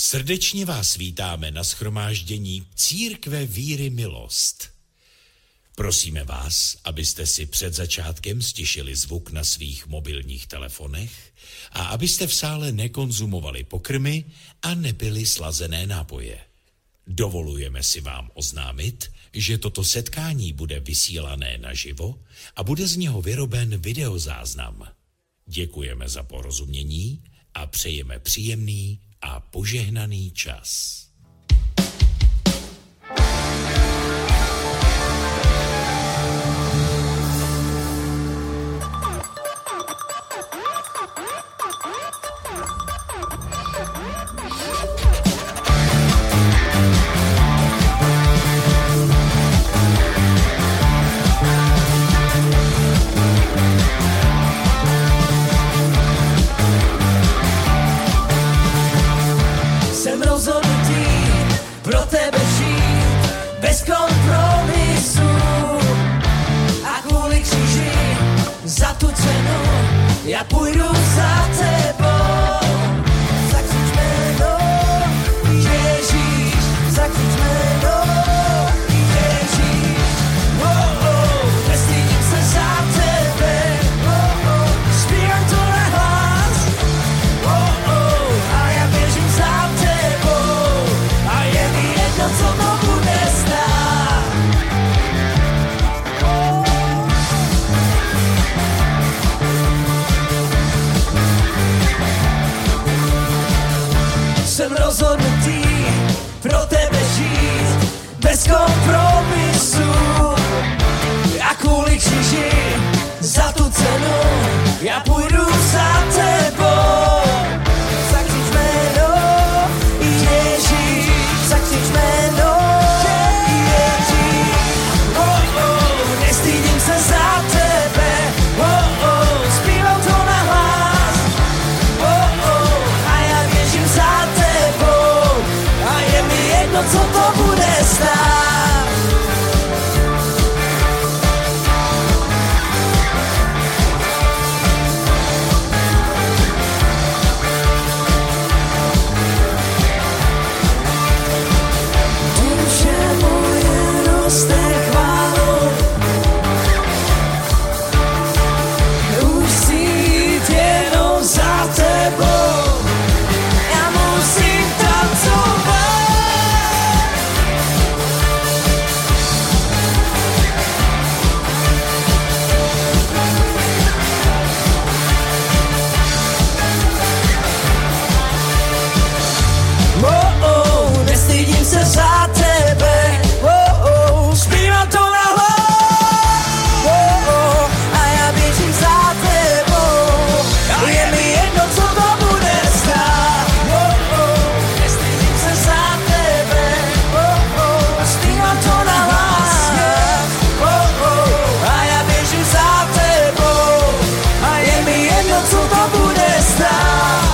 Srdečně vás vítáme na shromáždění Církve víry milost. Prosíme vás, abyste si před začátkem stišili zvuk na svých mobilních telefonech a abyste v sále nekonzumovali pokrmy a nepili slazené nápoje. Dovolujeme si vám oznámit, že toto setkání bude vysílané naživo a bude z něho vyroben videozáznam. Děkujeme za porozumění a přejeme příjemný a požehnaný čas. Jsem rozhodnutý pro tebe žít bez kompromisu a kvůli kříži za tu cenu já půjdu za tebou. Zakřič jméno Ježíš, zakřič jméno Ježíš. Oh, oh, nestydím se za tebe, oh, oh, zpívám to na hlas, oh, oh, a já běžím za tebou a je mi jedno, co to bude stát. Jsem rozhodnutý pro tebe žít bez kompromisu a kvůli kříži za tu cenu já půjdu za tebou. Zakřič jméno Ježíš, zakřič jméno Ježíš. Oh, oh, nestydím se za tebe, oh, oh, zpívám to na hlas, oh, oh, a já běžím za tebou a je mi jedno, co to bude stát. Duše moje roste chválou, už chci jít jenom za tebou. Já musím tancovat. Oh, oh, nestydím se za tebe, oh, oh, zpívám to na hlas, oh, oh, a já běžím za tebou a je mi jedno, co to bude stát, oh, oh, nestydím se za tebe, oh, oh, a zpívám to na hlas, oh, oh, a já běžím za tebou a je mi jedno, co to bude stát.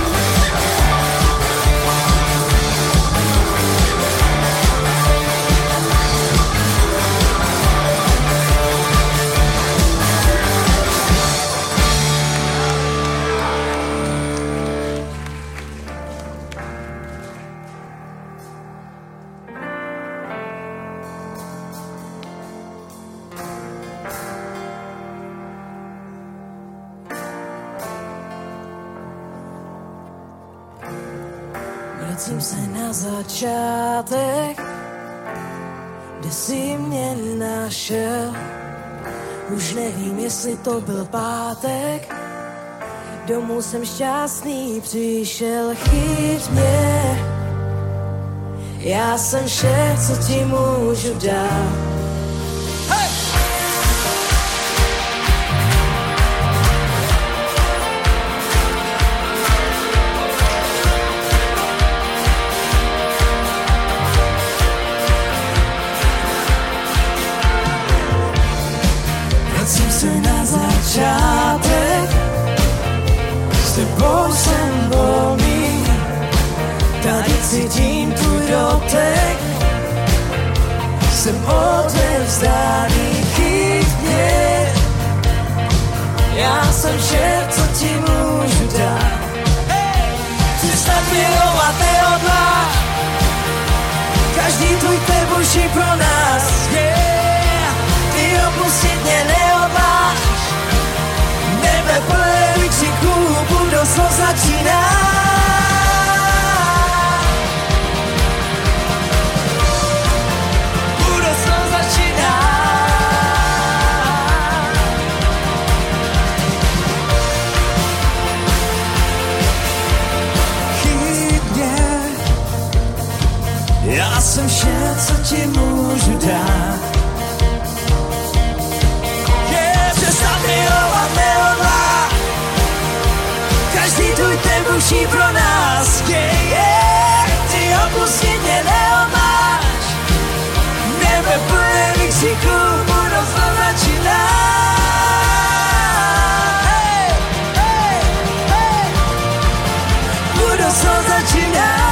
Vracím se na začátek, kde jsi mě našel. Už nevím, jestli to byl pátek, domů jsem šťastný přišel, chyť mě. Já jsem vše, co ti můžu dát. Vracím se na začátek, s tebou jsem volný, tady cítím tvůj dotek, jsem odevzdaný, chyť mě. Já jsem vše, co ti můžu dát. Ty snad milovat nehodláš. Každý tvůj tebuší pro nás, yeah. Ty opustit mě nehodláš. Nebe plné vykřiků, budoucnost začíná. Budoucnost začíná. Já jsem vše, co ti můžu dát. Přestat milovat nehodlá. Každý tvůj tebuší pro nás, yeah. Ty opustit mě nehodláš. Nebe plné vykřiků, budoucnost začíná. Hey, hey, hey. Budoucnost začíná.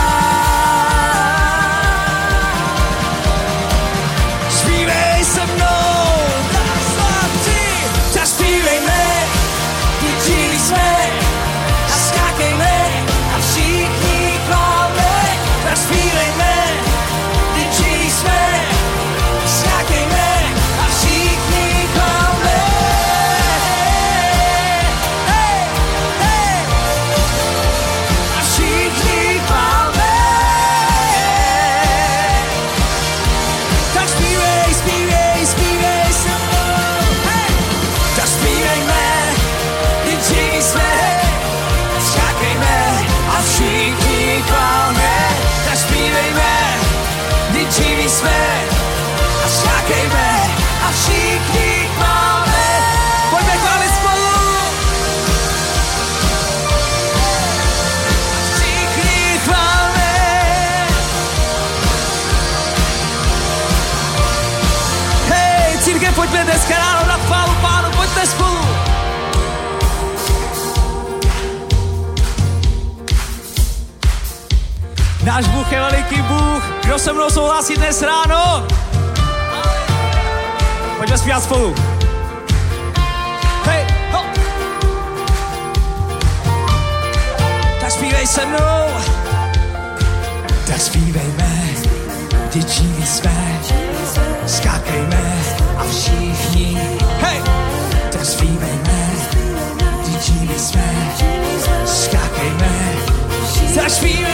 Pojďme dneska ráno na chválu Pánu, pojďme spolu. Náš Bůh je veliký Bůh. Kdo se mnou souhlasí dnes ráno? Pojďme zpívat spolu. Hej, ho. Tak zpívej se mnou. Tak zpívejme, děčí jsme, skákejme. A všichni, hej, tak zpívejme, děčí jsme, skákejme. Tak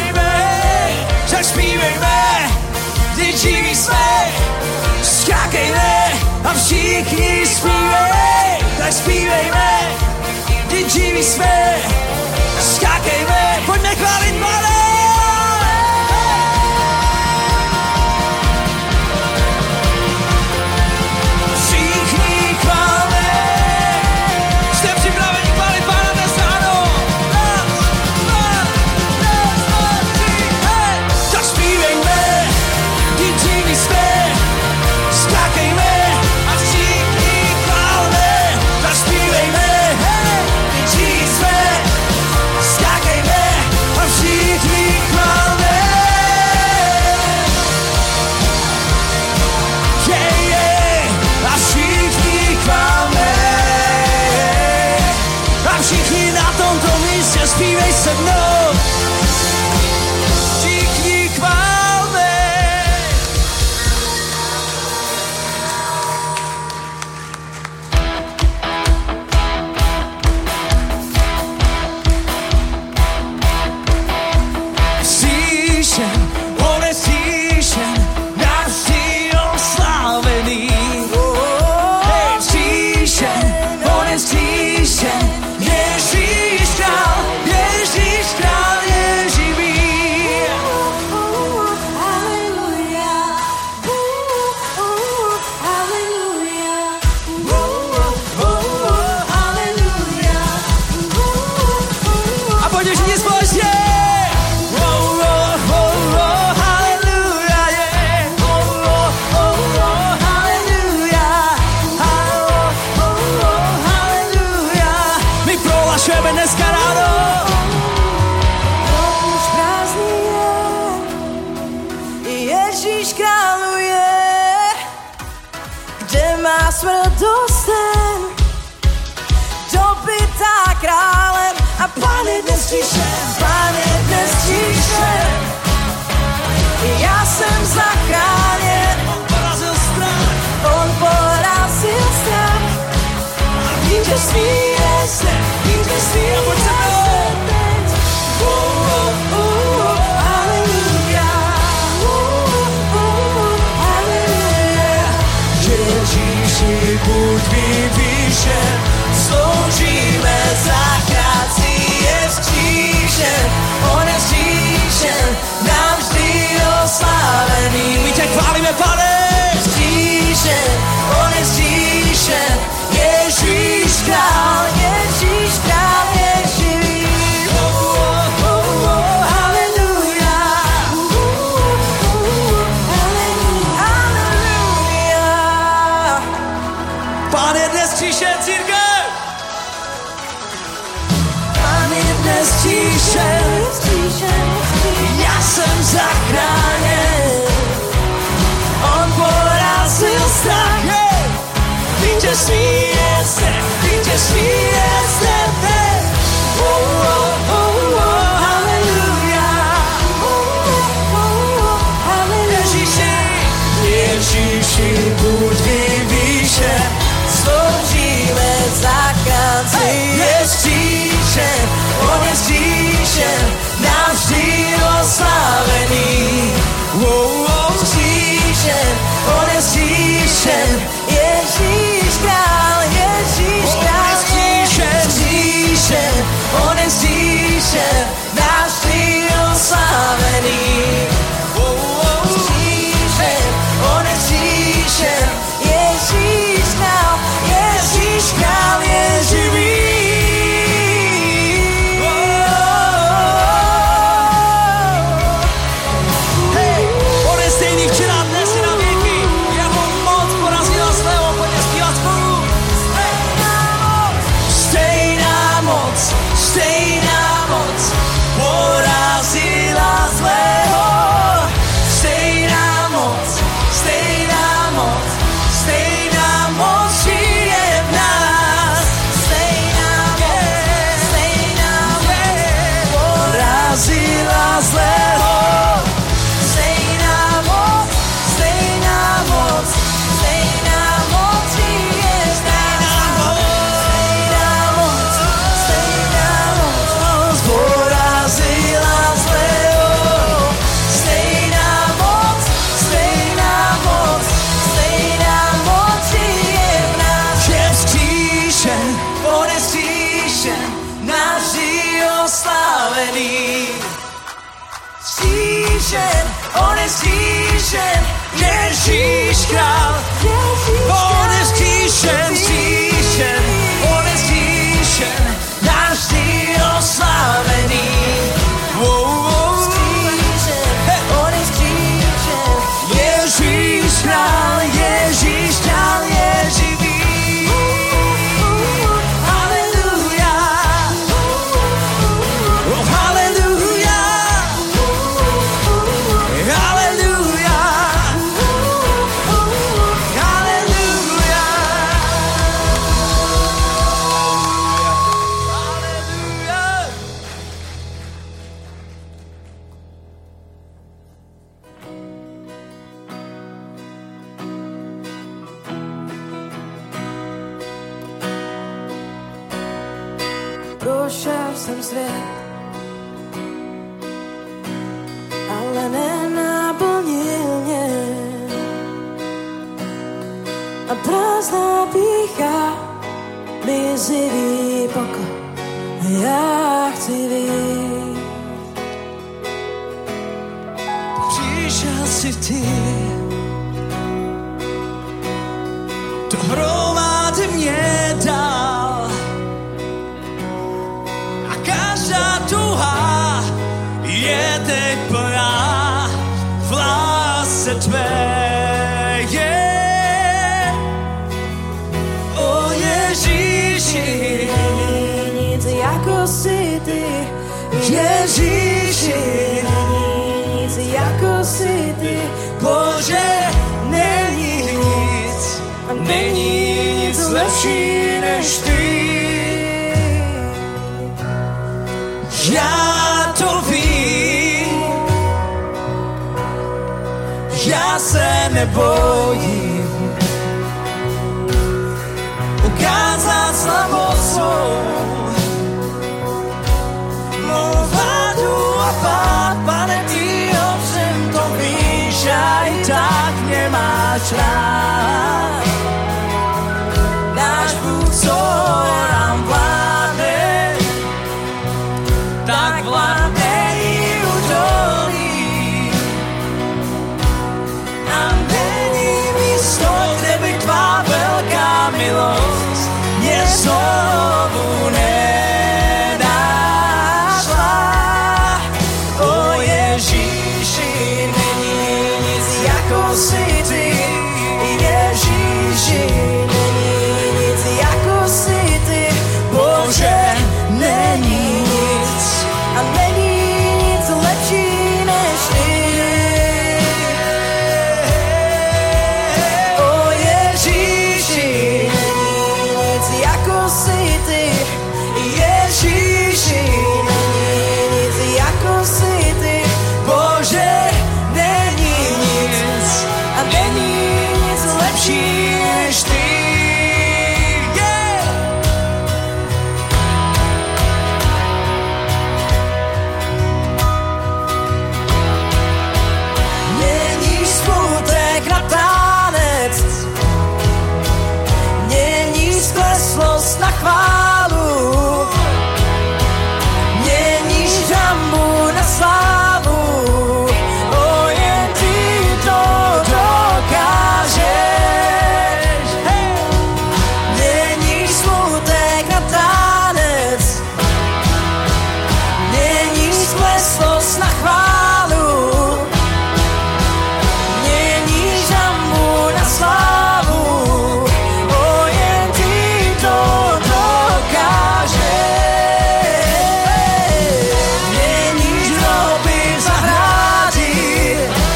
zpívejme, děčí jsme, skákejme. A všichni zpívej, tak zpívejme, děčí jsme, skákejme. Pojďme chválit Pána. Zpívej se mnou, všichni chválme. Slyšen, on je slyšen, navždy oslavený. Hej, slyšen, on je slyšen, Ježíš král. Ježíš král je živý. Haleluja. Haleluja. Haleluja. A pojďme všichni společně. Haleluja. Haleluja. My prohlašujeme dneska ráno. Ježíš králuje, kde má smrt dosten, dobytá králem a Pán je dnes zkříšen, Pán je dnes zkříšen. Já jsem zachráněn, on porazil strach, on porazil strach. Vítězství je zde, vítězství je zde. Haleluja, haleluja. Ježíši, buď vyvýšen, sloužíme zachránci, je vzkříšen, on je vzkříšen, navždy oslávený. My tě chválíme, Pane! Vzkříšen, on je vzkříšen, Ježíš král, Ježíš král, je živý. Haleluja, haleluja. Pán je dnes vzkříšen, církev! Pán je dnes vzkříšen, já jsem zachráněn, on porazil strach. Vítězství je zde, vítězství je zde. Haleluja, Ježíši, Ježíši, buď vyvýšen, sloužíme zachránci, je vzkříšen, on je vzkříšen, navždy oslávený. Vzkříšen, on je vzkříšen, Ježíš král, Ježíš král, vzkříšen, on je vzkříšen, navždy oslávený. Vzkříšen, on je vzkříšen, Ježíš král je živý. On je vzkříšen, Ježíš král, on je vzkříšen, vzkříšen, on je vzkříšen, navždy oslávený. Vzkříšen, on je vzkříšen, Ježíš král, Ježíš král je živý. Haleluja, haleluja. Prošel jsem svět, ale nenaplnil mě. A prázdná pýcha, mizivý pokoj, já chci víc. Přišel si ty, dohromady mě dal. Každá touha je teď plná v lásce tvé. O Ježíši, není nic jako jsi ty. Ježíši, není nic jako jsi ty. Bože, není nic lepší než ty. Já to vím, já se nebojím ukázat slabost svou, mou vládu a pád, Pane, ty ovšem to víš a i tak mě máš rád. Náš Bůh, co nám vládne, tak vládne i údolí. A není místo, kde by tvá velká milost mě znovu nenašla. O Ježíši, není nic jako jsi ty. Ježíši, není nic jako jsi ty. Bože, není nic a není nic lepší než ty. O Ježíši, není nic jako jsi ty. Ježíši, není nic jako jsi ty. Bože, není nic a není nic lepší než ty. Měníš smutek na tanec, měníš skleslost na chválu, měníš hanbu na slávu. O, jen ty to dokážeš. Měníš smutek na tanec, měníš skleslost na chválu, měníš hanbu na slávu. O, jen ty to dokážeš. Měníš hroby v zahrádí,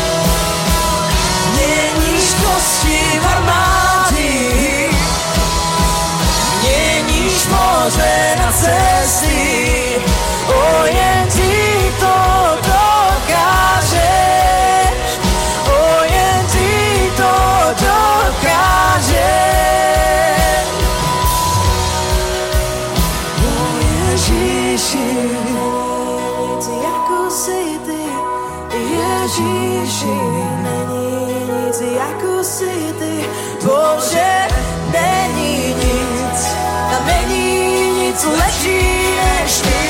měníš kosti v armády, měníš moře na cesty. O, jen ty to dokážeš. O, jen ty to dokážeš. O, Ježíši, nic jako jsi ty. Ježíši, není nic jako jsi ty. Bože, není nic a není nic lepší než ty.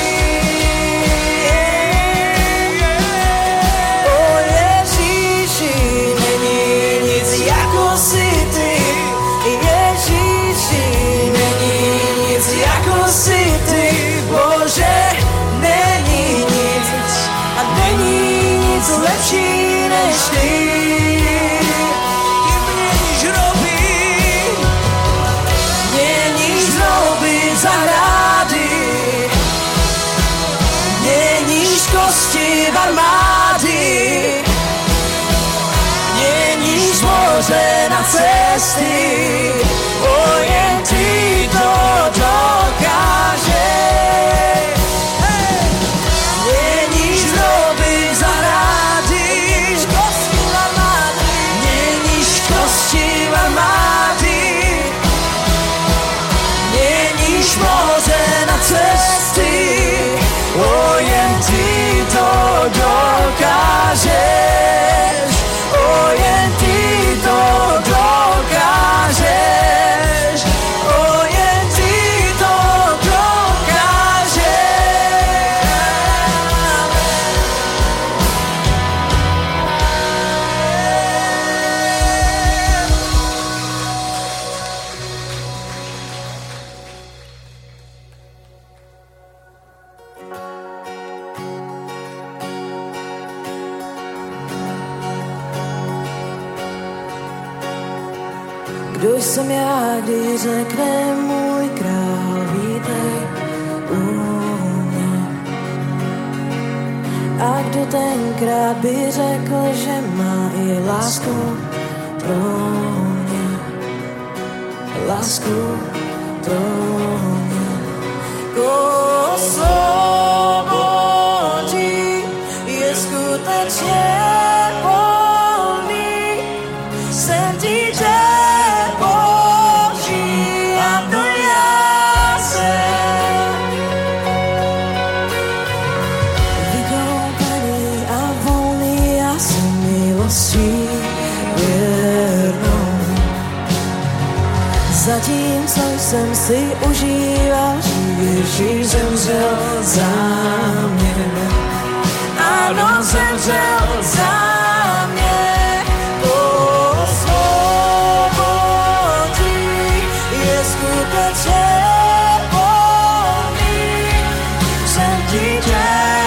O Ježíši, není nic jako jsi ty. Ježíši, není nic jako jsi ty. Bože, není nic a není nic lepší než ty. Měníš hroby zahrady, měníš kosti v armády, měníš moře na cesty. O, jen ty to dokážeš. Měníš hroby zahrady, měníš kosti v armády, měníš moře na cesty. O, jen ty to dokážeš. O, jen ty to dokážeš. O, jen ty to dokážeš. Kdo jsem já, když řekne můj král, vítej u mě. A kdo tenkrát by řekl, že má i lásku pro mě. Lásku pro mě. Slovo jsem milostí věrnou. Zatímco jsem si užíval, že Ježíš zemřel za mě. Ano, zemřel za mě. Osvobodí je skutečně volný. Jsem dítě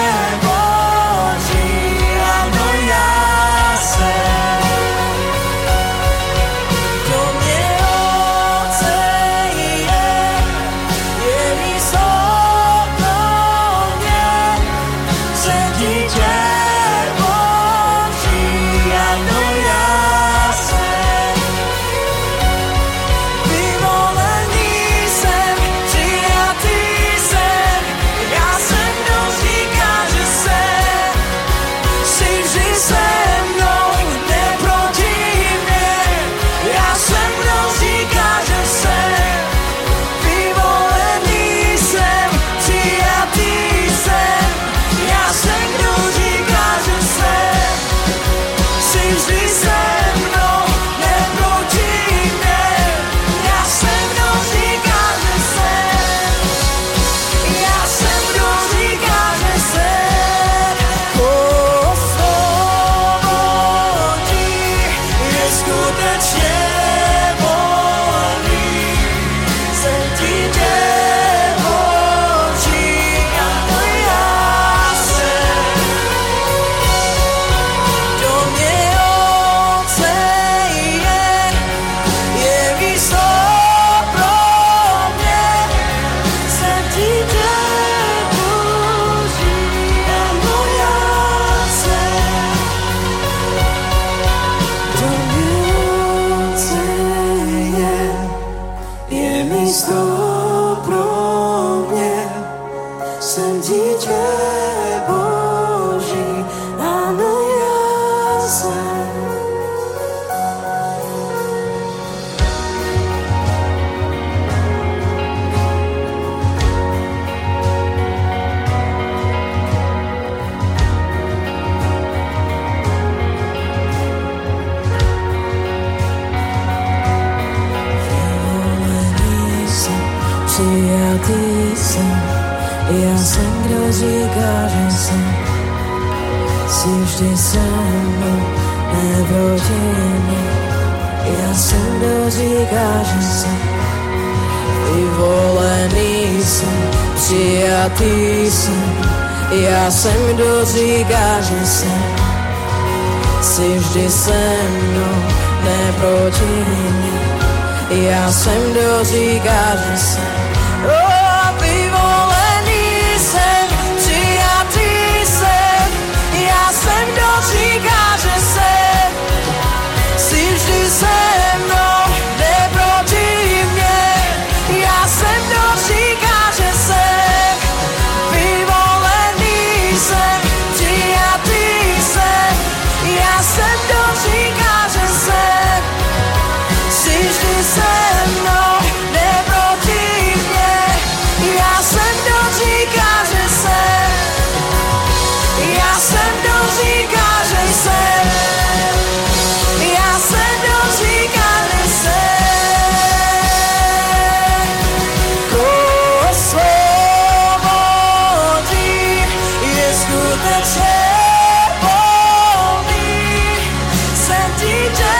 Boží, ano, já jsem. Kdo mě oceňuje, je místo pro mě. Jsem dítě Boží, ano, já jsem. Vyvolený jsem, přijatý jsem, já jsem, kdo říká, že jsem. Jsi vždy se mnou, ne proti mně. Já jsem, kdo říká, že jsem. Vyvolený jsem, přijatý jsem, já jsem, kdo říká, že jsem. Jsi vždy se mnou, ne proti mně. Já jsem, kdo říká, že jsem. Já jsem, kdo říká, že jsem. Osvobodí je skutečně volný. Jsem dítě Boží, ano, já jsem. Kdo mě oceňuje, je místo pro mě. Jsem dítě Boží, ano, já jsem. Kdo mě oceňuje, je místo pro mě. Jsem dítě Boží, ano, já jsem. Vyvolený jsem, přijatý jsem, já jsem, kdo říká, že jsem. Jsi vždy se mnou, ne proti mně. Já jsem, kdo říká, že jsem. Vyvolený jsem, přijatý jsem, já jsem, kdo říká, že jsem. Jsi vždy se mnou, ne proti mně. Já jsem, kdo říká, že jsem. Vyvolený jsem, přijatý jsem, já jsem, kdo říká, že jsem. Jsi vždy se mnou, ne proti mně. Já jsem, kdo říká, že jsem. Vyvolený jsem, přijatý jsem, já jsem, kdo říká, že jsem. Jsi vždy se mnou, ne proti mně. Já jsem, kdo říká, že jsem. Já jsem, kdo říká, že jsem. Já jsem, kdo říká, že jsem. Osvobodí je skutečně volný. Jsem dítě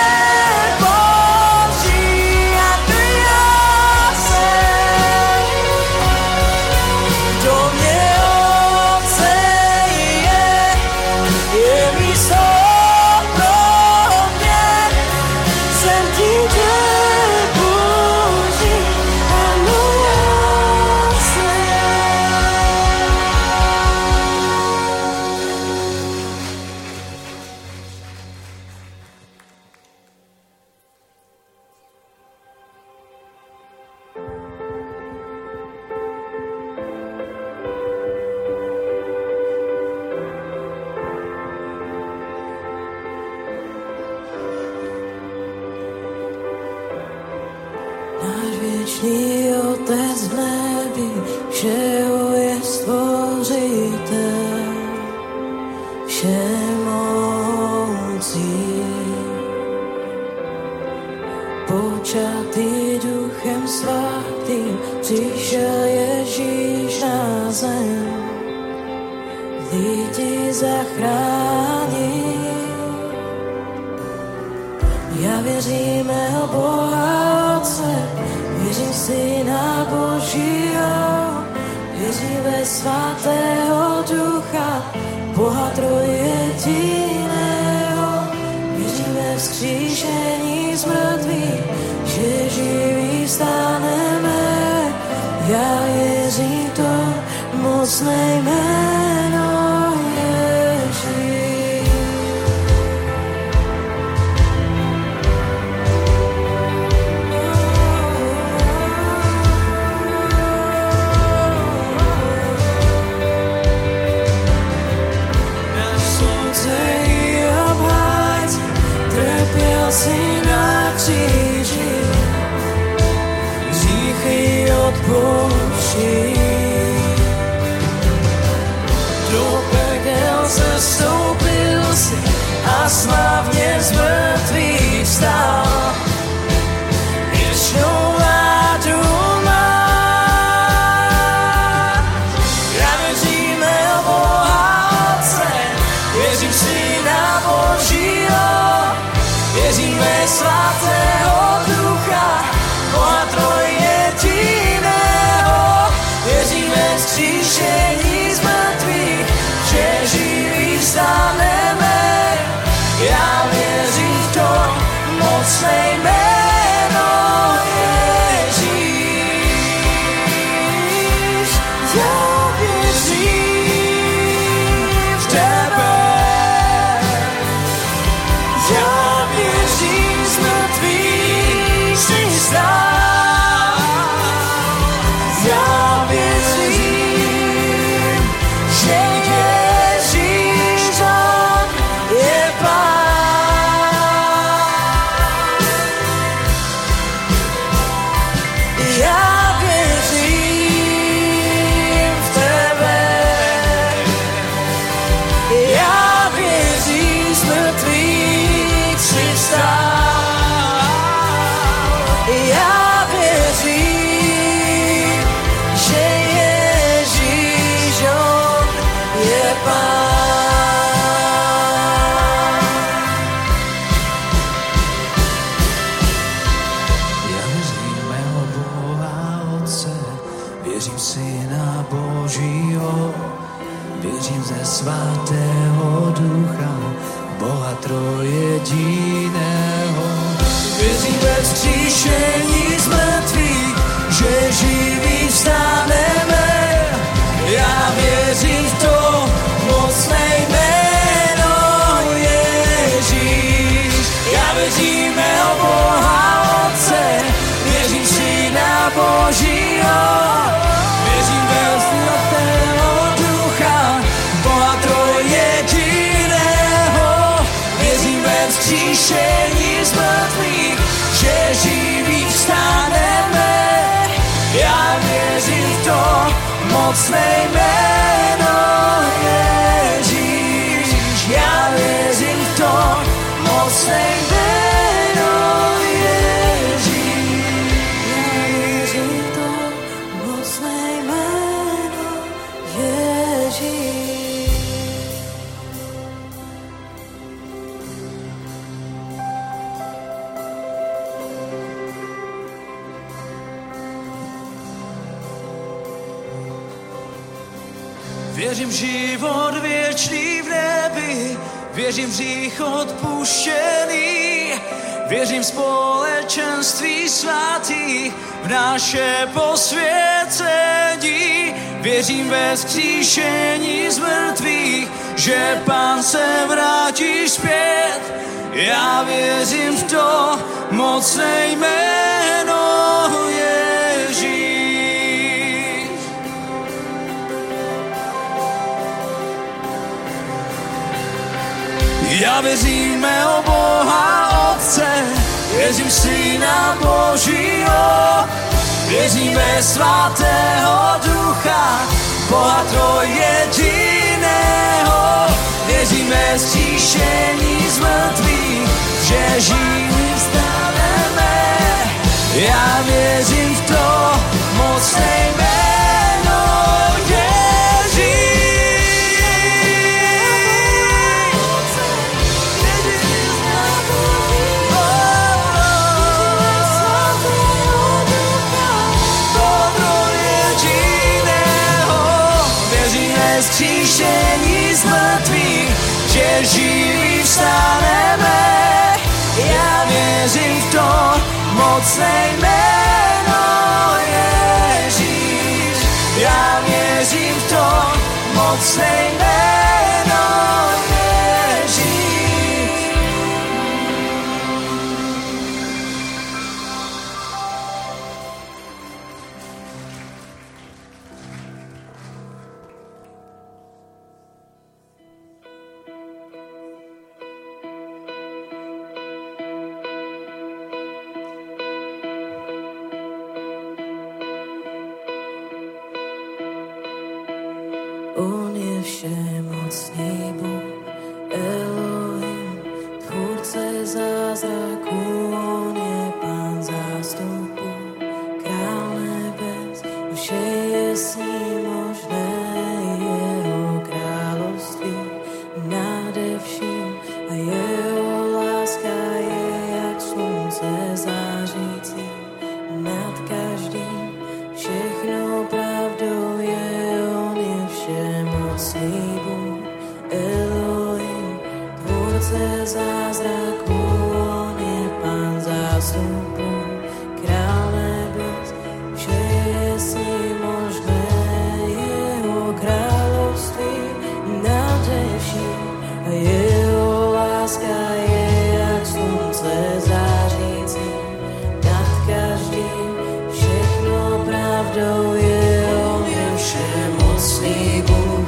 Boží, ano, já jsem. Kdo mě oceňuje, je místo pro mě. Jsem dítě Boží, ano, já jsem. Náš věčný Otec v nebi, všeho je stvořitel, všemohoucí. mocí. Počatý Duchem Svatým přišel Ježíš na zem, lidi zachrání. Já věřím mého Boha Otce, věřím Syna Božího, věřím ve Svatého Ducha, Boha trojjediného, věřím ve vzkříšení z mrtvých, že živí staneme. Já věřím to mocné jméno Ježíš. Si na kříži hříchy odpouští. Do pekel sestoupil si a slavně z mrtvých vstal. Věčnou vládu má. Já věřím mého Boha Otce, věřím Syna Božího, věřím ve Svatého Ducha, Boha trojjediného, věřím ve vzkříšení z mrtvých, že živí vstaneme. Já věřím v to mocné jméno Ježíš. Já věřím v tebe. Já věřím z mrtvých jsi vstal. Já věřím, že Ježíš on je Pán. Já věřím v tebe. Já věřím z mrtvých jsi vstal. Já věřím, že Ježíš on je Pán. Já věřím mého Boha Otce, věřím Syna Božího, věřím ze Svatého Ducha, Boha trojjediného. Věřím ve vzkříšení z mrtvých, že živí vstaneme. Já věřím v to mocné jméno Ježíš. Já věřím mého Boha Otce, věřím Syna Božího, věřím ve Svatého Ducha, Boha trojjediného, věřím ve vzkříšení z mrtvých, že živí vstaneme. Já věřím v to mocné jméno Ježíš. Já věřím v to mocné jméno Ježíš. Já věřím v to mocné jméno Ježíš. Věřím v život věčný v nebi, věřím v hřích odpuštěný, věřím v společenství svatých, v naše posvěcení, věřím ve vzkříšení z mrtvých, že Pán se vrátí zpět. Já věřím v to mocné jméno Ježíš. Já věřím mého Boha Otce, věřím Syna Božího, věřím ve Svatého Ducha, Boha trojjediného, věřím ve vzkříšení z mrtvých, mocné jméno Ježíš. Vzkříšení z mrtvých, že živí vstaneme. Já věřím v to mocné jméno Ježíš. Já věřím v to mocné jméno Ježíš. On je všemocný Bůh, Elohim, tvůrce zázraků, on je Pán zástupů, král nebes, vše je s ním možné, jeho království nade vším a jeho láska je jak slunce zářící nad každým, všechno pravdou je. Všemocný Bůh, Elohim, tvůrce zázraků, on je Pán zástupů, král nebes, vše je s ním možné, jeho království nade vším a jeho láska je jak slunce zářící nad každým, všechno pravdou je. On je všemocný Bůh,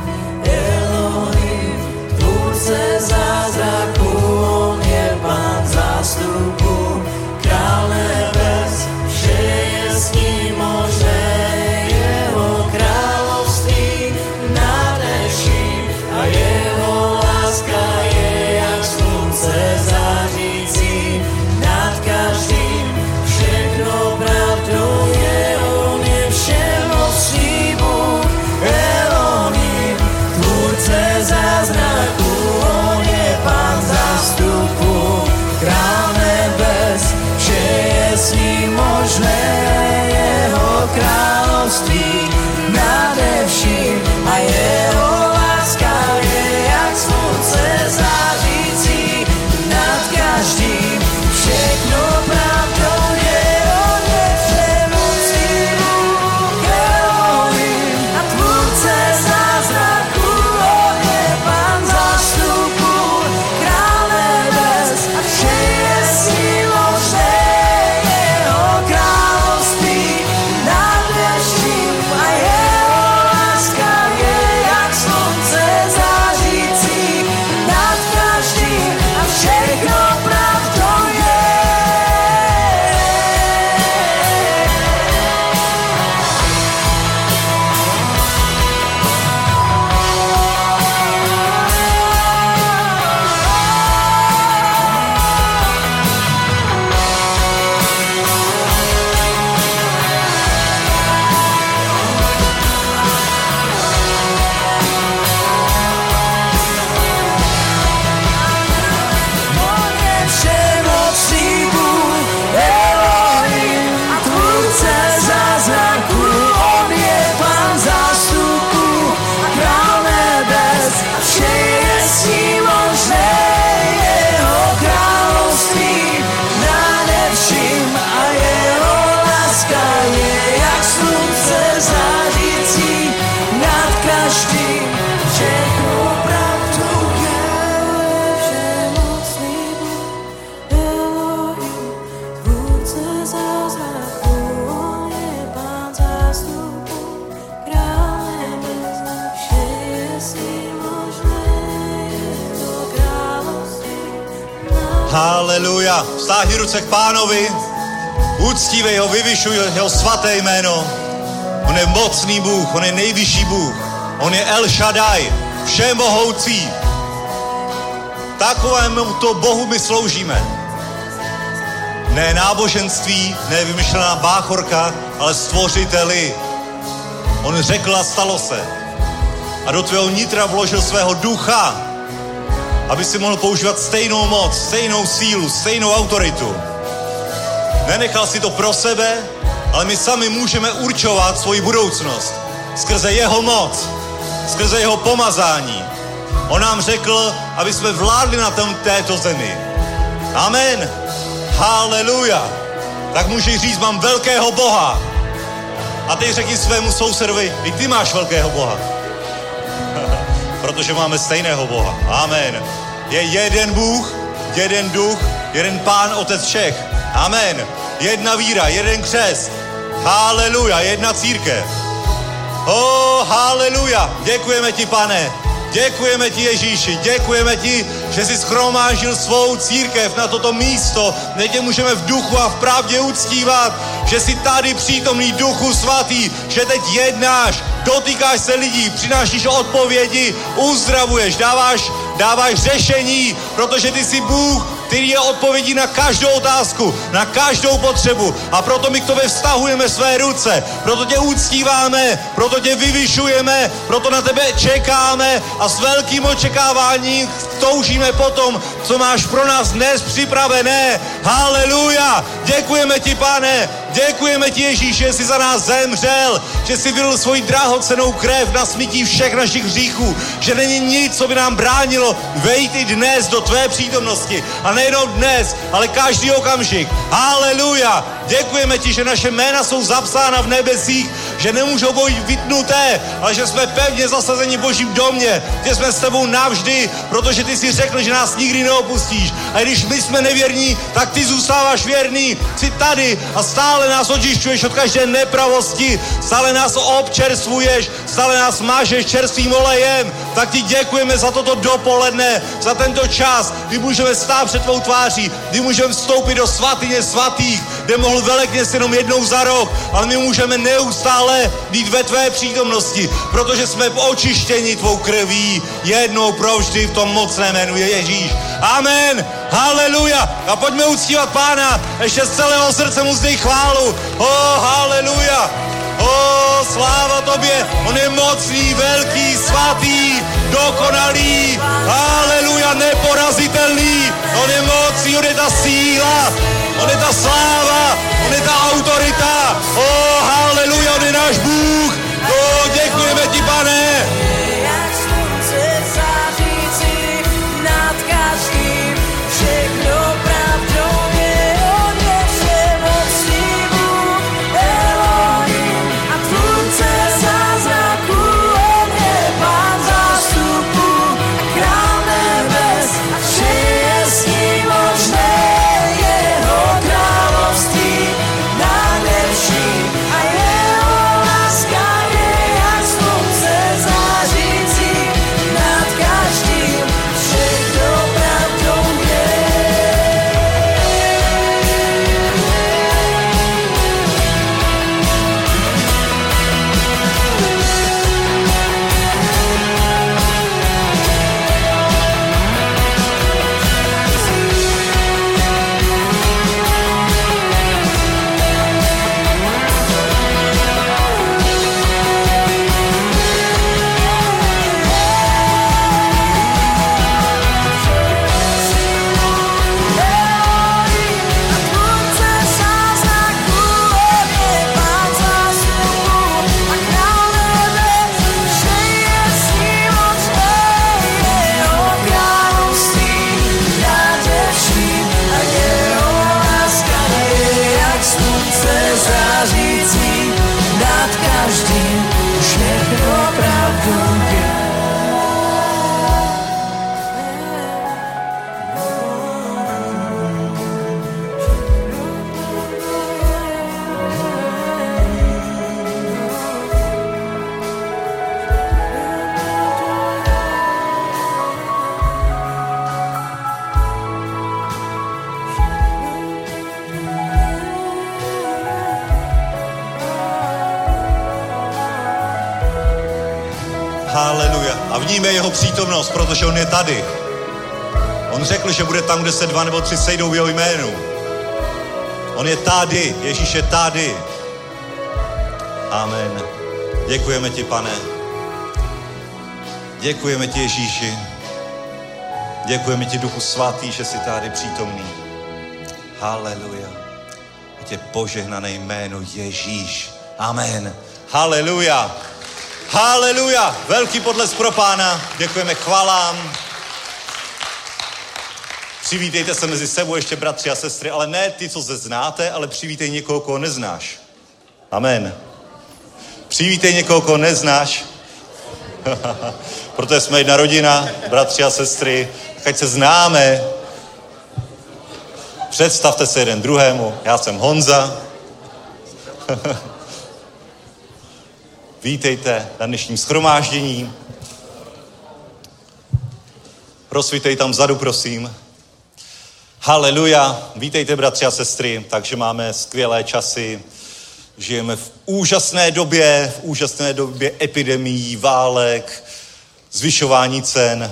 Elohim, tvůrce zázraků, on je Pán zástupů, král nebes, vše je s ním možné, jeho království nade vším a jeho láska je jak slunce zářící nad každým, všechno pravdou je. On je všemocný Bůh, Elohim, tvůrce zázraků, on je Pán zástupů, král nebes, vše je s ním možné, jeho království nade vším a jeho láska je jak slunce zářící nad každým, všechno pravdou je. On je všemocný Bůh, Elohim, a tvůrce zázraků, on je Pán zástupů, král nebes, a vše je s ním možné, jeho království nade vším a jeho láska je jak slunce zářící nad každým a všechno pravdou je. On je všemocný Bůh, Elohim, a tvůrce zázraků, on je Pán zástupů, král nebes, a vše je s ním možné, jeho království nade vším a jeho láska je jak slunce zářící nad každým, všechno pravdou je. Všemocný Bůh, Elohim, tvůrce zázraků, on je Pán zástupů, král nebes, vše je s ním možné, jeho království Haleluja. Stáhni ruce k Pánovi, uctívej ho, vyvyšuj jeho svaté jméno. On je mocný Bůh, on je nejvyšší Bůh, on je El Shaddai, všemohoucí. Takovému to Bohu my sloužíme. Ne náboženství, ne vymyšlená báchorka, ale stvořiteli On řekl a stalo se. A do tvého nitra vložil svého ducha, aby si mohl používat stejnou moc, stejnou sílu, stejnou autoritu. Nenechal si to pro sebe, ale my sami můžeme určovat svoji budoucnost. Skrze jeho moc, skrze jeho pomazání. On nám řekl, aby jsme vládli na této zemi. Amen. Haleluja. Tak můžeš říct, mám velkého Boha. A teď řekni svému sousedovi, i ty máš velkého Boha. Protože máme stejného Boha. Amen. Je jeden Bůh, jeden duch, jeden Pán, Otec všech. Amen. Jedna víra, jeden křest. Haleluja, jedna církev. Haleluja. Děkujeme ti, Pane. Děkujeme ti, Ježíši, děkujeme ti, že jsi shromáždil svou církev na toto místo, kde tě můžeme v duchu a v pravdě uctívat, že jsi tady přítomný Duchu Svatý, že teď jednáš, dotýkáš se lidí, přinášíš odpovědi, uzdravuješ, dáváš řešení, protože ty jsi Bůh, který je odpovědí na každou otázku, na každou potřebu. A proto my k tobě vztahujeme své ruce, proto tě uctíváme, proto tě vyvyšujeme, proto na tebe čekáme a s velkým očekáváním toužíme potom, co máš pro nás dnes připravené. Haleluja! Děkujeme ti, Pane, děkujeme ti, Ježíš, že jsi za nás zemřel, že jsi vylil svoji drahocennou krev na smytí všech našich hříchů, že není nic, co by nám bránilo vejít i dnes do tvé přítomnosti. A nejenom dnes, ale každý okamžik. Haleluja! Děkujeme ti, že naše jména jsou zapsána v nebesích, že nemůžou být vytnuté, ale že jsme pevně zasazeni v Božím domě, že jsme s tebou navždy, protože ty jsi řekl, že nás nikdy neopustíš. A když my jsme nevěrní, tak ty zůstáváš věrný. Jsi tady a stále nás očišťuješ od každé nepravosti, stále nás občerstvuješ, stále nás mážeš čerstvým olejem. Tak ti děkujeme za toto dopoledne, za tento čas, kdy můžeme stát před tvou tváří, kdy můžeme vstoupit do svatyně svatých, kde mohl velekněz jenom jednou za rok, ale my můžeme neustále být ve tvé přítomnosti, protože jsme očištěni tvou krví jednou provždy v tom mocném jménu Ježíš. Amen. Haleluja. A pojďme uctívat Pána. Ještě z celého srdce mu zdej chválu. Haleluja. Sláva tobě. On je mocný, velký, svatý, dokonalý. Haleluja, neporazitelný. On je mocný, on je ta síla. On je ta sláva. On je ta autorita. Haleluja, on je náš Bůh. Děkujeme ti, Pane. Haleluja. A vníme jeho přítomnost, protože on je tady. On řekl, že bude tam, kde se 2 nebo 3 sejdou v jeho jménu. On je tady. Ježíš je tady. Amen. Děkujeme ti, Pane. Děkujeme ti, Ježíši. Děkujeme ti, Duchu Svatý, že jsi tady přítomný. Haleluja. Ať je požehnané jméno Ježíš. Amen. Haleluja. Haleluja. Velký podles pro Pána. Děkujeme, chvalám. Přivítejte se mezi sebou ještě, bratři a sestry, ale ne ty, co se znáte, ale přivítej někoho, koho neznáš. Amen. Přivítej někoho, koho neznáš. Protože jsme jedna rodina, bratři a sestry, tak ať se známe. Představte se jeden druhému. Já jsem Honza. Vítejte na dnešním shromáždění. Rozsvítej tam vzadu, prosím. Haleluja. Vítejte, bratři a sestry. Takže máme skvělé časy. Žijeme v úžasné době epidemií, válek, zvyšování cen.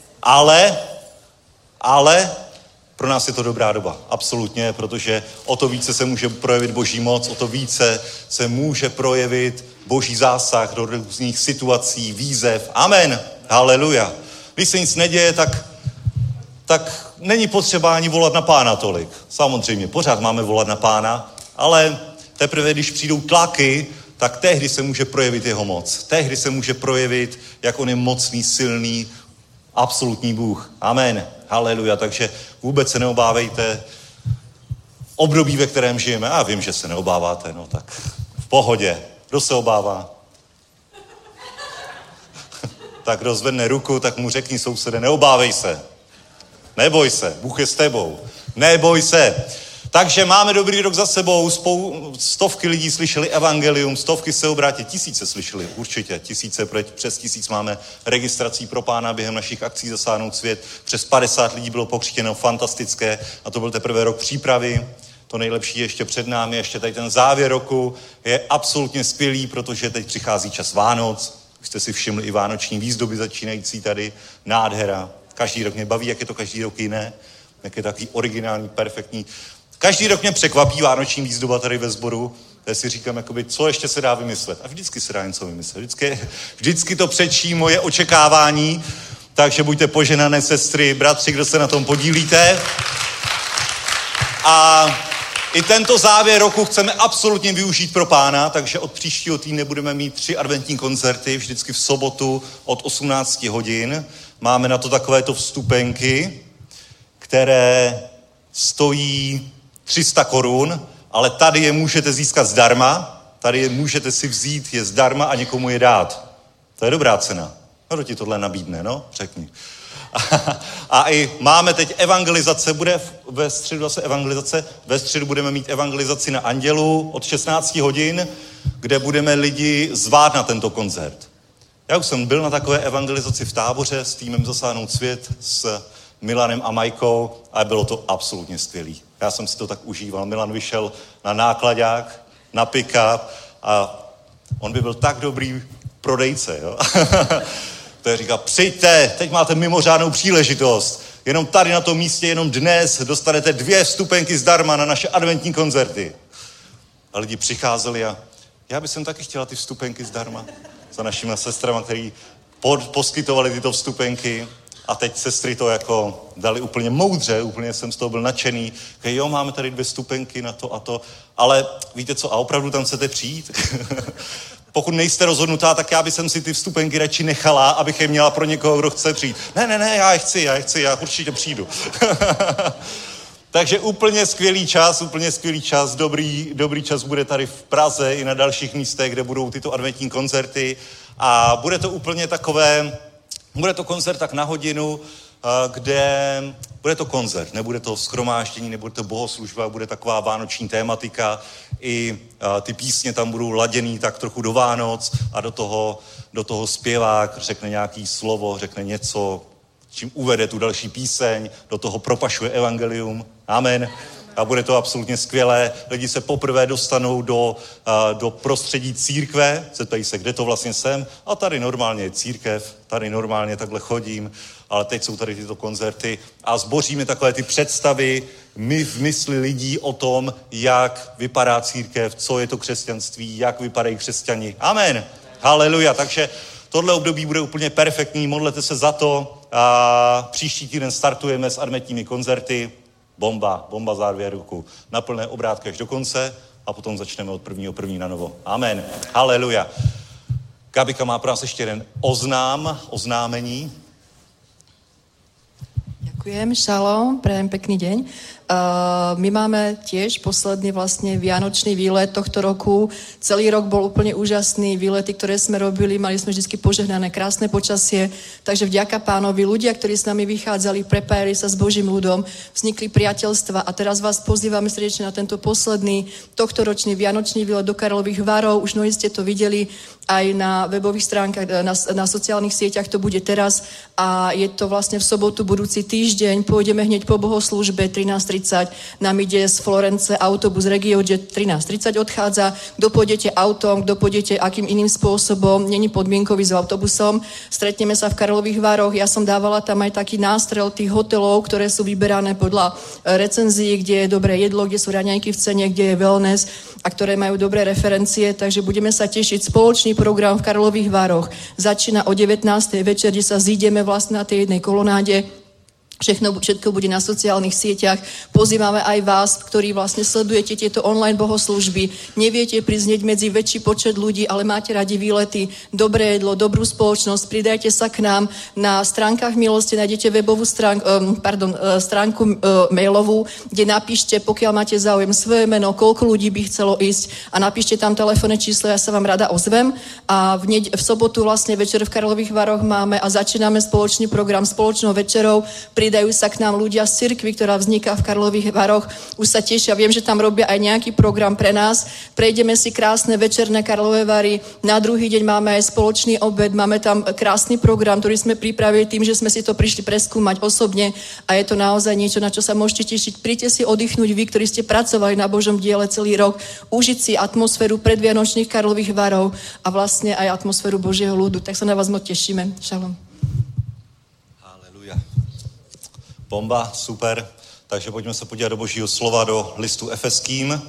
Ale pro nás je to dobrá doba. Absolutně, protože o to více se může projevit Boží moc, o to více se může projevit Boží zásah do různých situací, výzev. Amen. Haleluja. Když se nic neděje, tak není potřeba ani volat na Pána tolik. Samozřejmě, pořád máme volat na Pána, ale teprve, když přijdou tlaky, tak tehdy se může projevit jeho moc. Tehdy se může projevit, jak on je mocný, silný, absolutní Bůh. Amen. Haleluja. Takže vůbec se neobávejte období, ve kterém žijeme. Já vím, že se neobáváte, no tak v pohodě. Kdo se obává? Tak kdo zvedne ruku, tak mu řekni, sousede, neobávej se. Neboj se, Bůh je s tebou. Neboj se. Takže máme dobrý rok za sebou, stovky lidí slyšeli evangelium, stovky se obrátili, tisíce slyšeli, určitě, tisíce, přes 1000 máme registrací pro Pána během našich akcí Zasáhnout svět, přes 50 lidí bylo pokřtěno, fantastické, a to byl teprve rok přípravy, to nejlepší je ještě před námi, ještě tady ten závěr roku je absolutně skvělý, protože teď přichází čas Vánoc, už jste si všimli i vánoční výzdoby začínající tady, nádhera, každý rok mě baví, jak je to každý rok jiné, jak je takový originální, perfektní. Každý rok mě překvapí vánoční výzdoba tady ve sboru, kde si říkám, jakoby, co ještě se dá vymyslet. A vždycky se dá něco vymyslet. Vždycky to předčí moje očekávání, takže buďte poženané sestry, bratři, kdo se na tom podílíte. A i tento závěr roku chceme absolutně využít pro Pána, takže od příštího týdne budeme mít 3 adventní koncerty, vždycky v sobotu od 18 hodin. Máme na to takovéto vstupenky, které stojí 300 korun, ale tady je můžete získat zdarma, tady je můžete si vzít je zdarma a někomu je dát. To je dobrá cena. No, kdo ti tohle nabídne, no? Řekni. A i máme teď evangelizace, bude ve středu zase evangelizace, ve středu budeme mít evangelizaci na Andělu od 16 hodin, kde budeme lidi zvát na tento koncert. Já už jsem byl na takové evangelizaci v Táboře s týmem Zasáhnout svět, s Milanem a Majkou a bylo to absolutně skvělý. Já jsem si to tak užíval. Milan vyšel na nákladák, na pick-up a on by byl tak dobrý prodejce, jo. To říká, přijďte, teď máte mimořádnou příležitost. Jenom tady na tom místě, jenom dnes dostanete 2 vstupenky zdarma na naše adventní koncerty. A lidi přicházeli a já bych taky chtěla ty vstupenky zdarma za našimi sestrama, který poskytovali tyto vstupenky. A teď sestry to jako dali úplně moudře, úplně jsem z toho byl nadšený. Jo, máme tady 2 vstupenky na to a to, ale víte co, a opravdu tam chcete přijít? Pokud nejste rozhodnutá, tak já bych si ty vstupenky radši nechala, abych je měla pro někoho, kdo chce přijít. Ne, já je chci, já určitě přijdu. Takže úplně skvělý čas, dobrý čas bude tady v Praze i na dalších místech, kde budou tyto adventní koncerty a bude to úplně takové, bude to koncert tak na hodinu, kde bude to koncert, nebude to shromáždění, nebude to bohoslužba, bude taková vánoční tématika, i ty písně tam budou laděný tak trochu do Vánoc a do toho zpěvák řekne nějaký slovo, řekne něco, čím uvede tu další píseň, do toho propašuje evangelium. Amen. A bude to absolutně skvělé. Lidi se poprvé dostanou do prostředí církve, zeptají se, kde to vlastně jsem. A tady normálně je církev, tady normálně takhle chodím, ale teď jsou tady tyto koncerty a zboříme takové ty představy v mysli lidí o tom, jak vypadá církev, co je to křesťanství, jak vypadají křesťani. Amen. Haleluja. Takže tohle období bude úplně perfektní, modlete se za to. A příští týden startujeme s adventními koncerty. Bomba závěrku. Na plné obrátky až do konce a potom začneme od 1.1. na novo. Amen. Haleluja. Gabika má pro nás ještě jeden oznámení. Ďakujem, šalom, prajem pekný deň. My máme tiež posledný vlastne vianočný výlet tohto roku. Celý rok bol úplne úžasný. Výlety, ktoré sme robili, mali sme vždy požehnané, krásne počasie. Takže vďaka Pánovi, ľudia, ktorí s nami vychádzali, prepájali sa s Božím ľudom, vznikli priateľstva a teraz vás pozývame srdečne na tento posledný tohtoročný vianočný výlet do Karlových Varov. Už mnohí ste to videli aj na webových stránkach, na sociálnych sieťach to bude teraz a je to vlastne v sobotu budúci týždeň. Pôjdeme hneď po bohoslúžbe 13:30. Nám ide z Florence autobus RegioJet 13:30 odchádza. Kto pôjdete autom, kto pôjdete akým iným spôsobom, není podmienkový s autobusom. Stretneme sa v Karlových Varoch. Ja som dávala tam aj taký nástrel tých hotelov, ktoré sú vyberané podľa recenzií, kde je dobré jedlo, kde sú raňajky v cene, kde je wellness a ktoré majú dobré referencie, takže budeme sa tešiť. Spoločný program v Karlových Varoch začína o 19:00 večer, kde sa zídeme vlastne na tej jednej kolonáde. Všetko bude na sociálnych sieťach. Pozývame aj vás, ktorí vlastne sledujete tieto online bohoslúžby. Neviete prísť medzi väčší počet ľudí, ale máte radi výlety, dobré jedlo, dobrú spoločnosť. Pridajte sa k nám. Na stránkach Milosti nájdete webovú stránku mailovú, kde napíšte, pokiaľ máte záujem, svoje meno, koľko ľudí by chcelo ísť a napíšte tam telefónne číslo, ja sa vám rada ozvem. A v sobotu vlastne večer v Karlových Varoch máme a začíname spoločný program spoločnou večerou. Pridajú sa k nám ľudia z cirkvi, ktorá vzniká v Karlových Varoch. Už sa tešia, viem, že tam robia aj nejaký program pre nás. Prejdeme si krásne večerné Karlové Vary. Na druhý deň máme aj spoločný obed, máme tam krásny program, ktorý sme pripravili tým, že sme si to prišli preskúmať osobne a je to naozaj niečo, na čo sa môžete tešiť. Príďte si oddychnúť vy, ktorí ste pracovali na Božom diele celý rok, užiť si atmosféru predvianočných Karlových Varov a vlastne aj atmosféru Božieho ľudu. Tak sa na vás moc tešíme. Šalom. Bomba, super. Takže pojďme se podívat do Božího slova, do listu Efeským.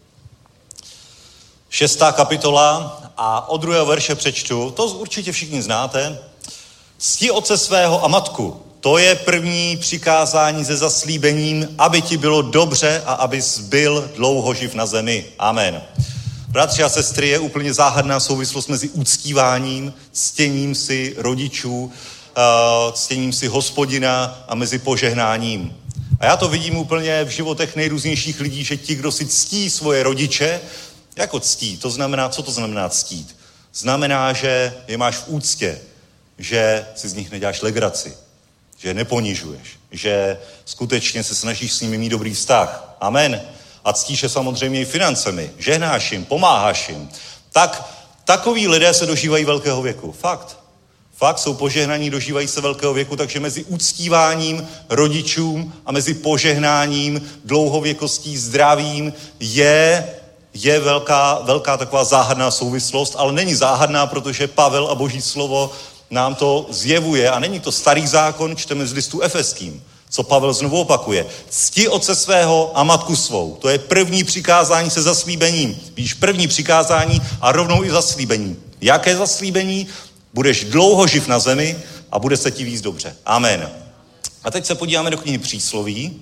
6. kapitola a od 2. verše přečtu. To určitě všichni znáte. Cti otce svého a matku. To je první přikázání se zaslíbením, aby ti bylo dobře a abys byl dlouho živ na zemi. Amen. Bratři a sestry, je úplně záhadná souvislost mezi uctíváním, ctěním si rodičů, ctěním si Hospodina a mezi požehnáním. A já to vidím úplně v životech nejrůznějších lidí, že ti, kdo si ctí svoje rodiče, jako ctí, to znamená, co to znamená ctít? Znamená, že je máš v úctě, že si z nich neděláš legraci, že je neponižuješ, že skutečně se snažíš s nimi mít dobrý vztah. Amen. A ctíš je samozřejmě i financemi, žehnáš jim, pomáháš jim. Tak takoví lidé se dožívají velkého věku. Fakt jsou požehnaní, dožívají se velkého věku, takže mezi uctíváním rodičům a mezi požehnáním, dlouhověkostí, zdravím je velká taková záhadná souvislost, ale není záhadná, protože Pavel a Boží slovo nám to zjevuje a není to starý zákon, čteme z listu Efeským, co Pavel znovu opakuje. Cti otce svého a matku svou. To je první přikázání se zaslíbením. Víš, první přikázání a rovnou i zaslíbení. Jaké zaslíbení? Budeš dlouho živ na zemi a bude se ti víc dobře. Amen. A teď se podíváme do knihy Přísloví.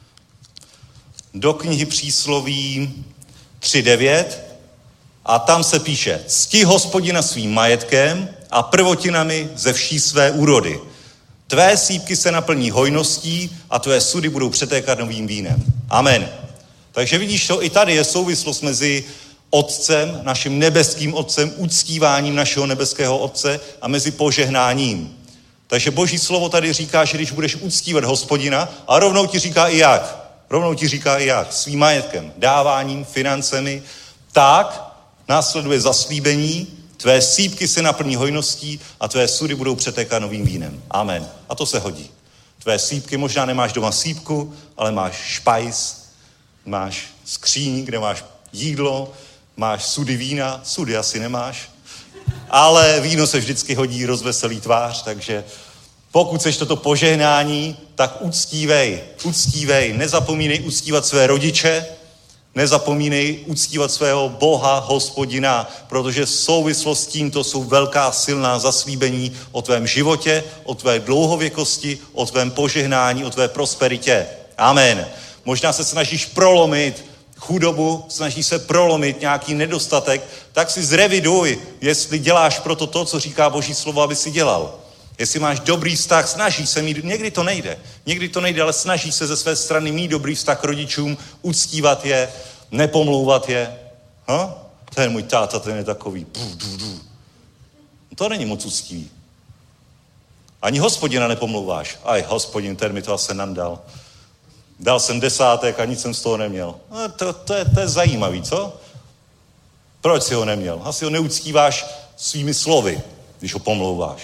Do knihy Přísloví 3:9 a tam se píše: cti Hospodina svým majetkem a prvotinami ze vší své úrody. Tvé sýpky se naplní hojností a tvé sudy budou přetékat novým vínem. Amen. Takže vidíš to, i tady je souvislost mezi Otcem, naším nebeským Otcem, uctíváním našeho nebeského Otce a mezi požehnáním. Takže Boží slovo tady říká, že když budeš uctívat Hospodina, a rovnou ti říká i jak, svým majetkem, dáváním, financemi, tak následuje zaslíbení, tvé sýpky se naplní hojností a tvé sudy budou přetékat novým vínem. Amen. A to se hodí. Tvé sýpky, možná nemáš doma sýpku, ale máš špajs, máš skříň, kde máš jídlo, máš sudy vína, sudy asi nemáš, ale víno se vždycky hodí, rozveselí tvář, takže pokud chceš toto požehnání, tak uctívej, nezapomínej uctívat své rodiče Nezapomínej uctívat svého Boha, Hospodina, protože v souvislosti s tímto jsou velká silná zaslíbení o tvém životě, o tvé dlouhověkosti, o tvém požehnání, o tvé prosperitě. Amen. Možná se snažíš prolomit chudobu, snažíš se prolomit nějaký nedostatek, tak si zreviduj, jestli děláš proto to, co říká Boží slovo, aby si dělal. Jestli máš dobrý vztah, snažíš se mít, někdy to nejde, ale snažíš se ze své strany mít dobrý vztah k rodičům, uctívat je, nepomlouvat je. Ten můj táta, ten je takový. To není moc uctivý. Ani Hospodina nepomlouváš. Aj Hospodin, ten mi to asi nandal. Dal jsem 10 a nic jsem z toho neměl. To je zajímavý, co? Proč si ho neměl? Asi ho neuctíváš svými slovy, když ho pomlouváš.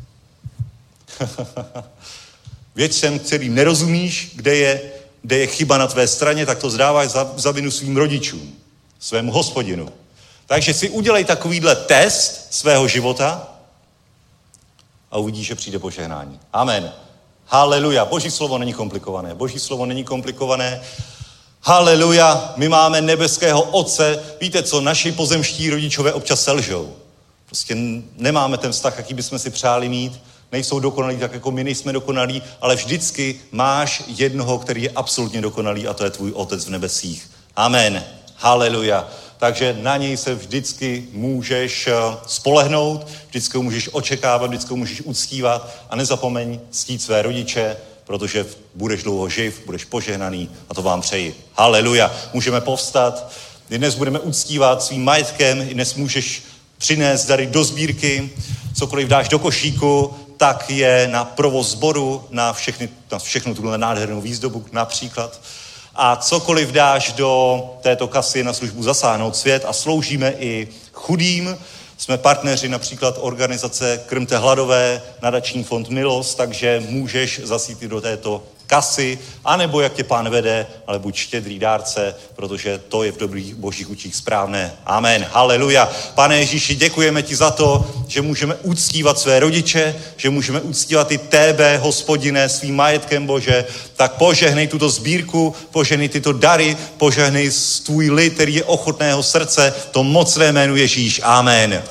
Věcem, kterým nerozumíš, kde je chyba na tvé straně, tak to zdáváš za vinu svým rodičům, svému Hospodinu. Takže si udělej takovýhle test svého života a uvidíš, že přijde požehnání. Amen. Haleluja. Boží slovo není komplikované. Haleluja. My máme nebeského Otce. Víte co, naši pozemští rodičové občas selžou. Prostě nemáme ten vztah, jaký bychom si přáli mít. Nejsou dokonalí, tak jako my nejsme dokonalí, ale vždycky máš jednoho, který je absolutně dokonalý a to je tvůj Otec v nebesích. Amen. Haleluja. Takže na něj se vždycky můžeš spolehnout, vždycky ho můžeš očekávat, vždycky ho můžeš uctívat a nezapomeň ctít své rodiče, protože budeš dlouho živ, budeš požehnaný a to vám přeji. Haleluja. Můžeme povstat. Dnes budeme uctívat svým majetkem, dnes můžeš přinést dary do sbírky, cokoliv dáš do košíku, tak je na provoz sboru, na všechnu tuhle nádhernou výzdobu například. A cokoliv dáš do této kasy na službu Zasáhnout svět a sloužíme i chudým. Jsme partneři například organizace Krmte hladové, nadační fond Milost, takže můžeš zasít i do této kasy, anebo jak tě Pán vede, ale buď štědrý dárce, protože to je v dobrých božích učích správné. Amen. Haleluja. Pane Ježíši, děkujeme ti za to, že můžeme uctívat své rodiče, že můžeme uctívat i tebe, Hospodine, svým majetkem, Bože. Tak požehnej tuto sbírku, požehnej tyto dary, požehnej tvůj lid, který je ochotného srdce, to mocné jménu Ježíš. Amen.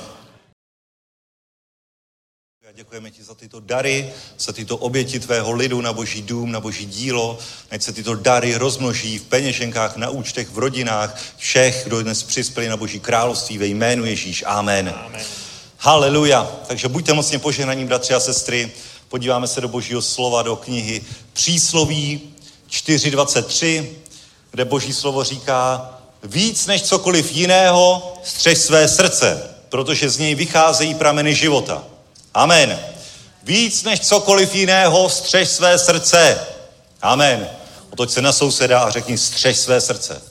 Děkujeme ti za tyto dary, za tyto oběti tvého lidu na boží dům, na boží dílo. Ať se tyto dary rozmnoží v peněženkách, na účtech, v rodinách všech, kdo dnes přispěli na boží království ve jménu Ježíš. Amen. Amen. Haleluja. Takže buďte mocně požehnaní, bratři a sestry. Podíváme se do božího slova, do knihy Přísloví 4:23, kde boží slovo říká: víc než cokoliv jiného střež své srdce, protože z něj vycházejí prameny života. Amen. Víc než cokoliv jiného střež své srdce. Amen. Otoč se na souseda a řekni: střež své srdce.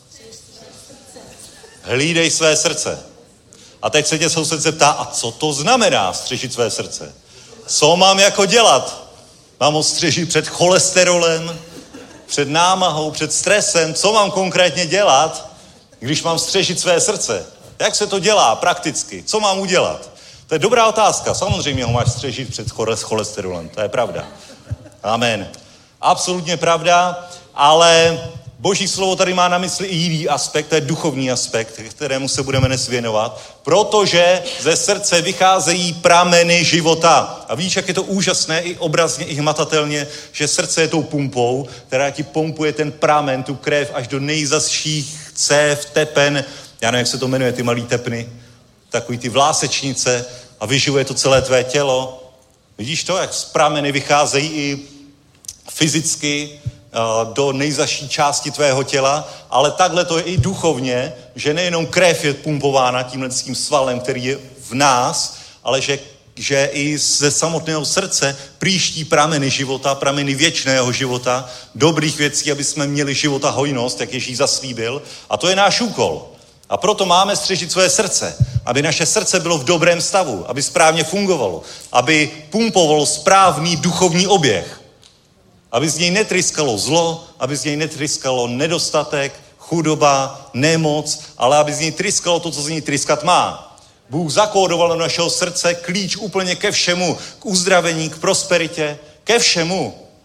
Hlídej své srdce. A teď se tě soused zeptá: a co to znamená střežit své srdce? Co mám jako dělat? Mám ho střežit před cholesterolem, před námahou, před stresem? Co mám konkrétně dělat, když mám střežit své srdce? Jak se to dělá prakticky? Co mám udělat? To je dobrá otázka. Samozřejmě ho máš střežit před cholesterolem. To je pravda. Amen. Absolutně pravda, ale boží slovo tady má na mysli i jiný aspekt, to je duchovní aspekt, kterému se budeme dnes věnovat, protože ze srdce vycházejí prameny života. A víš, jak je to úžasné i obrazně, i hmatatelně, že srdce je tou pumpou, která ti pumpuje ten pramen, tu krev až do nejzazších cév, tepen, já nevím, jak se to jmenuje, ty malý tepny, takový ty vlásečnice, a vyživuje to celé tvé tělo. Vidíš to, jak z prameny vycházejí i fyzicky do nejzazší části tvého těla, ale takhle to je i duchovně, že nejenom krev je pumpována tímhle tím svalem, který je v nás, ale že i ze samotného srdce příští prameny života, prameny věčného života, dobrých věcí, aby jsme měli života hojnost, jak Ježíš zaslíbil. A to je náš úkol. A proto máme střežit své srdce, aby naše srdce bylo v dobrém stavu, aby správně fungovalo, aby pumpovalo správný duchovní oběh, aby z něj netryskalo zlo, aby z něj netryskalo nedostatek, chudoba, nemoc, ale aby z něj tryskalo to, co z něj tryskat má. Bůh zakódoval do našeho srdce klíč úplně ke všemu, k uzdravení, k prosperitě, ke všemu.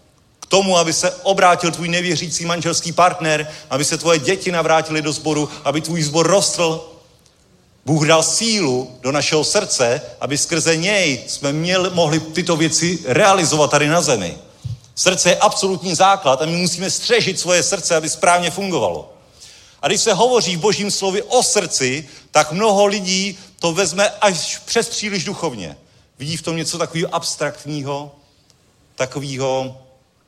k tomu, aby se obrátil tvůj nevěřící manželský partner, aby se tvoje děti navrátily do sboru, aby tvůj sbor rostl. Bůh dal sílu do našeho srdce, aby skrze něj jsme mohli tyto věci realizovat tady na zemi. Srdce je absolutní základ a my musíme střežit svoje srdce, aby správně fungovalo. A když se hovoří v Božím slově o srdci, tak mnoho lidí to vezme až přes příliš duchovně. Vidí v tom něco takového abstraktního, takového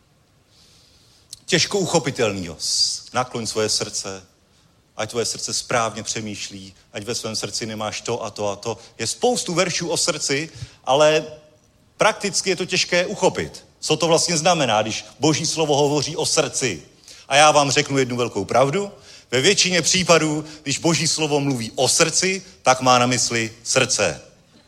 těžko uchopitelného. Nakloň svoje srdce, ať tvoje srdce správně přemýšlí, ať ve svém srdci nemáš to a to a to. Je spoustu veršů o srdci, ale prakticky je to těžké uchopit. Co to vlastně znamená, když Boží slovo hovoří o srdci? A já vám řeknu jednu velkou pravdu. Ve většině případů, když Boží slovo mluví o srdci, tak má na mysli srdce.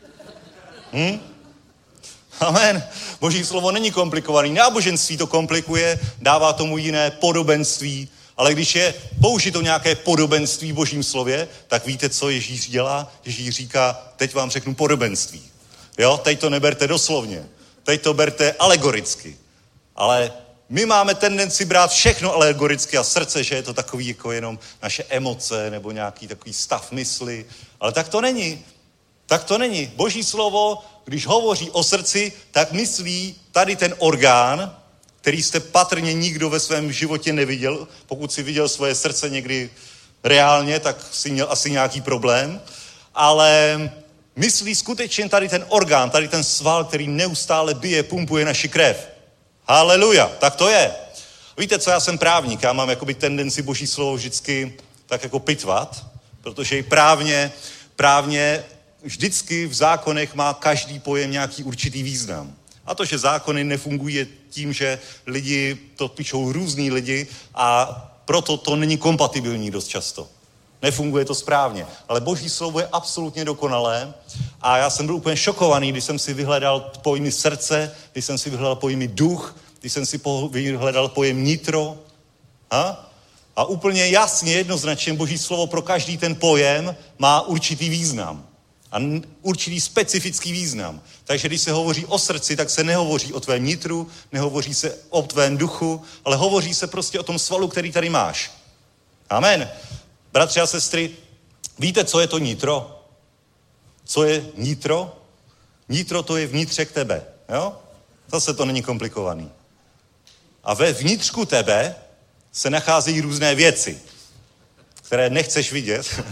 Amen. Boží slovo není komplikovaný. Náboženství to komplikuje, dává tomu jiné podobenství, ale když je použito nějaké podobenství v Božím slově, tak víte, co Ježíš dělá? Ježíš říká, teď vám řeknu podobenství. Jo, teď to neberte doslovně. Teď to berte alegoricky. Ale my máme tendenci brát všechno alegoricky a srdce, že je to takový jako jenom naše emoce nebo nějaký takový stav mysli. Ale tak to není. Tak to není. Boží slovo, když hovoří o srdci, tak myslí tady ten orgán, který jste patrně nikdo ve svém životě neviděl. Pokud si viděl svoje srdce někdy reálně, tak si měl asi nějaký problém. Ale myslí skutečně tady ten orgán, tady ten sval, který neustále bije, pumpuje naši krev. Haleluja, tak to je. Víte co, já jsem právník, já mám jakoby tendenci Boží slovo vždycky tak jako pitvat, protože i právně vždycky v zákonech má každý pojem nějaký určitý význam. A to, že zákony nefungují tím, že lidi to píšou různý lidi a proto to není kompatibilní dost často. Nefunguje to správně. Ale Boží slovo je absolutně dokonalé a já jsem byl úplně šokovaný, když jsem si vyhledal pojmy srdce, když jsem si vyhledal pojmy duch, když jsem si vyhledal pojem nitro. A úplně jasně, jednoznačně Boží slovo pro každý ten pojem má určitý význam. A určitý specifický význam. Takže když se hovoří o srdci, tak se nehovoří o tvém nitru, nehovoří se o tvém duchu, ale hovoří se prostě o tom svalu, který tady máš. Amen. Bratři a sestry, víte, co je to nitro? Co je nitro? Nitro to je vnitřek tebe, jo? Zase to není komplikovaný. A ve vnitřku tebe se nacházejí různé věci, které nechceš vidět.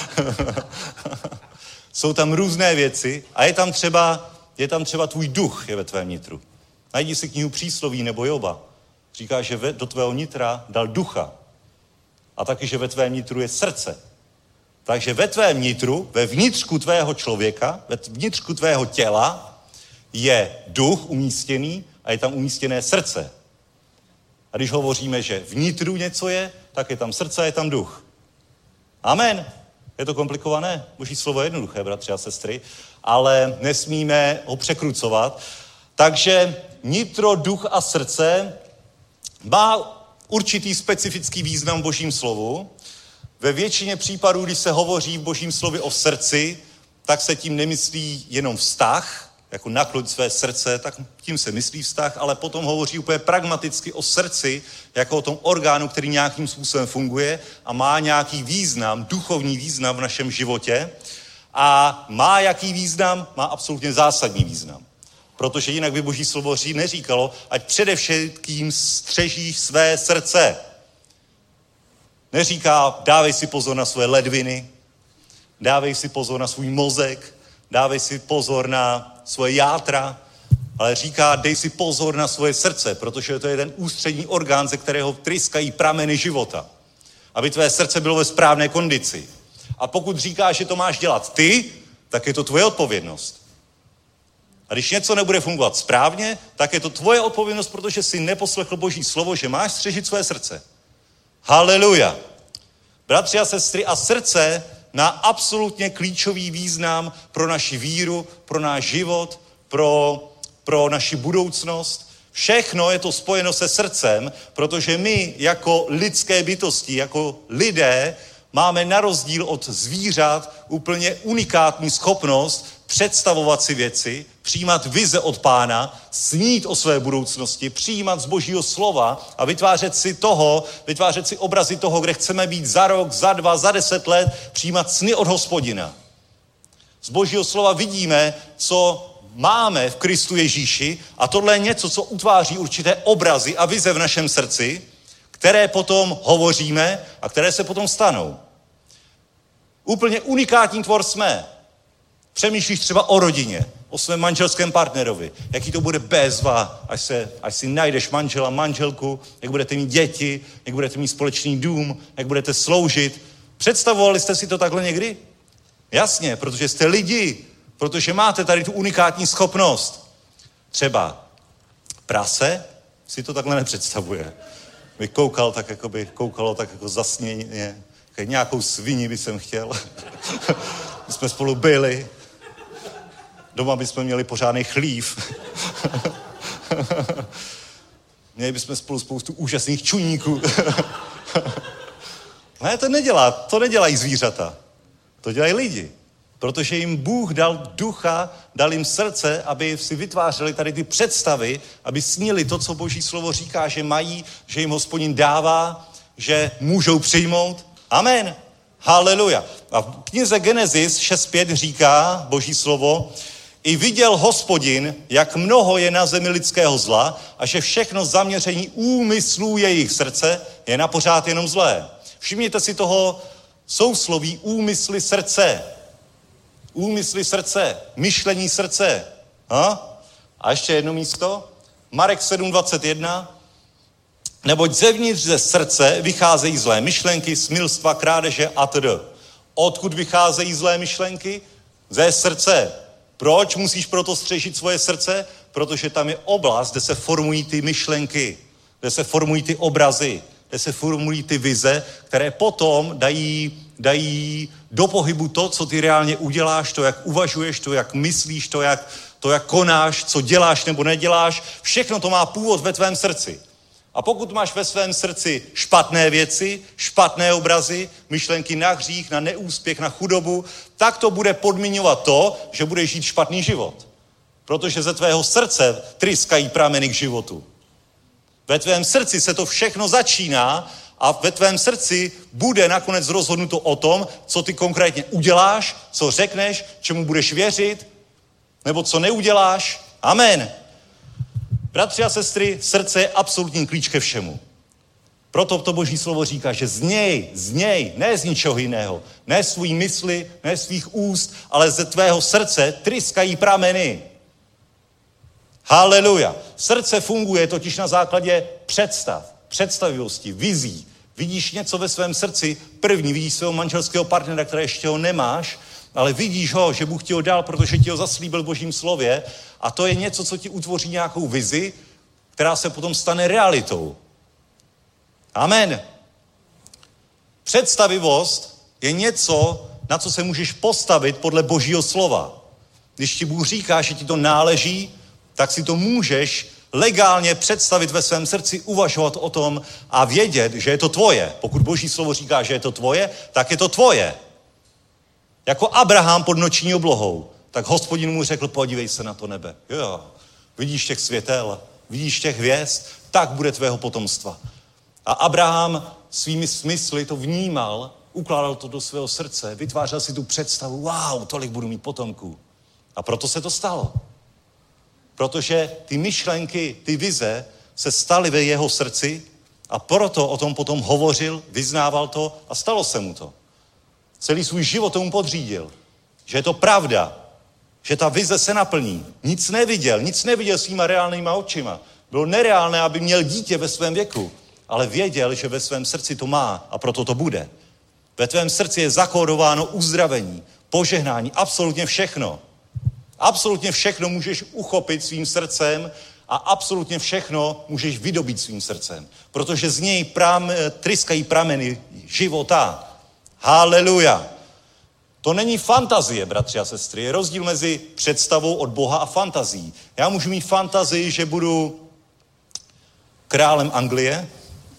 Jsou tam různé věci a je tam třeba tvůj duch je ve tvém nitru. Najdi si knihu Přísloví nebo Joba. Říká, že do tvého nitra dal ducha. A taky, že ve tvém nitru je srdce. Takže ve tvém nitru, ve vnitřku tvého člověka, ve vnitřku tvého těla je duch umístěný a je tam umístěné srdce. A když hovoříme, že vnitru něco je, tak je tam srdce a je tam duch. Amen. Je to komplikované? Boží slovo je jednoduché, bratři a sestry, ale nesmíme ho překrucovat. Takže nitro, duch a srdce má určitý specifický význam v Božím slovu. Ve většině případů, když se hovoří v Božím slově o srdci, tak se tím nemyslí jenom vztah, jako nakloň své srdce, tak tím se myslí vztah, ale potom hovoří úplně pragmaticky o srdci, jako o tom orgánu, který nějakým způsobem funguje a má nějaký význam, duchovní význam v našem životě. A má jaký význam? Má absolutně zásadní význam. Protože jinak by Boží slovo neříkalo, ať především střežíš své srdce. Neříká, dávej si pozor na své ledviny, dávej si pozor na svůj mozek, dávej si pozor na svoje játra, ale říká, dej si pozor na svoje srdce, protože to je ten ústřední orgán, ze kterého tryskají prameny života. Aby tvé srdce bylo ve správné kondici. A pokud říkáš, že to máš dělat ty, tak je to tvoje odpovědnost. A když něco nebude fungovat správně, tak je to tvoje odpovědnost, protože jsi neposlechl Boží slovo, že máš střežit své srdce. Haleluja. Bratři a sestry, a srdce má absolutně klíčový význam pro naši víru, pro náš život, pro naši budoucnost. Všechno je to spojeno se srdcem, protože my jako lidské bytosti, jako lidé, máme na rozdíl od zvířat úplně unikátní schopnost představovat si věci, přijímat vize od Pána, snít o své budoucnosti, přijímat z Božího slova a vytvářet si obrazy toho, kde chceme být za rok, za 2, za 10 let, přijímat sny od Hospodina. Z Božího slova vidíme, co máme v Kristu Ježíši a tohle je něco, co utváří určité obrazy a vize v našem srdci, které potom hovoříme a které se potom stanou. Úplně unikátní tvor jsme. Přemýšlíš třeba o rodině, o svém manželském partnerovi, jaký to bude bezva, až si najdeš manžela, manželku, jak budete mít děti, jak budete mít společný dům, jak budete sloužit. Představovali jste si to takhle někdy? Jasně, protože jste lidi, protože máte tady tu unikátní schopnost. Třeba prase si to takhle nepředstavuje. By koukalo tak jako zasněně, nějakou svini by jsem chtěl. My jsme spolu byli. Doma bychom měli pořádný chlív. Měli bychom spolu spoustu úžasných čuníků. Ne, to nedělají zvířata. To dělají lidi. Protože jim Bůh dal ducha, dal jim srdce, aby si vytvářeli tady ty představy, aby snili to, co Boží slovo říká, že mají, že jim Hospodin dává, že můžou přijmout. Amen. Haleluja. A v knize Genesis 6.5 říká Boží slovo, i viděl Hospodin, jak mnoho je na zemi lidského zla a že všechno zaměření úmyslů jejich srdce je napořád jenom zlé. Všimněte si toho sousloví úmysly srdce. Úmysly srdce, myšlení srdce. A ještě jedno místo. Marek 7.21. Neboť zevnitř ze srdce vycházejí zlé myšlenky, smilstva, krádeže atd. Odkud vycházejí zlé myšlenky? Ze srdce. Proč musíš proto střežit svoje srdce? Protože tam je oblast, kde se formují ty myšlenky, kde se formují ty obrazy, kde se formují ty vize, které potom dají do pohybu to, co ty reálně uděláš, to, jak uvažuješ, to, jak myslíš, to, jak konáš, co děláš nebo neděláš. Všechno to má původ ve tvém srdci. A pokud máš ve svém srdci špatné věci, špatné obrazy, myšlenky na hřích, na neúspěch, na chudobu, tak to bude podmiňovat to, že budeš žít špatný život. Protože ze tvého srdce tryskají prameny k životu. Ve tvém srdci se to všechno začíná a ve tvém srdci bude nakonec rozhodnuto o tom, co ty konkrétně uděláš, co řekneš, čemu budeš věřit, nebo co neuděláš. Amen. Bratři a sestry, srdce je absolutní klíč ke všemu. Proto to Boží slovo říká, že z něj, ne z ničeho jiného, ne svý mysli, ne svých úst, ale ze tvého srdce tryskají prameny. Haleluja. Srdce funguje totiž na základě představivosti, vizí. Vidíš něco ve svém srdci, první vidíš svého manželského partnera, které ještě ho nemáš, ale vidíš ho, že Bůh ti ho dal, protože ti ho zaslíbil v Božím slově a to je něco, co ti utvoří nějakou vizi, která se potom stane realitou. Amen. Představivost je něco, na co se můžeš postavit podle Božího slova. Když ti Bůh říká, že ti to náleží, tak si to můžeš legálně představit ve svém srdci, uvažovat o tom a vědět, že je to tvoje. Pokud Boží slovo říká, že je to tvoje, tak je to tvoje. Jako Abraham pod noční oblohou, tak Hospodin mu řekl, podívej se na to nebe. Jo, vidíš těch světel, vidíš těch hvězd, tak bude tvého potomstva. A Abraham svými smysly to vnímal, ukládal to do svého srdce, vytvářel si tu představu, wow, tolik budu mít potomků. A proto se to stalo. Protože ty myšlenky, ty vize se staly ve jeho srdci a proto o tom potom hovořil, vyznával to a stalo se mu to. Celý svůj život tomu podřídil. Že je to pravda, že ta vize se naplní. Nic neviděl svýma reálnýma očima. Bylo nereálné, aby měl dítě ve svém věku, ale věděl, že ve svém srdci to má a proto to bude. Ve tvém srdci je zakódováno uzdravení, požehnání, absolutně všechno. Absolutně všechno můžeš uchopit svým srdcem a absolutně všechno můžeš vydobít svým srdcem. Protože z něj tryskají prameny života. Haleluja. To není fantazie, bratři a sestry. Je rozdíl mezi představou od Boha a fantazií. Já můžu mít fantazii, že budu králem Anglie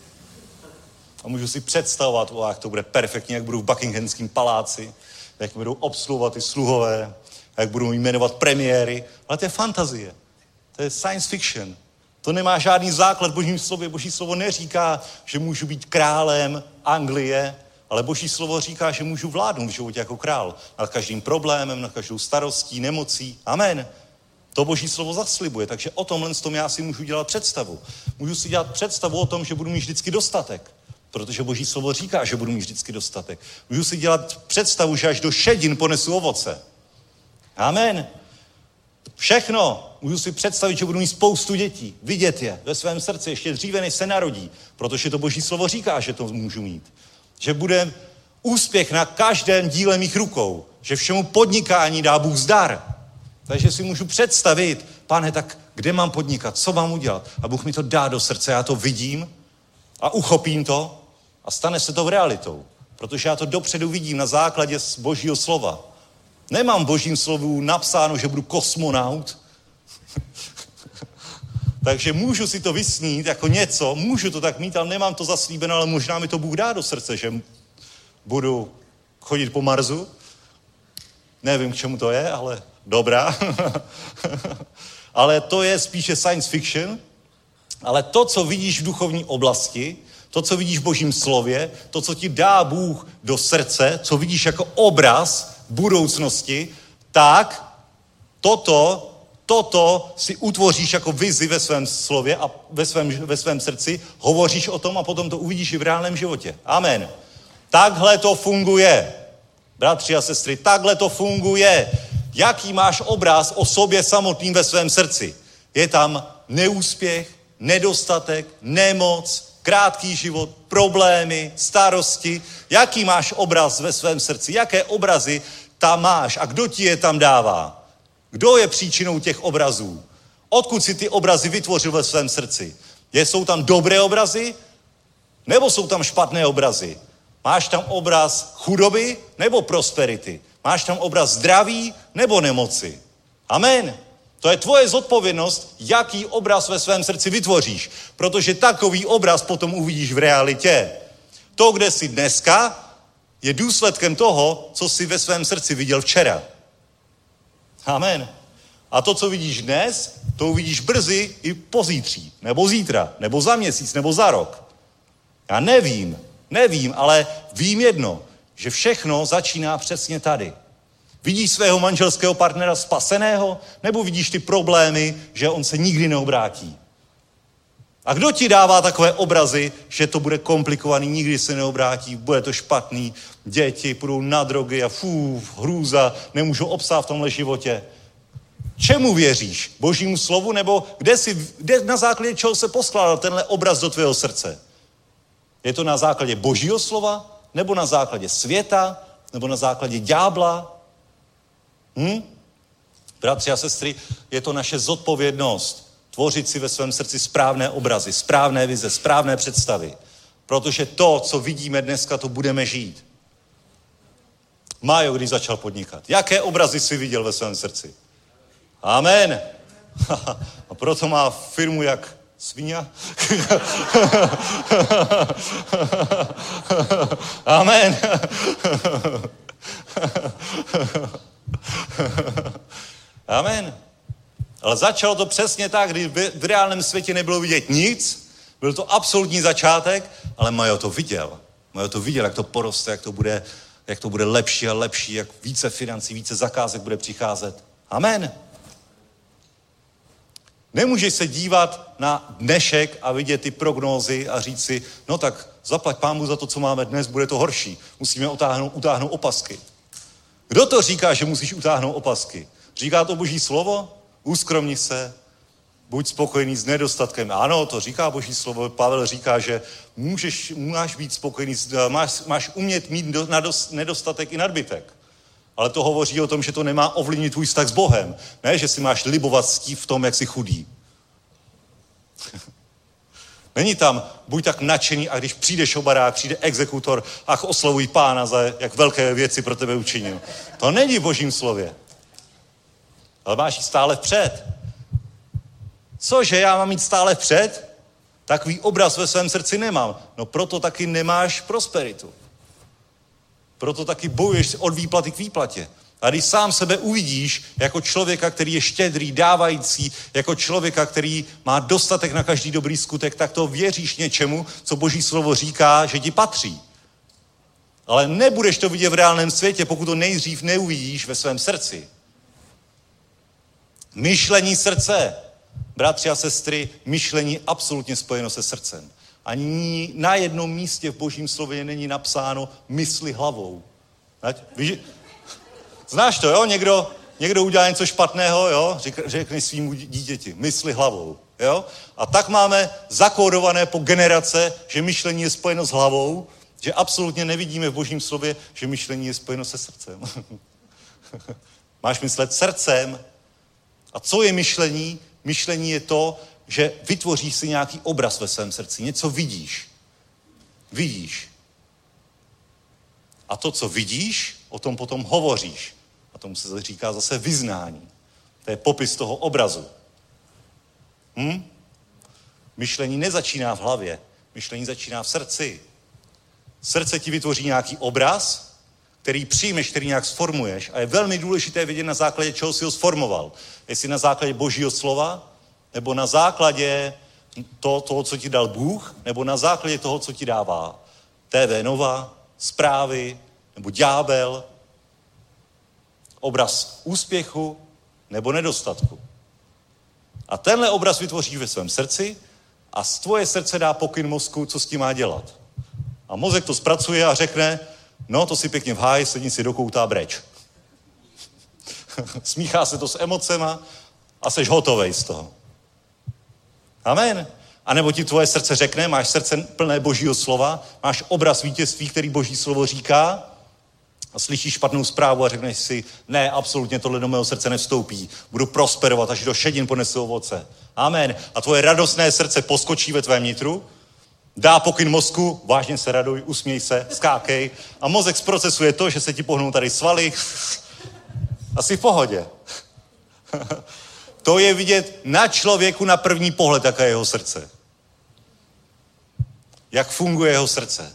a můžu si představovat, jak to bude perfektně, jak budu v Buckinghamském paláci, jak budou obsluhovat ty sluhové, a jak budou jmenovat premiéry, ale to je fantazie. To je science fiction. To nemá žádný základ v Božím slově. Boží slovo neříká, že můžu být králem Anglie, ale Boží slovo říká, že můžu vládnout v životě jako král. Nad každým problémem, nad každou starostí, nemocí. Amen. To Boží slovo zaslibuje, takže o tomhle tom já si můžu dělat představu. Můžu si dělat představu o tom, že budu mít vždycky dostatek, protože Boží slovo říká, že budu mít vždycky dostatek. Můžu si dělat představu, že až do šedin ponesu ovoce. Amen. Všechno. Můžu si představit, že budu mít spoustu dětí, vidět je ve svém srdci ještě dříve, než se narodí, protože to Boží slovo říká, že to můžu mít. Že bude úspěch na každém díle mých rukou, že všemu podnikání dá Bůh zdar. Takže si můžu představit, Pane, tak kde mám podnikat, co mám udělat? A Bůh mi to dá do srdce, já to vidím a uchopím to a stane se to realitou. Protože já to dopředu vidím na základě Božího slova. Nemám v Božím slovu napsáno, že budu kosmonaut. Takže můžu si to vysnít jako něco, můžu to tak mít, ale nemám to zaslíbeno, ale možná mi to Bůh dá do srdce, že budu chodit po Marsu. Nevím, k čemu to je, ale dobrá. Ale to je spíše science fiction. Ale to, co vidíš v duchovní oblasti, to, co vidíš v Božím slově, to, co ti dá Bůh do srdce, co vidíš jako obraz budoucnosti, tak toto si utvoříš jako vizi ve svém slově a ve svém srdci, hovoříš o tom a potom to uvidíš i v reálném životě. Amen. Takhle to funguje. Bratři a sestry, takhle to funguje. Jaký máš obraz o sobě samotným ve svém srdci? Je tam neúspěch, nedostatek, nemoc, krátký život, problémy, starosti. Jaký máš obraz ve svém srdci? Jaké obrazy tam máš? A kdo ti je tam dává? Kdo je příčinou těch obrazů? Odkud si ty obrazy vytvořil ve svém srdci? Jsou tam dobré obrazy? Nebo jsou tam špatné obrazy? Máš tam obraz chudoby nebo prosperity? Máš tam obraz zdraví nebo nemoci? Amen. To je tvoje zodpovědnost, jaký obraz ve svém srdci vytvoříš, protože takový obraz potom uvidíš v realitě. To, kde jsi dneska, je důsledkem toho, co jsi ve svém srdci viděl včera. Amen. A to, co vidíš dnes, to uvidíš brzy i pozítří, nebo zítra, nebo za měsíc, nebo za rok. Já nevím, ale vím jedno, že všechno začíná přesně tady. Vidíš svého manželského partnera spaseného, nebo vidíš ty problémy, že on se nikdy neobrátí? A kdo ti dává takové obrazy, že to bude komplikovaný, nikdy se neobrátí, bude to špatný, děti půjdou na drogy a hrůza, nemůžu obstát v tomhle životě? Čemu věříš? Božímu slovu, nebo kde na základě čeho se poskládal tenhle obraz do tvého srdce? Je to na základě Božího slova, nebo na základě světa, nebo na základě ďábla? Bratři a sestry, je to naše zodpovědnost tvořit si ve svém srdci správné obrazy, správné vize, správné představy. Protože to, co vidíme dneska, to budeme žít. Májo, když začal podnikat. Jaké obrazy jsi viděl ve svém srdci? Amen. A proto má firmu jak svině. Amen. Amen. Ale začalo to přesně tak, kdy v reálném světě nebylo vidět nic, byl to absolutní začátek, ale Majo to viděl. Majo to viděl, jak to poroste, jak to bude lepší a lepší, jak více financí, více zakázek bude přicházet. Amen. Nemůžeš se dívat na dnešek a vidět ty prognózy a říct si, no tak zaplať Pánu za to, co máme dnes, bude to horší. Musíme utáhnout opasky. Kdo to říká, že musíš utáhnout opasky? Říká to Boží slovo? Uskromni se, buď spokojený s nedostatkem. Ano, to říká Boží slovo. Pavel říká, že máš být spokojený, máš umět mít nedostatek i nadbytek. Ale to hovoří o tom, že to nemá ovlivnit tvůj vztah s Bohem. Ne, že si máš libovat v tom, jak jsi chudý. Není tam, buď tak nadšený a když přijde šobarák, přijde exekutor, ach oslavuj Pána za jak velké věci pro tebe učinil. To není v Božím slově. Ale máš jít stále vpřed. Cože, já mám jít stále vpřed? Takový obraz ve svém srdci nemám. No proto taky nemáš prosperitu. Proto taky bojuješ od výplaty k výplatě. A když sám sebe uvidíš jako člověka, který je štědrý, dávající, jako člověka, který má dostatek na každý dobrý skutek, tak to věříš něčemu, co Boží slovo říká, že ti patří. Ale nebudeš to vidět v reálném světě, pokud to nejdřív neuvidíš ve svém srdci. Myšlení srdce. Bratři a sestry, myšlení absolutně spojeno se srdcem. Ani na jednom místě v Božím slově není napsáno mysli hlavou. Znáš to, jo? Někdo udělá něco špatného, jo? Řekne svýmu dítěti, mysli hlavou. Jo? A tak máme zakódované po generace, že myšlení je spojeno s hlavou, že absolutně nevidíme v Božím slově, že myšlení je spojeno se srdcem. Máš myslet srdcem. A co je myšlení? Myšlení je to, že vytvoříš si nějaký obraz ve svém srdci. Něco vidíš. Vidíš. A to, co vidíš, o tom potom hovoříš. A tomu se říká zase vyznání. To je popis toho obrazu. Myšlení nezačíná v hlavě. Myšlení začíná v srdci. Srdce ti vytvoří nějaký obraz, který přijmeš, který nějak sformuješ. A je velmi důležité vědět, na základě čeho jsi ho sformoval. Jestli na základě Božího slova, nebo na základě toho, co ti dal Bůh, nebo na základě toho, co ti dává TV Nova, zprávy, nebo ďábel, obraz úspěchu nebo nedostatku. A tenhle obraz vytvoříš ve svém srdci a z tvoje srdce dá pokyn mozku, co s tím má dělat. A mozek to zpracuje a řekne, no to si pěkně v háji, sedni si dokoutá breč. Smíchá se to s emocema a seš hotovej z toho. Amen. A nebo ti tvoje srdce řekne, máš srdce plné Božího slova, máš obraz vítězství, který Boží slovo říká a slyšíš špatnou zprávu a řekneš si, ne, absolutně tohle do mého srdce nevstoupí, budu prosperovat, až do šedin ponesu ovoce. Amen. A tvoje radostné srdce poskočí ve tvém nitru, dá pokyn mozku, vážně se raduj, usměj se, skákej a mozek zprocesuje to, že se ti pohnou tady svaly a jsi v pohodě. To je vidět na člověku na první pohled, jaké je jeho srdce. Jak funguje jeho srdce.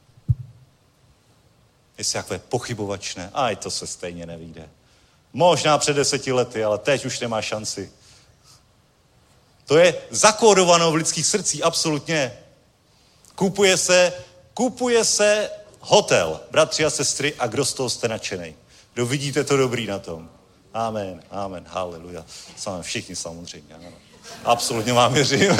Jestli takové pochybovačné, to se stejně nevyjde. Možná před 10 lety, ale teď už nemá šanci. To je zakódováno v lidských srdcích, absolutně. Kupuje se hotel, bratři a sestry, a kdo z toho jste nadšenej? Kdo vidíte to dobrý na tom? Amen, amen, haleluja. Všichni samozřejmě, ano. Absolutně vám věřím.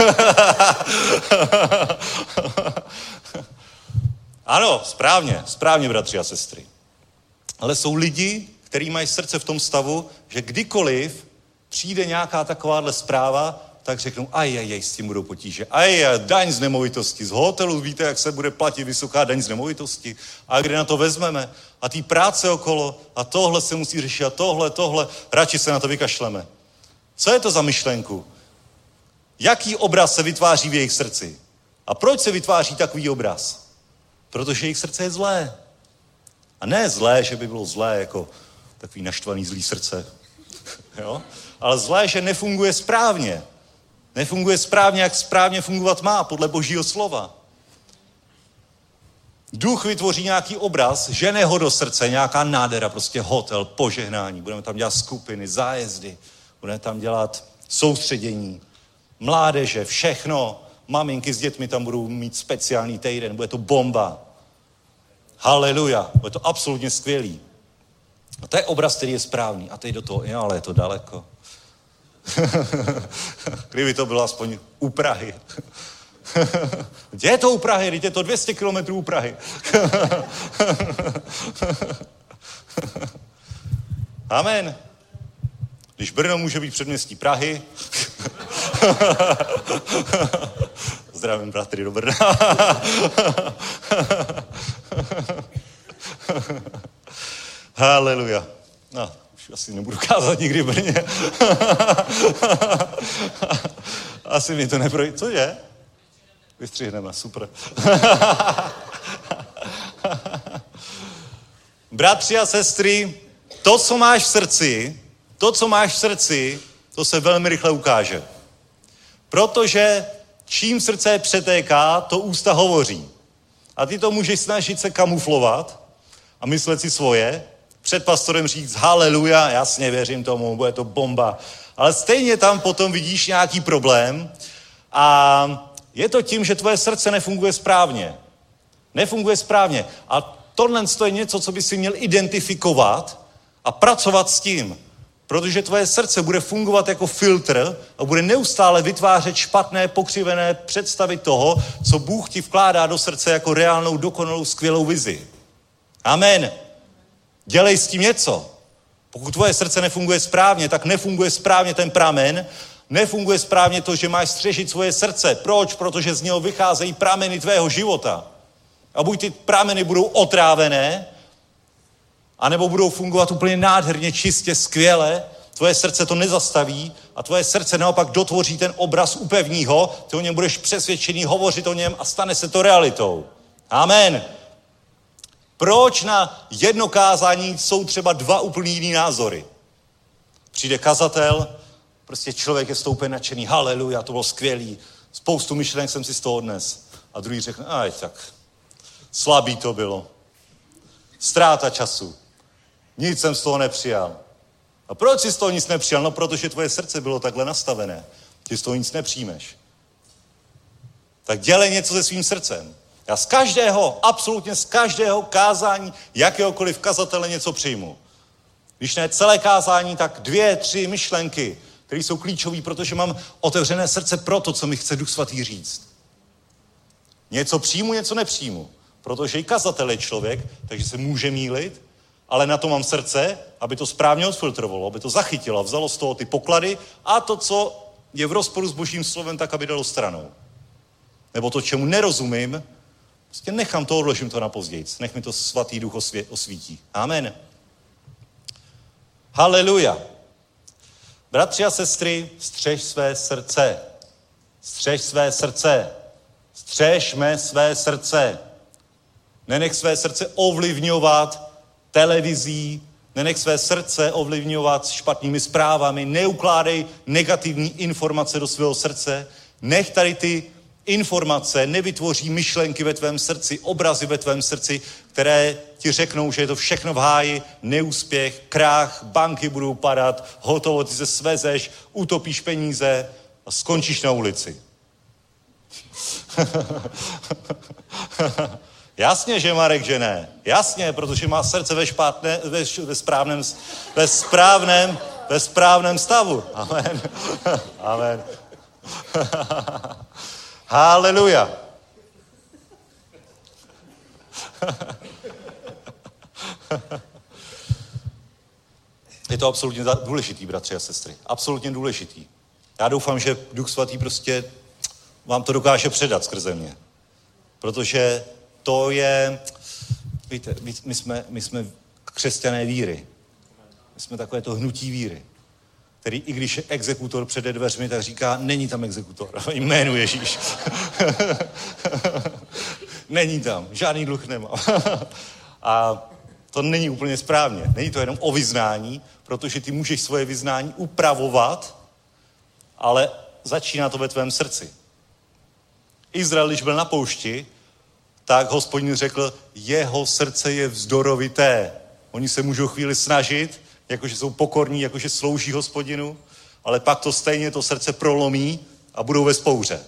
Ano, správně, bratři a sestry. Ale jsou lidi, kteří mají srdce v tom stavu, že kdykoliv přijde nějaká takováhle zpráva, tak řeknou, s tím budou potíže. Daň z nemovitosti. Z hotelu víte, jak se bude platit vysoká daň z nemovitosti. A kde na to vezmeme? A ty práce okolo. A tohle se musí řešit. A tohle. Radši se na to vykašleme. Co je to za myšlenku? Jaký obraz se vytváří v jejich srdci? A proč se vytváří takový obraz? Protože jejich srdce je zlé. A ne zlé, že by bylo zlé, jako takový naštvaný zlý srdce. Jo? Ale zlé, že nefunguje správně. Nefunguje správně, jak správně fungovat má, podle Božího slova. Duch vytvoří nějaký obraz, žene ho do srdce, nějaká nádhera, prostě hotel, požehnání. Budeme tam dělat skupiny, zájezdy, budeme tam dělat soustředění, mládeže, všechno. Maminky s dětmi tam budou mít speciální týden, bude to bomba. Haleluja, bude to absolutně skvělý. A to je obraz, který je správný. A teď do toho, ale je to daleko. Kdyby to bylo aspoň u Prahy. Kde je to u Prahy? Teď je to 200 kilometrů u Prahy. Amen. Když Brno může být předměstí Prahy. Zdravím bratry do Brna. Haleluja. No, už asi nebudu kázat nikdy v Brně. Asi mi to neprojde. Co je? Vystřihneme, super. Bratři a sestry, to, co máš v srdci, to se velmi rychle ukáže. Protože čím srdce přetéká, to ústa hovoří. A ty to můžeš snažit se kamuflovat a myslet si svoje, před pastorem říct haleluja, jasně, věřím tomu, bude to bomba. Ale stejně tam potom vidíš nějaký problém a je to tím, že tvoje srdce nefunguje správně. Nefunguje správně. A tohle je něco, co by si měl identifikovat a pracovat s tím. Protože tvoje srdce bude fungovat jako filtr a bude neustále vytvářet špatné, pokřivené představy toho, co Bůh ti vkládá do srdce jako reálnou, dokonalou, skvělou vizi. Amen. Dělej s tím něco. Pokud tvoje srdce nefunguje správně, tak nefunguje správně ten pramen, nefunguje správně to, že máš střežit svoje srdce. Proč? Protože z něho vycházejí prameny tvého života. A buď ty prameny budou otrávené, anebo budou fungovat úplně nádherně, čistě, skvěle, tvoje srdce to nezastaví a tvoje srdce naopak dotvoří ten obraz, upevní ho, ty o něm budeš přesvědčený, hovořit o něm a stane se to realitou. Amen. Proč na jedno kázání jsou třeba dva úplně jiný názory? Přijde kazatel, prostě člověk je z toho úplně nadšený, haleluja, to bylo skvělý, spoustu myšlenek jsem si z toho odnes. A druhý řekne, aj tak, slabý to bylo, ztráta času, nic jsem z toho nepřijal. A proč jsi z toho nic nepřijal? No, protože tvoje srdce bylo takhle nastavené, ty z toho nic nepřijmeš. Tak dělej něco se svým srdcem. Já z každého, absolutně z každého kázání, jakéhokoliv kazatele něco přijmu. Když ne celé kázání, tak 2, 3 myšlenky, které jsou klíčové, protože mám otevřené srdce pro to, co mi chce Duch Svatý říct. Něco přijmu, něco nepřijmu. Protože i kazatel je člověk, takže se může mýlit, ale na to mám srdce, aby to správně odfiltrovalo, aby to zachytilo, vzalo z toho ty poklady a to, co je v rozporu s Božím slovem, tak aby dalo stranou. Nebo to, čemu nerozumím, prostě nechám to, odložím to na později. Nech mi to Svatý Duch osvítí. Amen. Haleluja. Bratři a sestry, střež své srdce. Střež své srdce. Střežme své srdce. Nenech své srdce ovlivňovat televizí, nenech své srdce ovlivňovat špatnými zprávami, neukládej negativní informace do svého srdce, nech tady ty informace nevytvoří myšlenky ve tvém srdci, obrazy ve tvém srdci, které ti řeknou, že je to všechno v háji, neúspěch, krách, banky budou padat, hotovo, ty se svezeš, utopíš peníze a skončíš na ulici. Jasně, že Marek, že ne. Jasně, protože má srdce ve správném stavu. Amen. Amen. Haleluja. Je to absolutně důležitý, bratři a sestry. Absolutně důležitý. Já doufám, že Duch Svatý prostě vám to dokáže předat skrze mě. Protože to je, víte, my jsme křesťané víry. My jsme takové to hnutí víry, který i když je exekutor před dveřmi, tak říká, není tam exekutor, jménu Ježíš. Není tam, žádný dluh nemám. A to není úplně správně. Není to jenom o vyznání, protože ty můžeš svoje vyznání upravovat, ale začíná to ve tvém srdci. Izrael, když byl na poušti, tak Hospodin řekl, jeho srdce je vzdorovité. Oni se můžou chvíli snažit, jakože jsou pokorní, jakože slouží Hospodinu, ale pak to stejně to srdce prolomí a budou ve vzpouře.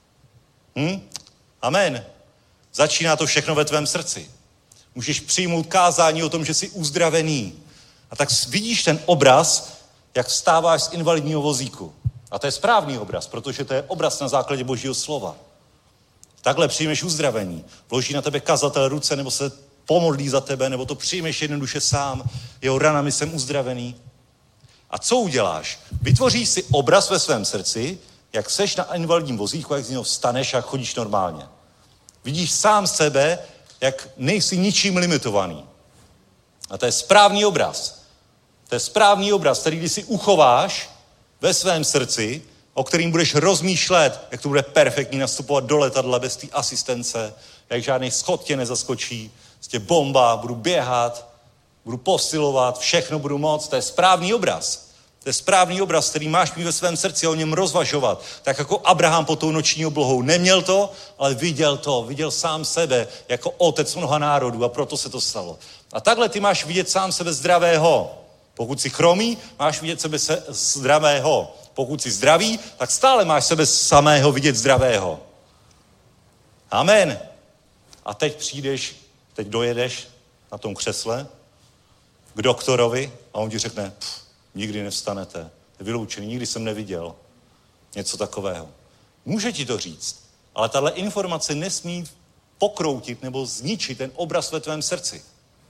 Amen. Začíná to všechno ve tvém srdci. Můžeš přijmout kázání o tom, že jsi uzdravený. A tak vidíš ten obraz, jak vstáváš z invalidního vozíku. A to je správný obraz, protože to je obraz na základě Božího slova. Takhle přijmeš uzdravení. Vloží na tebe kazatel ruce, nebo se pomodlí za tebe, nebo to přijmeš jednoduše sám. Jeho ranami jsem uzdravený. A co uděláš? Vytvoříš si obraz ve svém srdci, jak seš na invalidním vozíku, jak z něho vstaneš, jak chodíš normálně. Vidíš sám sebe, jak nejsi ničím limitovaný. A to je správný obraz. To je správný obraz, který když si uchováš ve svém srdci, o kterým budeš rozmýšlet, jak to bude perfektní nastupovat do letadla bez té asistence, jak žádný schod tě nezaskočí, prostě bomba, budu běhat, budu posilovat, všechno budu moct. To je správný obraz. To je správný obraz, který máš mít ve svém srdci a o něm rozvažovat. Tak jako Abraham pod tou noční oblohou neměl to, ale viděl sám sebe jako otec mnoha národů a proto se to stalo. A takhle ty máš vidět sám sebe zdravého. Pokud jsi chromý, máš vidět sebe zdravého. Pokud jsi zdravý, tak stále máš sebe samého vidět zdravého. Amen. A teď dojedeš na tom křesle k doktorovi a on ti řekne, nikdy nevstanete, je vyloučený, nikdy jsem neviděl něco takového. Může ti to říct, ale tahle informace nesmí pokroutit nebo zničit ten obraz ve tvém srdci.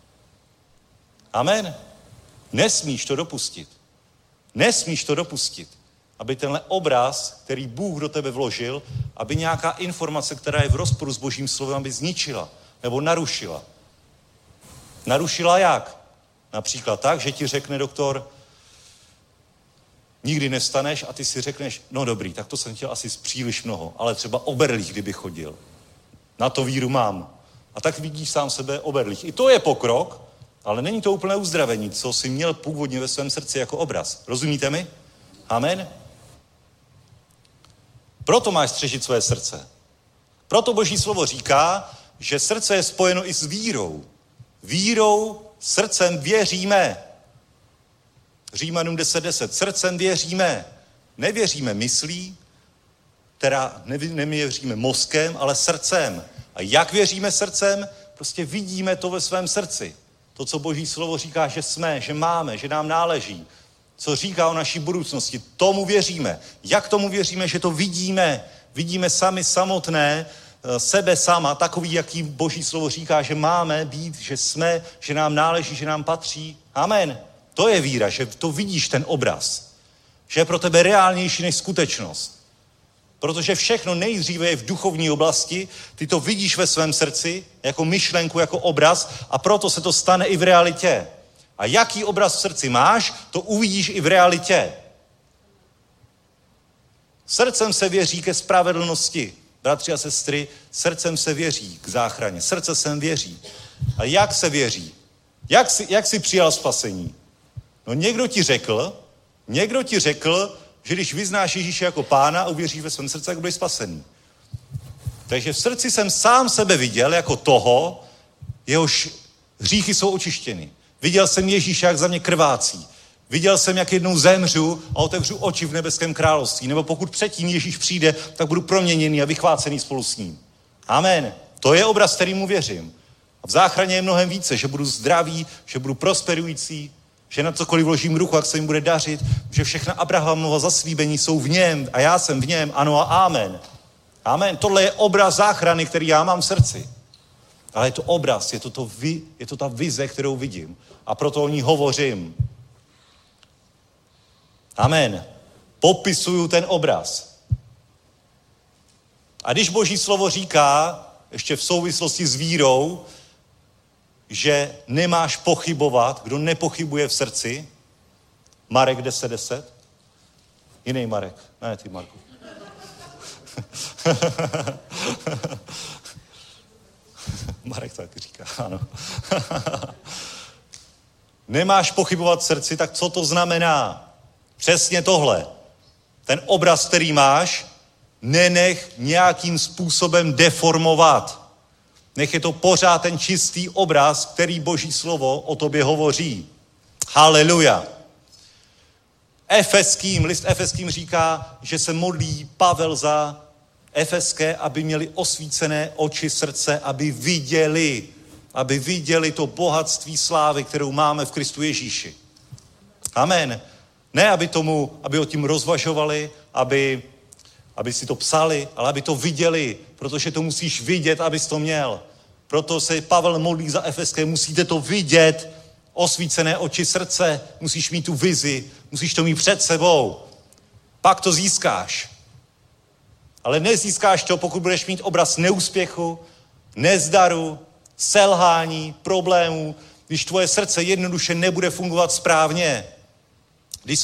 Amen. Nesmíš to dopustit. Nesmíš to dopustit, aby tenhle obraz, který Bůh do tebe vložil, aby nějaká informace, která je v rozporu s Božím slovem, aby zničila nebo narušila. Narušila jak? Například tak, že ti řekne doktor, nikdy nevstaneš a ty si řekneš, no dobrý, tak to jsem chtěl asi příliš mnoho, ale třeba o berlích, kdyby chodil. Na to víru mám. A tak vidíš sám sebe o berlích. I to je pokrok, ale není to úplné uzdravení, co jsi měl původně ve svém srdci jako obraz. Rozumíte mi? Amen? Proto máš střežit své srdce. Proto Boží slovo říká, že srdce je spojeno i s vírou. Vírou, srdcem věříme. Římanům 10:10. Srdcem věříme. Nevěříme myslí, nevěříme mozkem, ale srdcem. A jak věříme srdcem? Prostě vidíme to ve svém srdci. To, co Boží slovo říká, že jsme, že máme, že nám náleží. Co říká o naší budoucnosti, tomu věříme. Jak tomu věříme, že to vidíme? Vidíme sami samotné, sebe sama, takový, jaký Boží slovo říká, že máme být, že jsme, že nám náleží, že nám patří. Amen. To je víra, že to vidíš, ten obraz. Že je pro tebe reálnější než skutečnost. Protože všechno nejdříve je v duchovní oblasti, ty to vidíš ve svém srdci, jako myšlenku, jako obraz a proto se to stane i v realitě. A jaký obraz v srdci máš, to uvidíš i v realitě. Srdcem se věří ke spravedlnosti. Bratři a sestry, srdcem se věří k záchraně. Srdce sem věří. A jak se věří? Jak jsi přijal spasení? No někdo ti řekl, že když vyznáš Ježíše jako pána a uvěříš ve svém srdci, tak budeš spasený. Takže v srdci jsem sám sebe viděl jako toho, jehož hříchy jsou očištěny. Viděl jsem Ježíše, jak za mě krvácí. Viděl jsem, jak jednou zemřu a otevřu oči v nebeském království. Nebo pokud předtím Ježíš přijde, tak budu proměněný a vychvácený spolu s ním. Amen. To je obraz, kterýmu věřím. A v záchraně je mnohem více, že budu zdravý, že budu prosperující, že na cokoliv vložím ruku, jak se jim bude dařit, že všechna Abrahamova zaslíbení jsou v něm a já jsem v něm. Ano a amen. Amen. Tohle je obraz záchrany, který já mám v srdci. Ale je to obraz, je to ta vize, kterou vidím. A proto o ní hovořím. Amen. Popisuju ten obraz. A když Boží slovo říká, ještě v souvislosti s vírou, že nemáš pochybovat, kdo nepochybuje v srdci, Marek 10:10, jiný Marek, ne ty Marku. Marek tak říká, ano. Nemáš pochybovat v srdci, tak co to znamená? Přesně tohle. Ten obraz, který máš, nenech nějakým způsobem deformovat. Nech je to pořád ten čistý obraz, který Boží slovo o tobě hovoří. Haleluja. List Efeským říká, že se modlí Pavel za Efeské, aby měli osvícené oči srdce, aby viděli to bohatství slávy, kterou máme v Kristu Ježíši. Amen. Ne, aby o tím rozvažovali, aby si to psali, ale aby to viděli, protože to musíš vidět, abys to měl. Proto se Pavel modlí za Efeské, musíte to vidět, osvícené oči srdce, musíš mít tu vizi, musíš to mít před sebou. Pak to získáš. Ale nezískáš to, pokud budeš mít obraz neúspěchu, nezdaru, selhání, problémů, když tvoje srdce jednoduše nebude fungovat správně. Když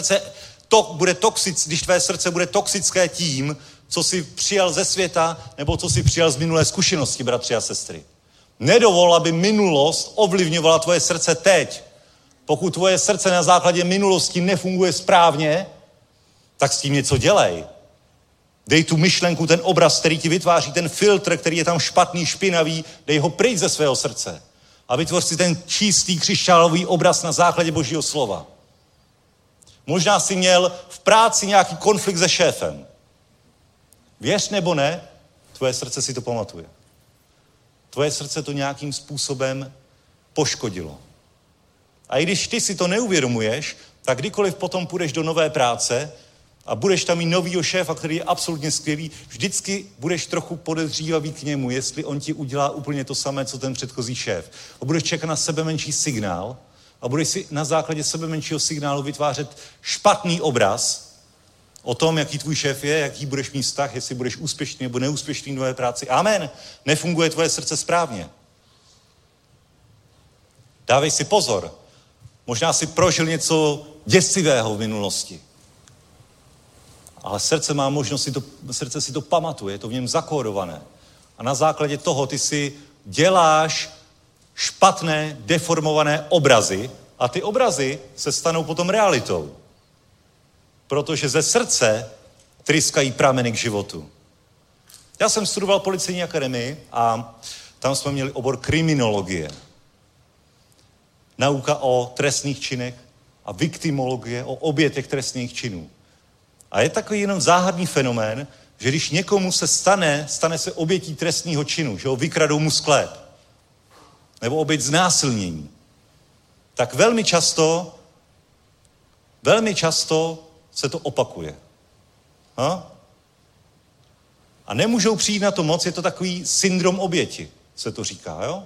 tvé srdce bude toxické tím, co jsi přijal ze světa, nebo co jsi přijal z minulé zkušenosti, bratři a sestry. Nedovol, aby minulost ovlivňovala tvoje srdce teď. Pokud tvoje srdce na základě minulosti nefunguje správně, tak s tím něco dělej. Dej tu myšlenku, ten obraz, který ti vytváří, ten filtr, který je tam špatný, špinavý, dej ho pryč ze svého srdce. A vytvoř si ten čistý křišťálový obraz na základě Božího slova. Možná jsi měl v práci nějaký konflikt se šéfem. Věř nebo ne, tvoje srdce si to pamatuje. Tvoje srdce to nějakým způsobem poškodilo. A i když ty si to neuvědomuješ, tak kdykoliv potom půjdeš do nové práce a budeš tam mít novýho šéfa, který je absolutně skvělý, vždycky budeš trochu podezřívavý k němu, jestli on ti udělá úplně to samé, co ten předchozí šéf. A budeš čekat na sebe menší signál a budeš si na základě sebe menšího signálu vytvářet špatný obraz o tom, jaký tvůj šéf je, jaký budeš mít vztah, jestli budeš úspěšný nebo neúspěšný v nové práci. Amen. Nefunguje tvoje srdce správně. Dávej si pozor. Možná si prožil něco děsivého v minulosti. Ale srdce má možnost, srdce si to pamatuje, je to v něm zakódované. A na základě toho ty si děláš špatné, deformované obrazy a ty obrazy se stanou potom realitou. Protože ze srdce tryskají prameny k životu. Já jsem studoval policejní akademii a tam jsme měli obor kriminologie. Nauka o trestných činech a viktimologie, o obětech trestných činů. A je takový jenom záhadný fenomén, že když někomu se stane se obětí trestného činu, že ho vykradou mu sklep, nebo oběť znásilnění, tak velmi často se to opakuje. A nemůžou přijít na to moc, je to takový syndrom oběti, se to říká, jo?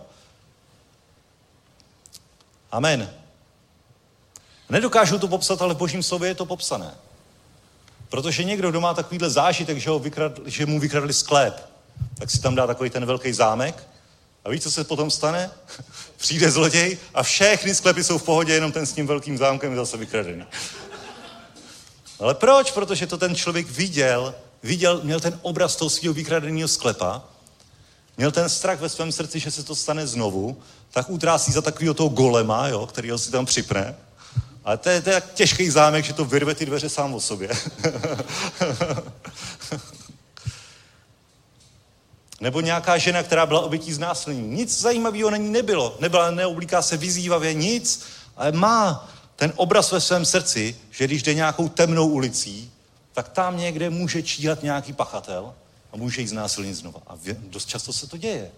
Amen. Nedokážu to popsat, ale v Božím slově je to popsané. Protože někdo, kdo má takovýhle zážitek, že mu vykradli sklep, tak si tam dá takový ten velký zámek a víš, co se potom stane? Přijde zloděj a všechny sklepy jsou v pohodě, jenom ten s tím velkým zámkem je zase vykradený. Ale proč? Protože to ten člověk viděl, měl ten obraz toho svého vykradeného sklepa, měl ten strach ve svém srdci, že se to stane znovu, tak utrásí za takového toho golema, jo, kterýho si tam připne. Ale to je tak těžký zámek, že to vyrve ty dveře sám o sobě. Nebo nějaká žena, která byla obětí znásilnění. Nic zajímavého na ní nebylo. Neoblíká se vyzývavě, nic, ale má ten obraz ve svém srdci, že když jde nějakou temnou ulicí, tak tam někde může číhat nějaký pachatel a může jí znásilnit znova. A dost často se to děje.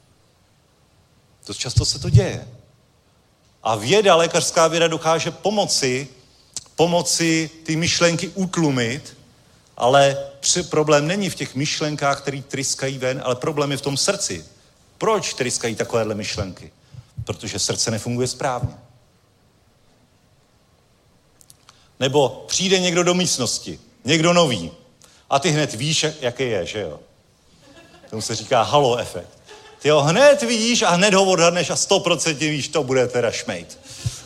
A lékařská věda dokáže pomoci ty myšlenky utlumit, ale problém není v těch myšlenkách, které tryskají ven, ale problém je v tom srdci. Proč tryskají takovéhle myšlenky? Protože srdce nefunguje správně. Nebo přijde někdo do místnosti, někdo nový, a ty hned víš, jaký je, že jo? Tomu se říká halo efekt. Ty ho hned vidíš a hned ho odhadneš a 100% víš, to bude teda šmejt.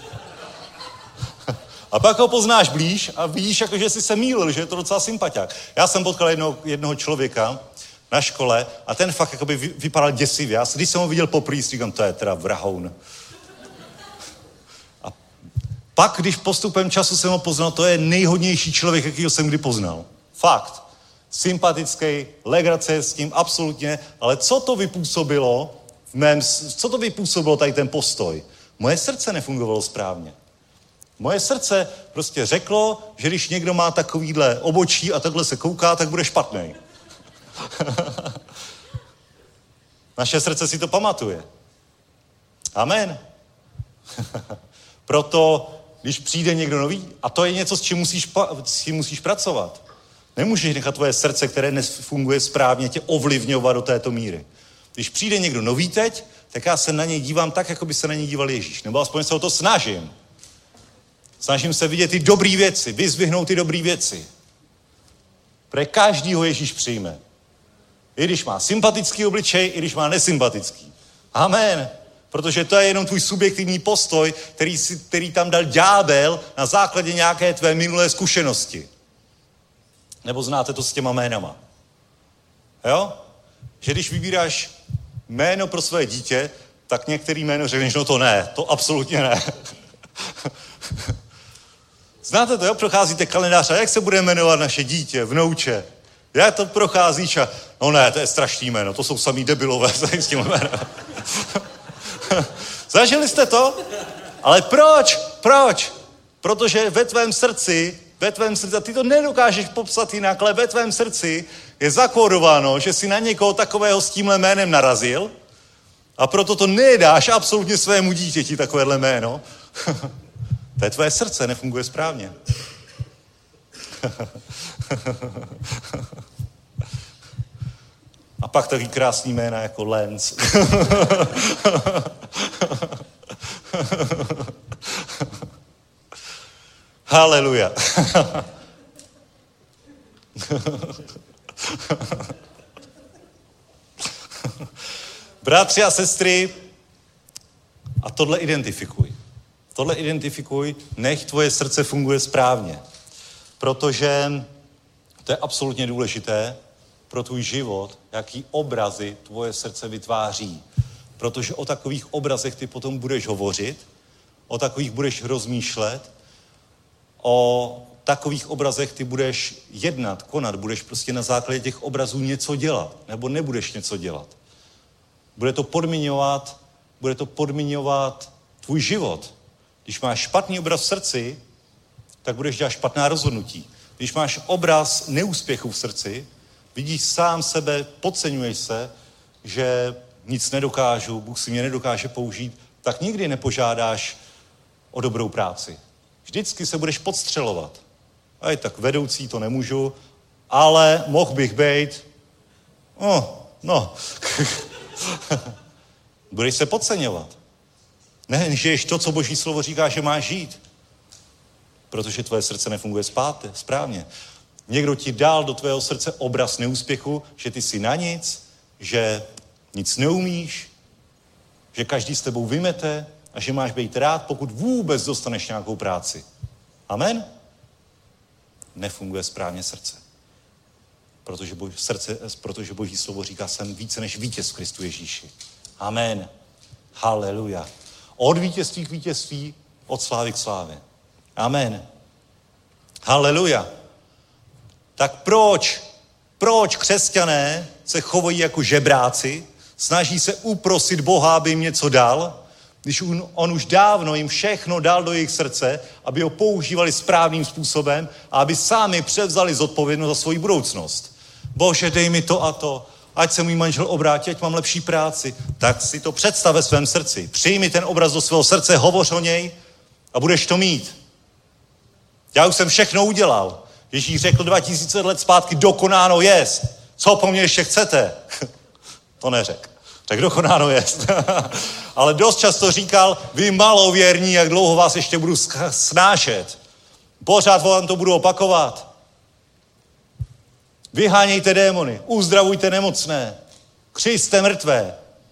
A pak ho poznáš blíž a vidíš, jako, že jsi se mýlil, že je to docela sympatiák. Já jsem potkal jednoho člověka na škole a ten fakt jakoby vypadal děsivě. Když jsem ho viděl poprvé, říkám, to je teda vrahoun. A pak, když postupem času jsem ho poznal, to je nejhodnější člověk, jakýho jsem kdy poznal. Fakt. Sympatický, legrace s tím, absolutně, ale co to vypůsobilo tady ten postoj? Moje srdce nefungovalo správně. Moje srdce prostě řeklo, že když někdo má takovýhle obočí a takhle se kouká, tak bude špatný. Naše srdce si to pamatuje. Amen. Proto, když přijde někdo nový, a to je něco, s čím musíš pracovat. Nemůžeš nechat tvoje srdce, které nefunguje správně, tě ovlivňovat do této míry. Když přijde někdo nový teď, tak já se na něj dívám tak, jako by se na něj díval Ježíš. Nebo aspoň se o to snažím. Snažím se vidět ty dobrý věci, vyzvihnout ty dobrý věci. Protože každýho Ježíš přijme. I když má sympatický obličej, i když má nesympatický. Amen. Protože to je jenom tvůj subjektivní postoj, který tam dal ďábel na základě nějaké tvé minulé zkušenosti. Nebo znáte to s těma jménama. Jo? Že když vybíráš jméno pro své dítě, tak některý jméno řekneš, no to ne, to absolutně ne. Znáte to, jo? Procházíte kalendář a jak se bude jmenovat naše dítě, vnouče? Jak to procházíš a no ne, to je strašný jméno, to jsou samý debilové s tím jménem. Zažili jste to? Ale proč? Proč? Protože ve tvém srdci, a ty to nedokážeš popsat jinak, ale ve tvém srdci je zakódováno, že si na někoho takového s tímhle jménem narazil a proto to nedáš absolutně svému dítěti takovéhle jméno. To je tvoje srdce, nefunguje správně. A pak taky krásný jména jako Lenz. Haleluja. Bratři a sestry, a tohle identifikuj. Nech tvoje srdce funguje správně. Protože to je absolutně důležité pro tvůj život, jaký obrazy tvoje srdce vytváří. Protože o takových obrazech ty potom budeš hovořit, o takových budeš rozmýšlet, o takových obrazech ty budeš jednat, konat, budeš prostě na základě těch obrazů něco dělat, nebo nebudeš něco dělat. Bude to podmiňovat tvůj život. Když máš špatný obraz v srdci, tak budeš dělat špatná rozhodnutí. Když máš obraz neúspěchu v srdci, vidíš sám sebe, podceňuješ se, že nic nedokážu, Bůh si mě nedokáže použít, tak nikdy nepožádáš o dobrou práci. Vždycky se budeš podstřelovat. Aj tak vedoucí to nemůžu, ale mohl bych být. No. Budeš se podceňovat. Nežiješ to, co Boží slovo říká, že máš žít. Protože tvoje srdce nefunguje správně. Někdo ti dal do tvého srdce obraz neúspěchu, že ty jsi na nic, že nic neumíš, že každý s tebou vymete a že máš být rád, pokud vůbec dostaneš nějakou práci. Amen? Nefunguje správně srdce. Protože Boží slovo říká, jsem více než vítěz v Kristu Ježíši. Amen. Haleluja. Od vítězství k vítězství, od slávy k slávě. Amen. Haleluja. Tak proč křesťané se chovají jako žebráci, snaží se uprosit Boha, aby jim něco dal, když on už dávno jim všechno dal do jejich srdce, aby ho používali správným způsobem a aby sami převzali zodpovědnost za svoji budoucnost. Bože, dej mi to a to, ať se můj manžel obrátí, ať mám lepší práci. Tak si to představ ve svém srdci. Přijmi ten obraz do svého srdce, hovoř o něj a budeš to mít. Já už jsem všechno udělal. Ježíš řekl 2000 let zpátky, dokonáno jest. Co po mně ještě chcete? To neřekl. Tak dokonáno jest. Ale dost často říkal, vy malověrní, jak dlouho vás ještě budu snášet. Pořád vám to budu opakovat. Vyhánějte démony, uzdravujte nemocné, křižte mrtvé.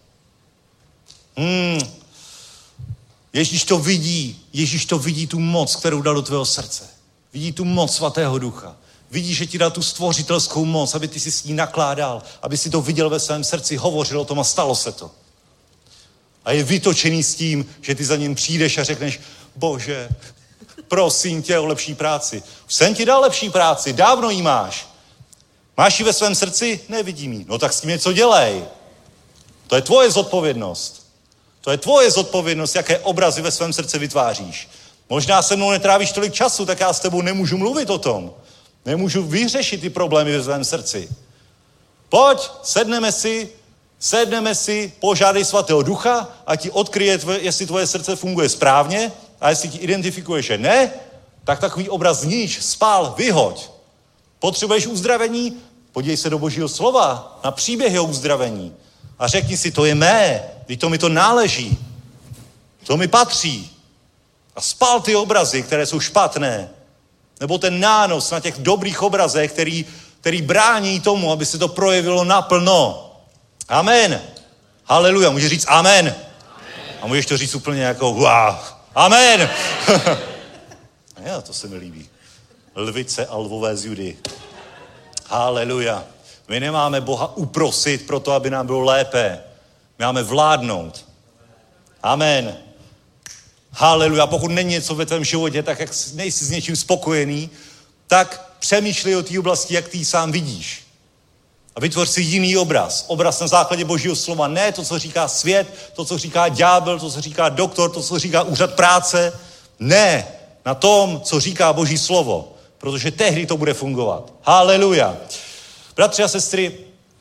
Ježíš to vidí tu moc, kterou dal do tvého srdce. Vidí tu moc svatého ducha. Vidí, že ti dal tu stvořitelskou moc, aby ty si s ní nakládal, aby si to viděl ve svém srdci, hovořil o tom a stalo se to. A je vytočený s tím, že ty za ním přijdeš a řekneš, Bože, prosím tě o lepší práci. Už jsem ti dal lepší práci, dávno ji máš. Máš ji ve svém srdci? Nevidím ji. No tak s tím něco dělej. To je tvoje zodpovědnost. To je tvoje zodpovědnost, jaké obrazy ve svém srdci vytváříš. Možná se mnou netrávíš tolik času, tak já s tebou nemůžu mluvit o tom. Nemůžu vyřešit ty problémy ve svém srdci. Pojď, sedneme si, požádej svatého ducha a ti odkryje, jestli tvoje srdce funguje správně a jestli ti identifikuje, že ne, tak takový obraz znič, spál, vyhoď. Potřebuješ uzdravení? Podívej se do Božího slova, na příběhy o uzdravení a řekni si, to je mé, teď to mi to náleží, to mi patří. A spál ty obrazy, které jsou špatné. Nebo ten nános na těch dobrých obrazech, který brání tomu, aby se to projevilo naplno. Amen. Haleluja. Můžeš říct amen. A můžeš to říct úplně jako wow. Amen. Jo, to se mi líbí. Lvice a lvové z Judy. Haleluja. My nemáme Boha uprosit proto, aby nám bylo lépe. My máme vládnout. Amen. Haleluja. Pokud není něco ve tvém životě, tak jak nejsi s něčím spokojený, tak přemýšlej o té oblasti, jak ty ji sám vidíš. A vytvoř si jiný obraz. Obraz na základě Božího slova. Ne to, co říká svět, to, co říká ďábel, to, co říká doktor, to, co říká úřad práce. Ne, na tom, co říká Boží slovo. Protože tehdy to bude fungovat. Haleluja. Bratři a sestry,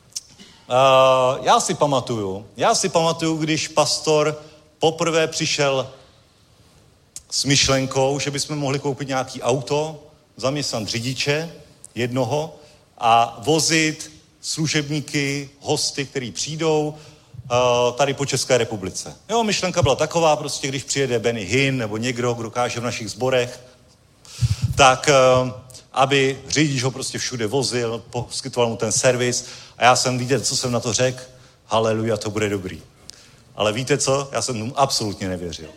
já si pamatuju, když pastor poprvé přišel s myšlenkou, že bychom mohli koupit nějaký auto, zaměstnat řidiče jednoho a vozit služebníky, hosty, který přijdou tady po České republice. Jo, myšlenka byla taková, prostě když přijede Benny Hinn nebo někdo, kdo káže v našich sborech, tak aby řidič ho prostě všude vozil, poskytoval mu ten servis. A já jsem, víte, co jsem na to řekl? Haleluja, to bude dobrý. Ale víte co? Já jsem tomu absolutně nevěřil.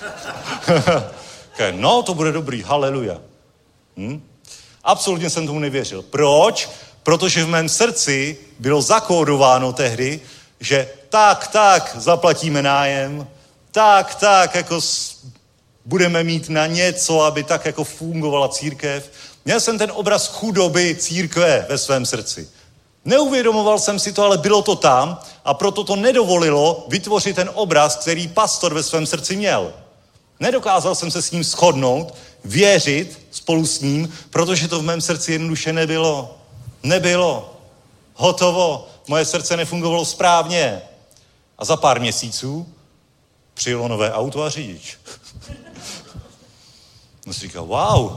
No, to bude dobrý, haleluja. Absolutně jsem tomu nevěřil. Proč? Protože v mém srdci bylo zakódováno tehdy, že tak, zaplatíme nájem, tak, jako budeme mít na něco, aby tak jako fungovala církev. Měl jsem ten obraz chudoby církve ve svém srdci. Neuvědomoval jsem si to, ale bylo to tam a proto to nedovolilo vytvořit ten obraz, který pastor ve svém srdci měl. Nedokázal jsem se s ním shodnout, věřit spolu s ním, protože to v mém srdci jednoduše nebylo. Nebylo. Hotovo. Moje srdce nefungovalo správně. A za pár měsíců přijelo nové auto a řidič. No si říkal, wow.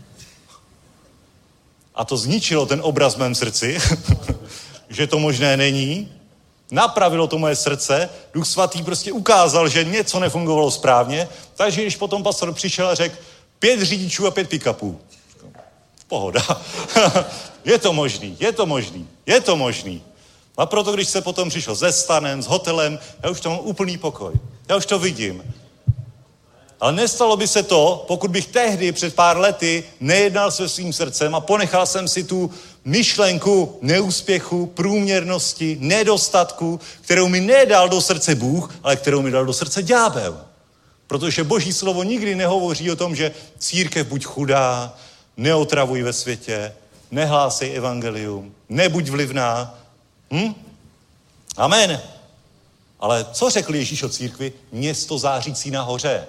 A to zničilo ten obraz v mém srdci, že to možné není. Napravilo to moje srdce. Duch svatý prostě ukázal, že něco nefungovalo správně. Takže když potom pastor přišel a řekl 5 řidičů a 5 pick-upů. Pohoda. Je to možný. A proto, když se potom přišel se stanem, s hotelem, já už to mám úplný pokoj. Já už to vidím. Ale nestalo by se to, pokud bych tehdy před pár lety nejednal se svým srdcem a ponechal jsem si tu myšlenku neúspěchu, průměrnosti, nedostatku, kterou mi nedal do srdce Bůh, ale kterou mi dal do srdce ďábel. Protože Boží slovo nikdy nehovoří o tom, že církev buď chudá, neotravuj ve světě, nehlásej evangelium, nebuď vlivná. Amen. Ale co řekl Ježíš o církvi? Město zářící nahoře.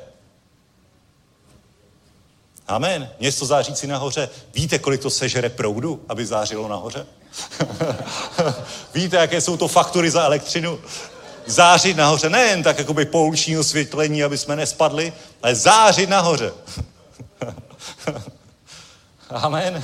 Amen. Město zářící nahoře. Víte, kolik to sežere proudu, aby zářilo nahoře? Víte, jaké jsou to faktury za elektřinu? Zářit nahoře, nejen tak jakoby pouliční osvětlení, aby jsme nespadli, ale zářit nahoře. Amen.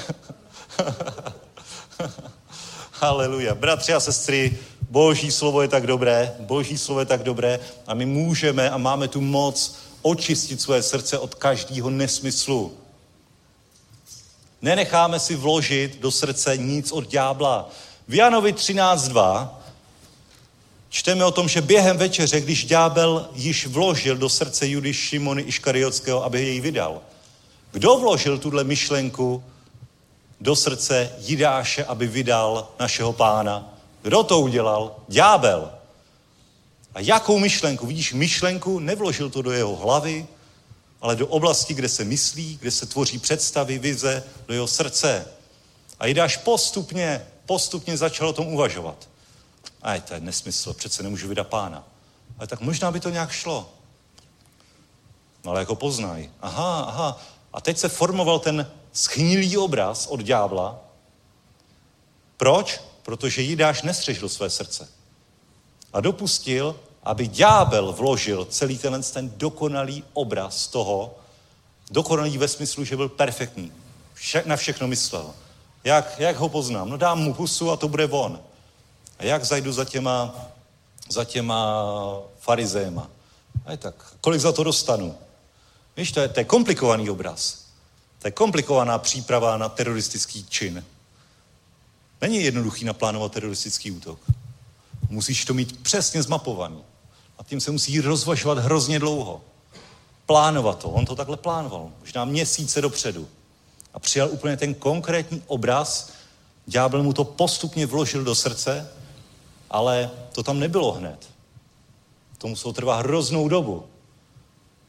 Haleluja. Bratři a sestry, Boží slovo je tak dobré a my můžeme a máme tu moc očistit své srdce od každého nesmyslu. Nenecháme si vložit do srdce nic od ďábla. V Janovi 13:2 čteme o tom, že během večeře, když ďábel již vložil do srdce Judy Šimony Iškariotského, aby jej vydal. Kdo vložil tuhle myšlenku do srdce Jidáše, aby vydal našeho Pána? Kdo to udělal? Ďábel. A jakou myšlenku? Vidíš, myšlenku nevložil to do jeho hlavy, ale do oblasti, kde se myslí, kde se tvoří představy, vize, do jeho srdce. A Jidáš postupně začal o tom uvažovat. To je nesmysl, přece nemůžu vydat Pána. Ale tak možná by to nějak šlo. No ale jako poznaj. Aha. A teď se formoval ten schnilý obraz od ďábla. Proč? Protože Jidáš nestřežil své srdce. A dopustil, aby ďábel vložil celý ten dokonalý obraz toho, dokonalý ve smyslu, že byl perfektní. Na všechno myslel. Jak ho poznám? No dám mu pusu a to bude on. A jak zajdu za těma farizejema? Tak kolik za to dostanu? Víš, to je komplikovaný obraz. To je komplikovaná příprava na teroristický čin. Není jednoduchý naplánovat teroristický útok. Musíš to mít přesně zmapovaný. A tím se musí rozvažovat hrozně dlouho. Plánovat to. On to takhle plánoval. Možná měsíce dopředu. A přijal úplně ten konkrétní obraz. Ďábel mu to postupně vložil do srdce, ale to tam nebylo hned. To muselo trvat hroznou dobu.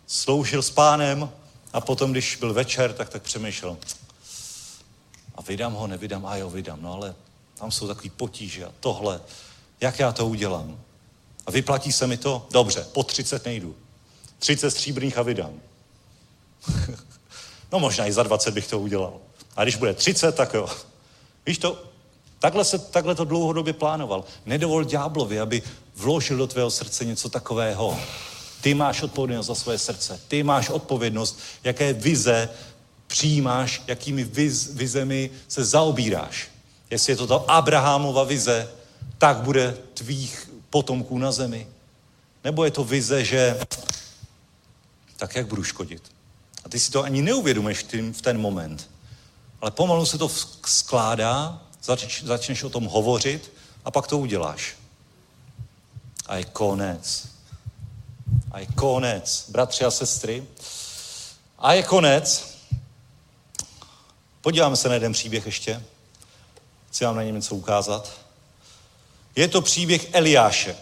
sloužil s Pánem a potom, když byl večer, tak přemýšlel. A vydám ho, nevydám, a jo, vydám. No ale tam jsou takový potíže a tohle. Jak já to udělám? A vyplatí se mi to? Dobře, po 30 nejdu. 30 stříbrných a vydám. No možná i za 20 bych to udělal. A když bude 30, tak jo. Víš to, takhle to dlouhodobě plánoval. Nedovol ďáblovi, aby vložil do tvého srdce něco takového. Ty máš odpovědnost za své srdce. Ty máš odpovědnost, jaké vize přijímáš, jakými vizemi se zaobíráš. Jestli je to ta Abrahamova vize, tak bude tvých potomků na zemi. Nebo je to vize, že tak jak budu škodit? A ty si to ani neuvědomuješ v ten moment. Ale pomalu se to skládá, začneš o tom hovořit a pak to uděláš. A je konec. A je konec, bratři a sestry. A je konec. Podíváme se na jeden příběh ještě. Chci vám na něm něco ukázat. Je to příběh Eliáše.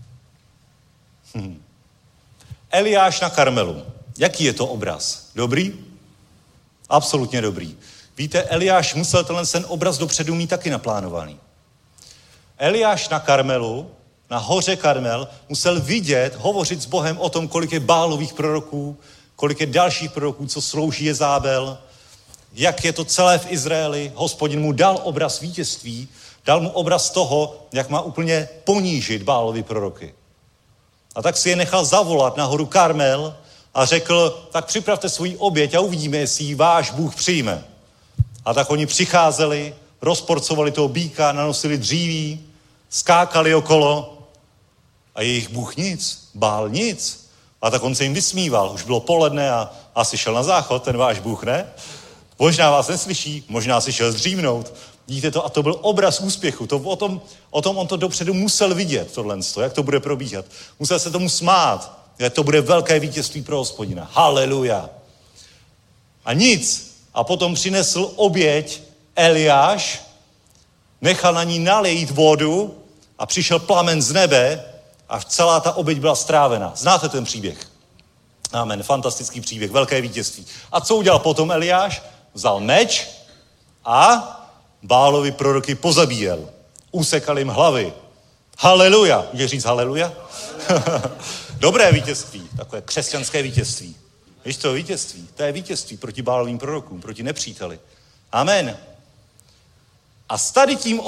Eliáš na Karmelu. Jaký je to obraz? Dobrý? Absolutně dobrý. Víte, Eliáš musel ten obraz dopředu mít taky naplánovaný. Eliáš na Karmelu, na hoře Karmel, musel vidět, hovořit s Bohem o tom, kolik je Bálových proroků, kolik je dalších proroků, co slouží Jezábel, jak je to celé v Izraeli. Hospodin mu dal obraz vítězství, dal mu obraz toho, jak má úplně ponížit Bálovi proroky. A tak si je nechal zavolat na horu Karmel a řekl, tak připravte svůj oběť a uvidíme, jestli ji váš Bůh přijme. A tak oni přicházeli, rozporcovali toho býka, nanosili dříví, skákali okolo a jejich Bůh nic, Bál nic. A tak on se jim vysmíval, už bylo poledne a asi šel na záchod, ten váš Bůh, ne? Možná vás neslyší, možná si šel zdřímnout. Vidíte to? A to byl obraz úspěchu. O tom on to dopředu musel vidět, tohle, jak to bude probíhat. Musel se tomu smát, že to bude velké vítězství pro Hospodina. Haleluja. A nic. A potom přinesl oběť Eliáš, nechal na ní nalejít vodu a přišel plamen z nebe a celá ta oběť byla strávena. Znáte ten příběh? Amen. Fantastický příběh, velké vítězství. A co udělal potom Eliáš? Vzal meč a Bálovi proroky pozabíjel. Usekal jim hlavy. Haleluja. Můžeš říct haleluja? Dobré vítězství, takové křesťanské vítězství. Víš to vítězství? To je vítězství proti Bálovým prorokům, proti nepříteli. Amen. A s tady tím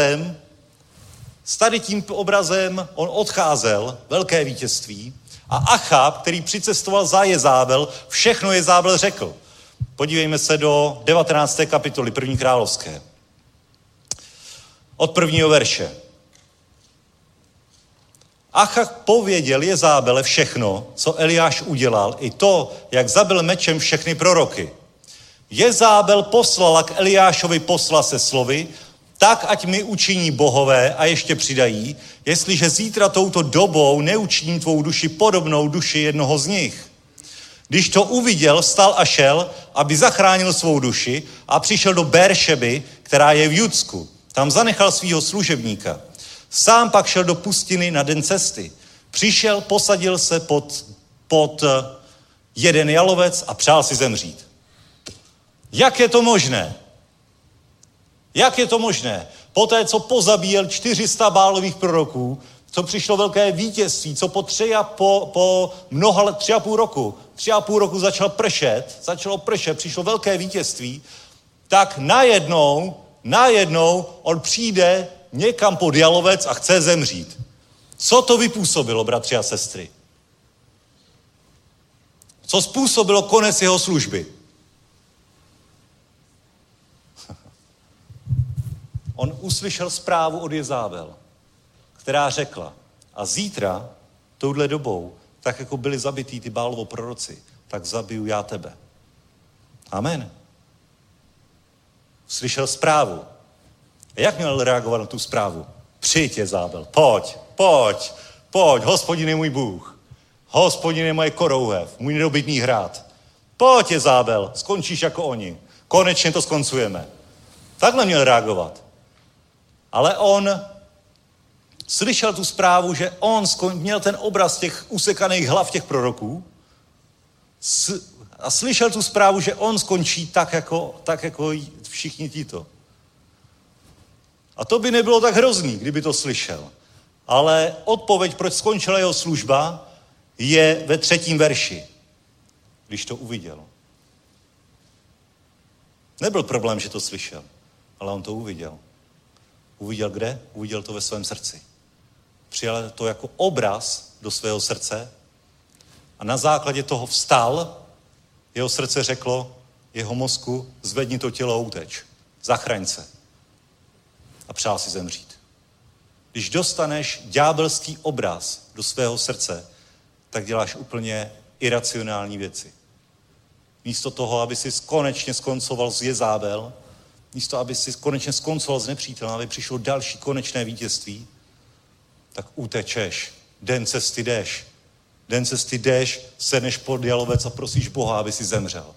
obrazem on odcházel, velké vítězství, a Achab, který přicestoval za Jezábel, všechno Jezábel řekl. Podívejme se do 19. kapitoly 1. královské. Od 1. verše. Achab pověděl Jezábele všechno, co Eliáš udělal, i to, jak zabil mečem všechny proroky. Jezábel poslala k Eliášovi posla se slovy, tak ať mi učiní bohové a ještě přidají, jestliže zítra touto dobou neučiním tvou duši podobnou duši jednoho z nich. Když to uviděl, vstal a šel, aby zachránil svou duši a přišel do Beršeby, která je v Judsku. Tam zanechal svého služebníka. Sám pak šel do pustiny na den cesty. Přišel, posadil se pod jeden jalovec a přál si zemřít. Jak je to možné? Jak je to možné? Poté, co pozabíjel 400 Bálových proroků, co přišlo velké vítězství, co po 3,5 roku začalo pršet, přišlo velké vítězství, tak najednou on přijde někam pod jalovec a chce zemřít. Co to vypůsobilo, bratři a sestry? Co způsobilo konec jeho služby? On uslyšel zprávu od Jezábel, která řekla, a zítra, touhle dobou, tak jako byli zabití ty Bálovo proroci, tak zabiju já tebe. Amen. Slyšel zprávu. A jak měl reagovat na tu zprávu? Přijď, Jezábel, pojď, Hospodin je můj Bůh. Hospodin je moje korouhev, můj nedobytný hrad. Pojď, Jezábel, skončíš jako oni. Konečně to skoncujeme. Takhle měl reagovat. Ale on slyšel tu zprávu, že on měl ten obraz těch usekaných hlav těch proroků A slyšel tu zprávu, že on skončí tak jako všichni tito. A to by nebylo tak hrozný, kdyby to slyšel. Ale odpověď, proč skončila jeho služba, je ve 3. verši, když to uviděl. Nebyl problém, že to slyšel, ale on to uviděl. Uviděl kde? Uviděl to ve svém srdci. Přijal to jako obraz do svého srdce a na základě toho vstal, jeho srdce řeklo, jeho mozku, zvedni to tělo a uteč. Zachraň se. A přál si zemřít. Když dostaneš ďábelský obraz do svého srdce, tak děláš úplně iracionální věci. Místo toho, aby si konečně skoncoval s Jezábel, místo, aby si konečně skoncoval s nepřítelem, aby přišlo další konečné vítězství, tak utečeš. Den cesty jdeš, sedneš pod jalovec a prosíš Boha, aby si zemřel.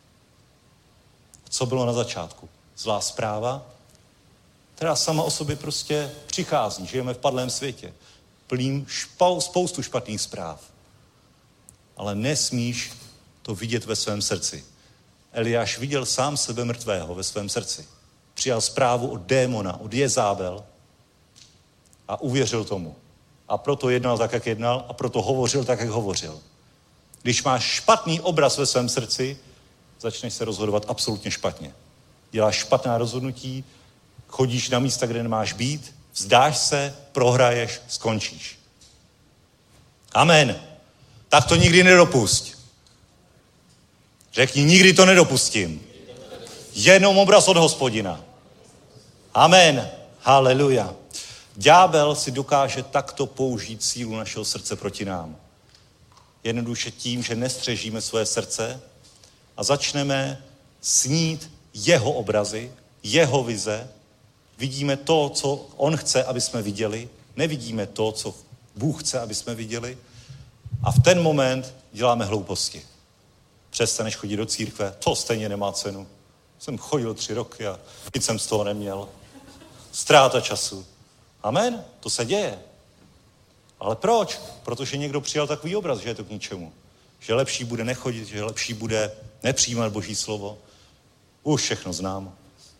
Co bylo na začátku? Zlá zpráva, která sama o sobě prostě přichází. Žijeme v padlém světě. Plným spoustu špatných zpráv. Ale nesmíš to vidět ve svém srdci. Eliáš viděl sám sebe mrtvého ve svém srdci. Přijal zprávu od démona, od Jezábel a uvěřil tomu. A proto jednal tak, jak jednal a proto hovořil tak, jak hovořil. Když máš špatný obraz ve svém srdci, začneš se rozhodovat absolutně špatně. Děláš špatná rozhodnutí, chodíš na místa, kde nemáš být, vzdáš se, prohraješ, skončíš. Amen. Tak to nikdy nedopusť. Řekni, nikdy to nedopustím. Jenom obraz od Hospodina. Amen. Haleluja. Ďábel si dokáže takto použít sílu našeho srdce proti nám. Jednoduše tím, že nestřežíme svoje srdce a začneme snít jeho obrazy, jeho vize. Vidíme to, co on chce, aby jsme viděli. Nevidíme to, co Bůh chce, aby jsme viděli. A v ten moment děláme hlouposti. Přestaneš chodit do církve, to stejně nemá cenu. Jsem chodil 3 roky a nic jsem z toho neměl. Ztráta času. Amen, to se děje. Ale proč? Protože někdo přijal takový obraz, že je to k ničemu. Že lepší bude nechodit, že lepší bude nepřijímat Boží slovo. Už všechno znám.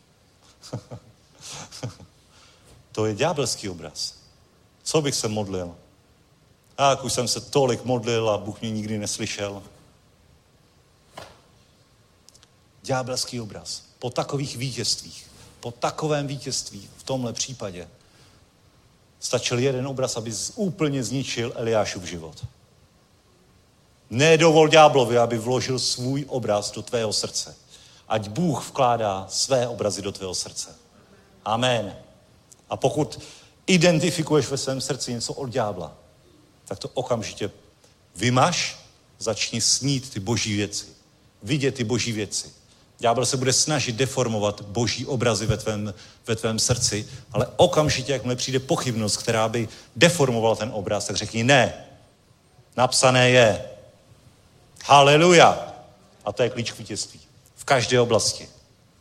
To je ďábelský obraz. Co bych se modlil? Tak už jsem se tolik modlil a Bůh mě nikdy neslyšel. Ďábelský obraz. Po takových vítězstvích, po takovém vítězství v tomhle případě stačil jeden obraz, aby úplně zničil Eliášův život. Nedovol ďáblovi, aby vložil svůj obraz do tvého srdce. Ať Bůh vkládá své obrazy do tvého srdce. Amen. A pokud identifikuješ ve svém srdci něco od ďábla, tak to okamžitě vymaž, začni snít ty boží věci. Vidět ty boží věci. Ďábel se bude snažit deformovat boží obrazy ve tvém srdci, ale okamžitě, jakmile přijde pochybnost, která by deformovala ten obraz, tak řekni ne. Napsané je. Haleluja. A to je klíč k vítězství. V každé oblasti.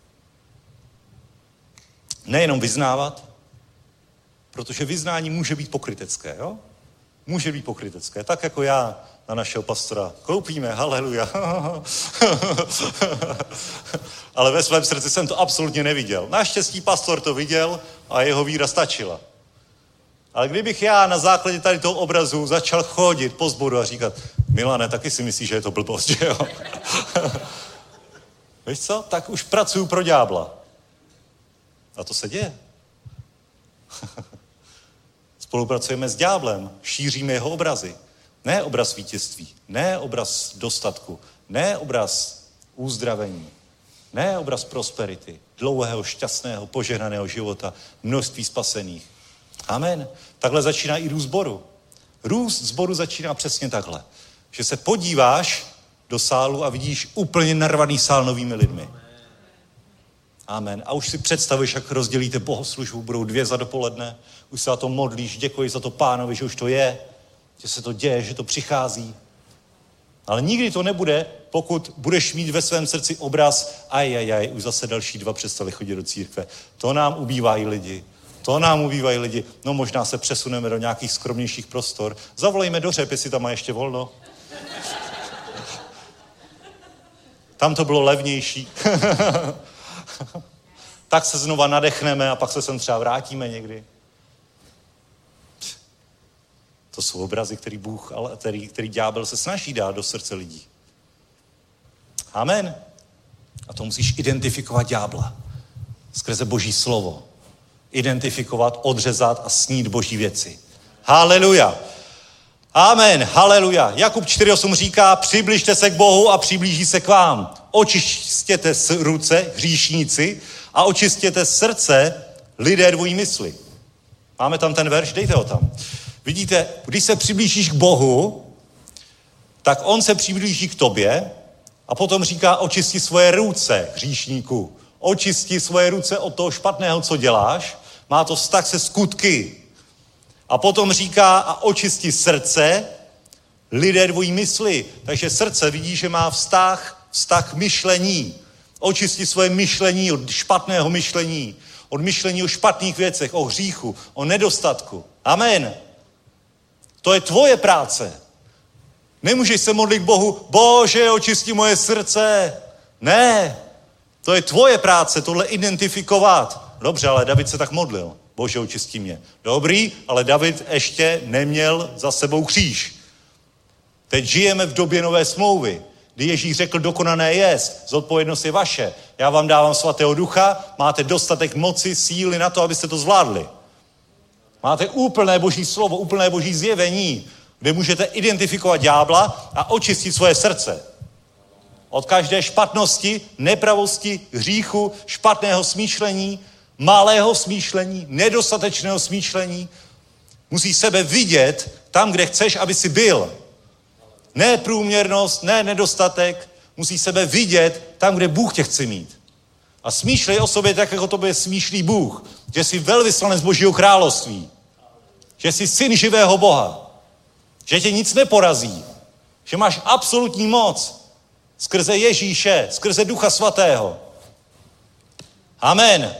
Nejenom vyznávat, protože vyznání může být pokrytecké, jo? Může být pokrytecké. Tak jako já na našeho pastora koupíme, haleluja. Ale ve svém srdci jsem to absolutně neviděl. Naštěstí pastor to viděl a jeho víra stačila. Ale kdybych já na základě tady toho obrazu začal chodit po sboru a říkat, Milane, taky si myslíš, že je to blbost, že jo? Víš co? Tak už pracuju pro ďábla. A to se děje. Spolupracujeme s ďáblem, šíříme jeho obrazy. Ne obraz vítězství, ne obraz dostatku, ne obraz uzdravení, ne obraz prosperity, dlouhého, šťastného, požehnaného života, množství spasených. Amen. Takhle začíná i růst sboru. Růst sboru začíná přesně takhle. Že se podíváš do sálu a vidíš úplně narvaný sál novými lidmi. Amen. A už si představuješ, jak rozdělíte bohoslužbu, budou 2 za dopoledne, už se za to modlíš, děkuji za to Pánovi, že už to je, že se to děje, že to přichází. Ale nikdy to nebude, pokud budeš mít ve svém srdci obraz, už zase další 2 přestali chodit do církve. To nám ubývají lidi. No možná se přesuneme do nějakých skromnějších prostor. Zavolejme do Řep, jestli tam má ještě volno. Tam to bylo levnější. Tak se znova nadechneme a pak se sem třeba vrátíme někdy. To jsou obrazy, který ďábel se snaží dát do srdce lidí. Amen. A to musíš identifikovat ďábla. Skrze Boží slovo. Identifikovat, odřezat a snít Boží věci. Haleluja. Amen. Haleluja. Jakub 4:8 říká, přibližte se k Bohu a přiblíží se k vám. Očistěte ruce, hříšníci, a očistěte srdce, lidé dvojí mysli. Máme tam ten verš, dejte ho tam. Vidíte, když se přiblížíš k Bohu, tak on se přiblíží k tobě a potom říká, očisti svoje ruce, hříšníku. Očisti svoje ruce od toho špatného, co děláš. Má to vztah se skutky. A potom říká, a očisti srdce, lidé dvojí mysli. Takže srdce vidí, že má vztah myšlení. Očisti svoje myšlení od špatného myšlení, od myšlení o špatných věcech, o hříchu, o nedostatku. Amen. To je tvoje práce. Nemůžeš se modlit k Bohu, Bože, očisti moje srdce. Ne, to je tvoje práce, tohle identifikovat. Dobře, ale David se tak modlil. Bože, očisti mě. Dobrý, ale David ještě neměl za sebou kříž. Teď žijeme v době nové smlouvy, kdy Ježíš řekl, dokonané jest, zodpovědnost je vaše. Já vám dávám svatého ducha, máte dostatek moci, síly na to, abyste to zvládli. Máte úplné Boží slovo, úplné Boží zjevení, kde můžete identifikovat ďábla a očistit svoje srdce. Od každé špatnosti, nepravosti, hříchu, špatného smýšlení, malého smýšlení, nedostatečného smýšlení. Musí sebe vidět tam, kde chceš, aby si byl. Ne průměrnost, ne nedostatek. Musí sebe vidět tam, kde Bůh tě chce mít. A smýšlej o sobě tak, jako tobě smýšlí Bůh. Že jsi velvyslanec Božího království. Že jsi syn živého Boha. Že tě nic neporazí. Že máš absolutní moc. Skrze Ježíše, skrze Ducha Svatého. Amen.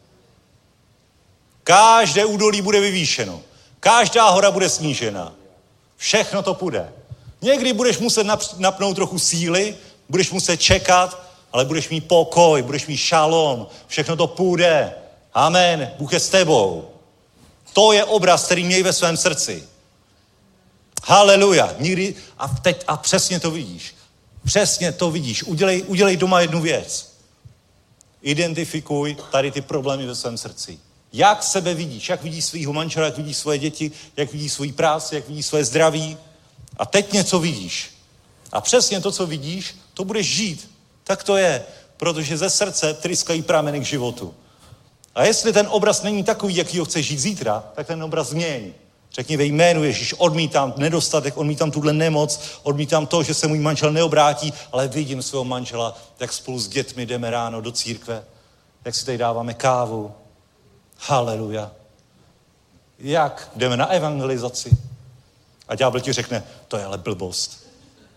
Každé údolí bude vyvýšeno. Každá hora bude snížena. Všechno to půjde. Někdy budeš muset napnout trochu síly, budeš muset čekat, ale budeš mít pokoj, budeš mít šalom. Všechno to půjde. Amen. Bůh je s tebou. To je obraz, který měj ve svém srdci. Haleluja. Nikdy, a přesně to vidíš. Přesně to vidíš. Udělej doma jednu věc. Identifikuj tady ty problémy ve svém srdci. Jak sebe vidíš? Jak vidíš svýho manžela, jak vidíš svoje děti, jak vidíš svoji práci, jak vidíš svoje zdraví. A teď něco vidíš. A přesně to, co vidíš, to budeš žít. Tak to je. Protože ze srdce tryskají prameny k životu. A jestli ten obraz není takový, jaký ho chceš žít zítra, tak ten obraz změň. Řekni ve jménu Ježíš, odmítám nedostatek, odmítám tuhle nemoc, odmítám to, že se můj manžel neobrátí, ale vidím svého manžela, jak spolu s dětmi jdeme ráno do církve, jak si tady dáváme kávu. Haleluja. Jak jdeme na evangelizaci. A ďábel ti řekne, to je ale blbost.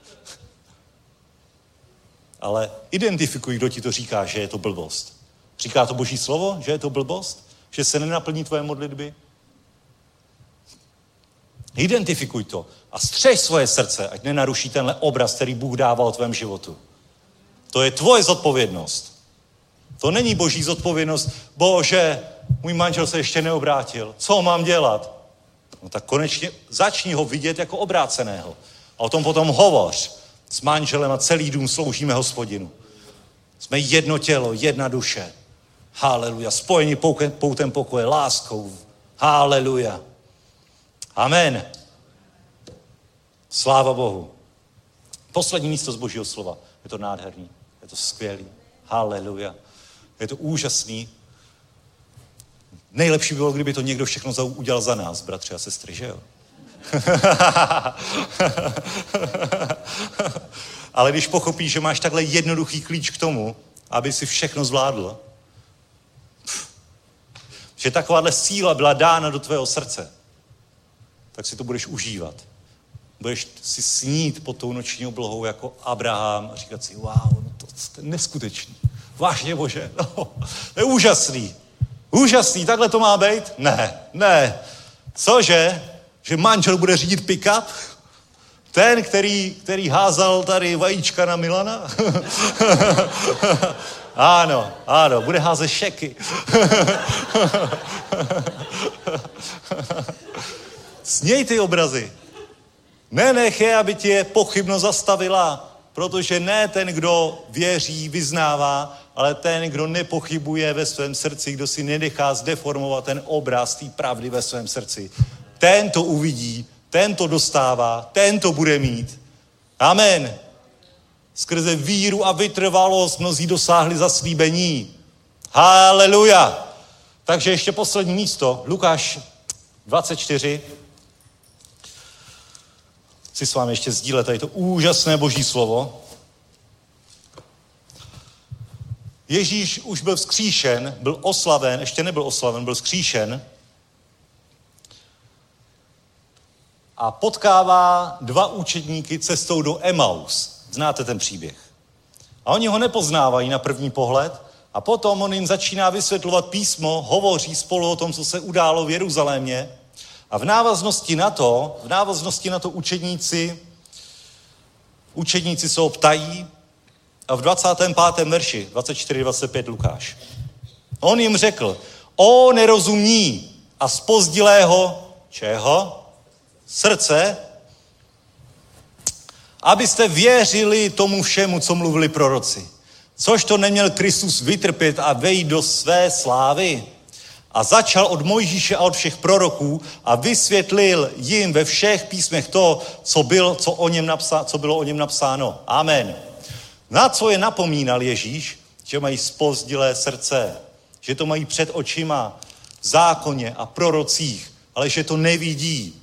Ale identifikuj, kdo ti to říká, že je to blbost. Říká to Boží slovo, že je to blbost? Že se nenaplní tvoje modlitby? Identifikuj to a střež svoje srdce, ať nenaruší tenhle obraz, který Bůh dává o tvém životu. To je tvoje zodpovědnost. To není Boží zodpovědnost. Bože, můj manžel se ještě neobrátil. Co mám dělat? No tak konečně začni ho vidět jako obráceného. A o tom potom hovoř. S manželem a celý dům sloužíme Hospodinu. Jsme jedno tělo, jedna duše. Haleluja. Spojení poutem pokoje, láskou. Haleluja. Amen. Sláva Bohu. Poslední místo z Božího slova. Je to nádherný. Je to skvělý. Haleluja. Je to úžasný. Nejlepší bylo, kdyby to někdo všechno udělal za nás, bratři a sestry, že jo? Ale když pochopíš, že máš takhle jednoduchý klíč k tomu, aby si všechno zvládl, že takováhle síla byla dána do tvého srdce, tak si to budeš užívat. Budeš si snít pod tou noční oblohou jako Abraham a říkat si, wow, no to je neskutečný. Vážně, Bože, no, to je úžasný. Úžasný, takhle to má být? Ne. Cože? Že manžel bude řídit pick-up? Ten, který házal tady vajíčka na Milana? Ano, bude házet šeky. Sněj ty obrazy. Nenech je, aby tě pochybnost zastavila, protože ne ten, kdo věří, vyznává, ale ten, kdo nepochybuje ve svém srdci, kdo si nenechá zdeformovat ten obraz té pravdy ve svém srdci. Ten to uvidí, ten to dostává, ten to bude mít. Amen. Skrze víru a vytrvalost mnozí dosáhli zaslíbení. Haleluja. Takže ještě poslední místo, Lukáš 24. Chci s vámi ještě sdílet tady to úžasné boží slovo. Ježíš už byl vzkříšen, byl oslaven, ještě nebyl oslaven, byl vzkříšen a potkává dva učedníky cestou do Emaus. Znáte ten příběh. A oni ho nepoznávají na první pohled a potom on jim začíná vysvětlovat písmo, hovoří spolu o tom, co se událo v Jeruzalémě a v návaznosti na to učedníci se ho ptají a v 25. verši, 24-25 Lukáš. On jim řekl, o nerozumní a zpozdilého, čeho? Srdce, abyste věřili tomu všemu, co mluvili proroci. Což to neměl Kristus vytrpět a vejít do své slávy. A začal od Mojžíše a od všech proroků a vysvětlil jim ve všech písmech to, co bylo o něm napsáno. Amen. Na co je napomínal Ježíš? Že mají zpozdilé srdce, že to mají před očima v zákoně a prorocích, ale že to nevidí.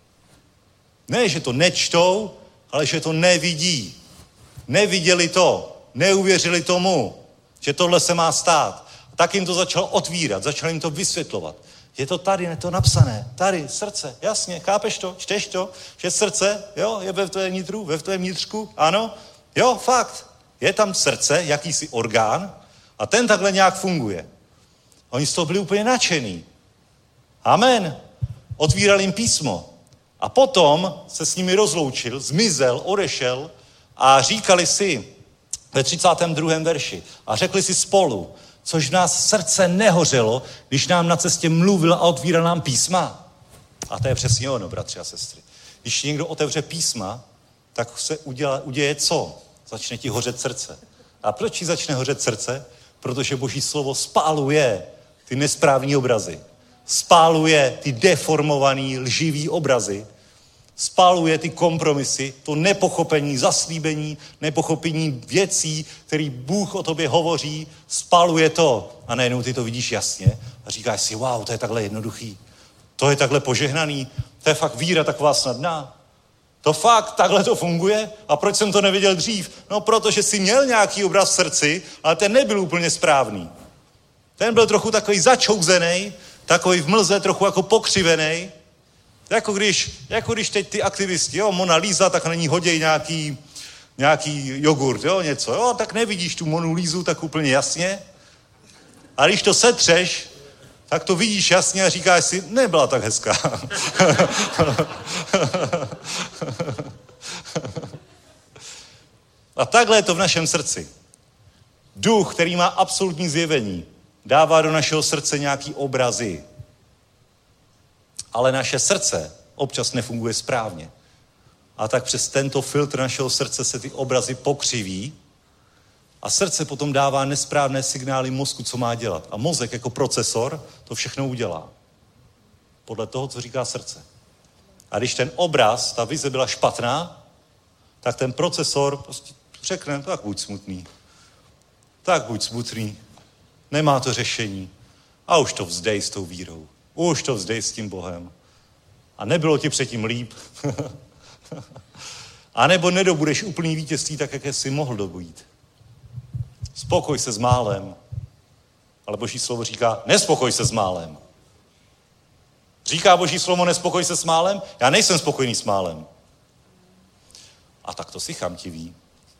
Ne, že to nečtou, ale že to nevidí. Neviděli to, neuvěřili tomu, že tohle se má stát. A tak jim to začal otvírat, začal jim to vysvětlovat. Je to tady, je to napsané, tady, srdce, jasně, chápeš to, čteš to, že srdce, jo, je ve tvém nitru, ve tvém vnitřku, ano, jo, fakt, je tam srdce, jakýsi orgán a ten takhle nějak funguje. Oni z toho byli úplně nadšený. Amen. Otvíral jim písmo. A potom se s nimi rozloučil, zmizel, odešel a říkali si ve 32. verši a řekli si spolu, což v nás srdce nehořelo, když nám na cestě mluvil a otvíral nám písma. A to je přesně ono, bratři a sestry. Když někdo otevře písma, tak se uděje co? Začne ti hořet srdce. A proč ti začne hořet srdce? Protože Boží slovo spáluje ty nesprávní obrazy. Spáluje ty deformovaný, lživý obrazy. Spáluje ty kompromisy, to nepochopení, zaslíbení, nepochopení věcí, který Bůh o tobě hovoří, spáluje to. A najednou ty to vidíš jasně a říkáš si, wow, to je takhle jednoduchý. To je takhle požehnaný. To je fakt víra taková snadná. To fakt, takhle to funguje? A proč jsem to neviděl dřív? No, protože jsi měl nějaký obraz v srdci, ale ten nebyl úplně správný. Ten byl trochu takový začouzený, takový v mlze, trochu jako pokřivený. Jako když teď ty aktivisti, jo, Mona Lisa, tak na ní hoděj nějaký jogurt, jo, něco, jo, tak nevidíš tu Monu Lisu tak úplně jasně. A když to setřeš, tak to vidíš jasně a říkáš si, nebyla tak hezká. A takhle je to v našem srdci. Duch, který má absolutní zjevení, dává do našeho srdce nějaký obrazy. Ale naše srdce občas nefunguje správně. A tak přes tento filtr našeho srdce se ty obrazy pokřiví a srdce potom dává nesprávné signály mozku, co má dělat. A mozek jako procesor to všechno udělá. Podle toho, co říká srdce. A když ten obraz, ta vize byla špatná, tak ten procesor prostě řekne, tak buď smutný. Tak buď smutný. Nemá to řešení. A už to vzdej s tou vírou. Už to vzdej s tím Bohem. A nebylo ti předtím líp. A nebo nedobudeš úplný vítězství tak, jak jsi mohl dobít. Spokoj se s málem. Ale Boží slovo říká, nespokoj se s málem. Říká Boží slovo, nespokoj se s málem? Já nejsem spokojený s málem. A tak to si chamtivý.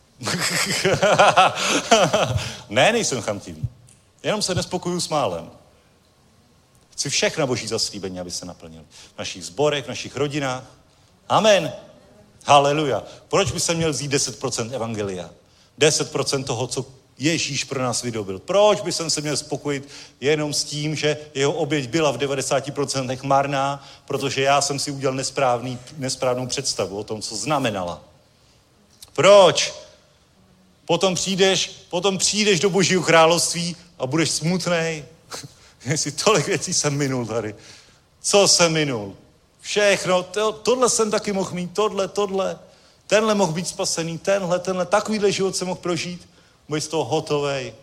Ne, nejsem chamtivý. Jenom se nespokojuju s málem. Chci všechna Boží zaslíbení, aby se naplnily. V našich sborech, v našich rodinách. Amen. Haleluja. Proč by se měl vzít 10% evangelia? 10% toho, co Ježíš pro nás vydobil. Proč by jsem se měl spokojit jenom s tím, že jeho oběť byla v 90% marná, protože já jsem si udělal nesprávnou představu o tom, co znamenala. Proč? Potom přijdeš do Božího království a budeš smutnej. Jestli tolik věcí jsem minul tady. Co jsem minul? Všechno, tohle jsem taky mohl mít, tohle. Tenhle mohl být spasený, tenhle, takovýhle život jsem mohl prožít. Budeš z toho hotovej.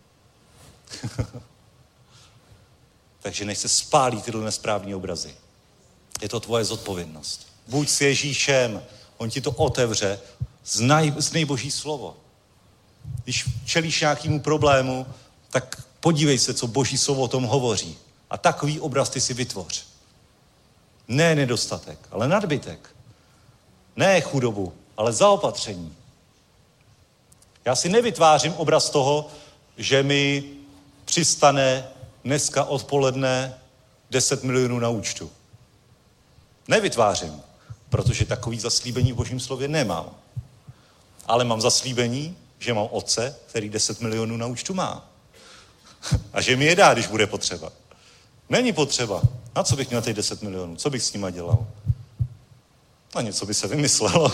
Takže než se spálí tyhle nesprávné obrazy. Je to tvoje zodpovědnost. Buď s Ježíšem, on ti to otevře, znej Boží slovo. Když čelíš nějakému problému, tak podívej se, co Boží slovo o tom hovoří. A takový obraz ty si vytvoř. Ne nedostatek, ale nadbytek. Ne chudobu, ale zaopatření. Já si nevytvářím obraz toho, že mi přistane dneska odpoledne 10 milionů na účtu. Nevytvářím, protože takový zaslíbení v Božím slově nemám. Ale mám zaslíbení, že mám otce, který 10 milionů na účtu má. A že mi je dá, když bude potřeba. Není potřeba. Na co bych měl těch 10 milionů? Co bych s nima dělal? No něco by se vymyslelo.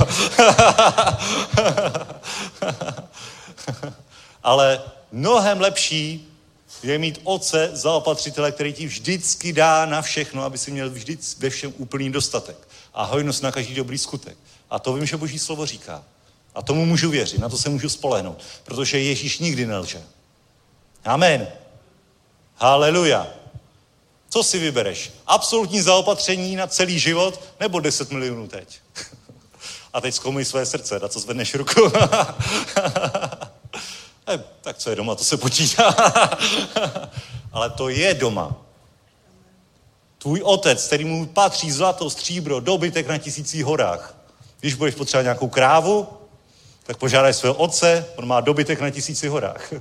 Ale mnohem lepší je mít otce zaopatřitele, který ti vždycky dá na všechno, aby si měl vždy ve všem úplný dostatek. A hojnost na každý dobrý skutek. A to vím, že Boží slovo říká. A tomu můžu věřit, na to se můžu spolehnout. Protože Ježíš nikdy nelže. Amen. Haleluja. Co si vybereš? Absolutní zaopatření na celý život nebo 10 milionů teď? A teď zkounej své srdce, na co zvedneš ruku. Tak co je doma, to se počítá. Ale to je doma. Tvůj otec, kterýmu patří zlato, stříbro, dobytek na 1000 horách. Když budeš potřebovat nějakou krávu, tak požádaj svého otce, on má dobytek na 1000 horách.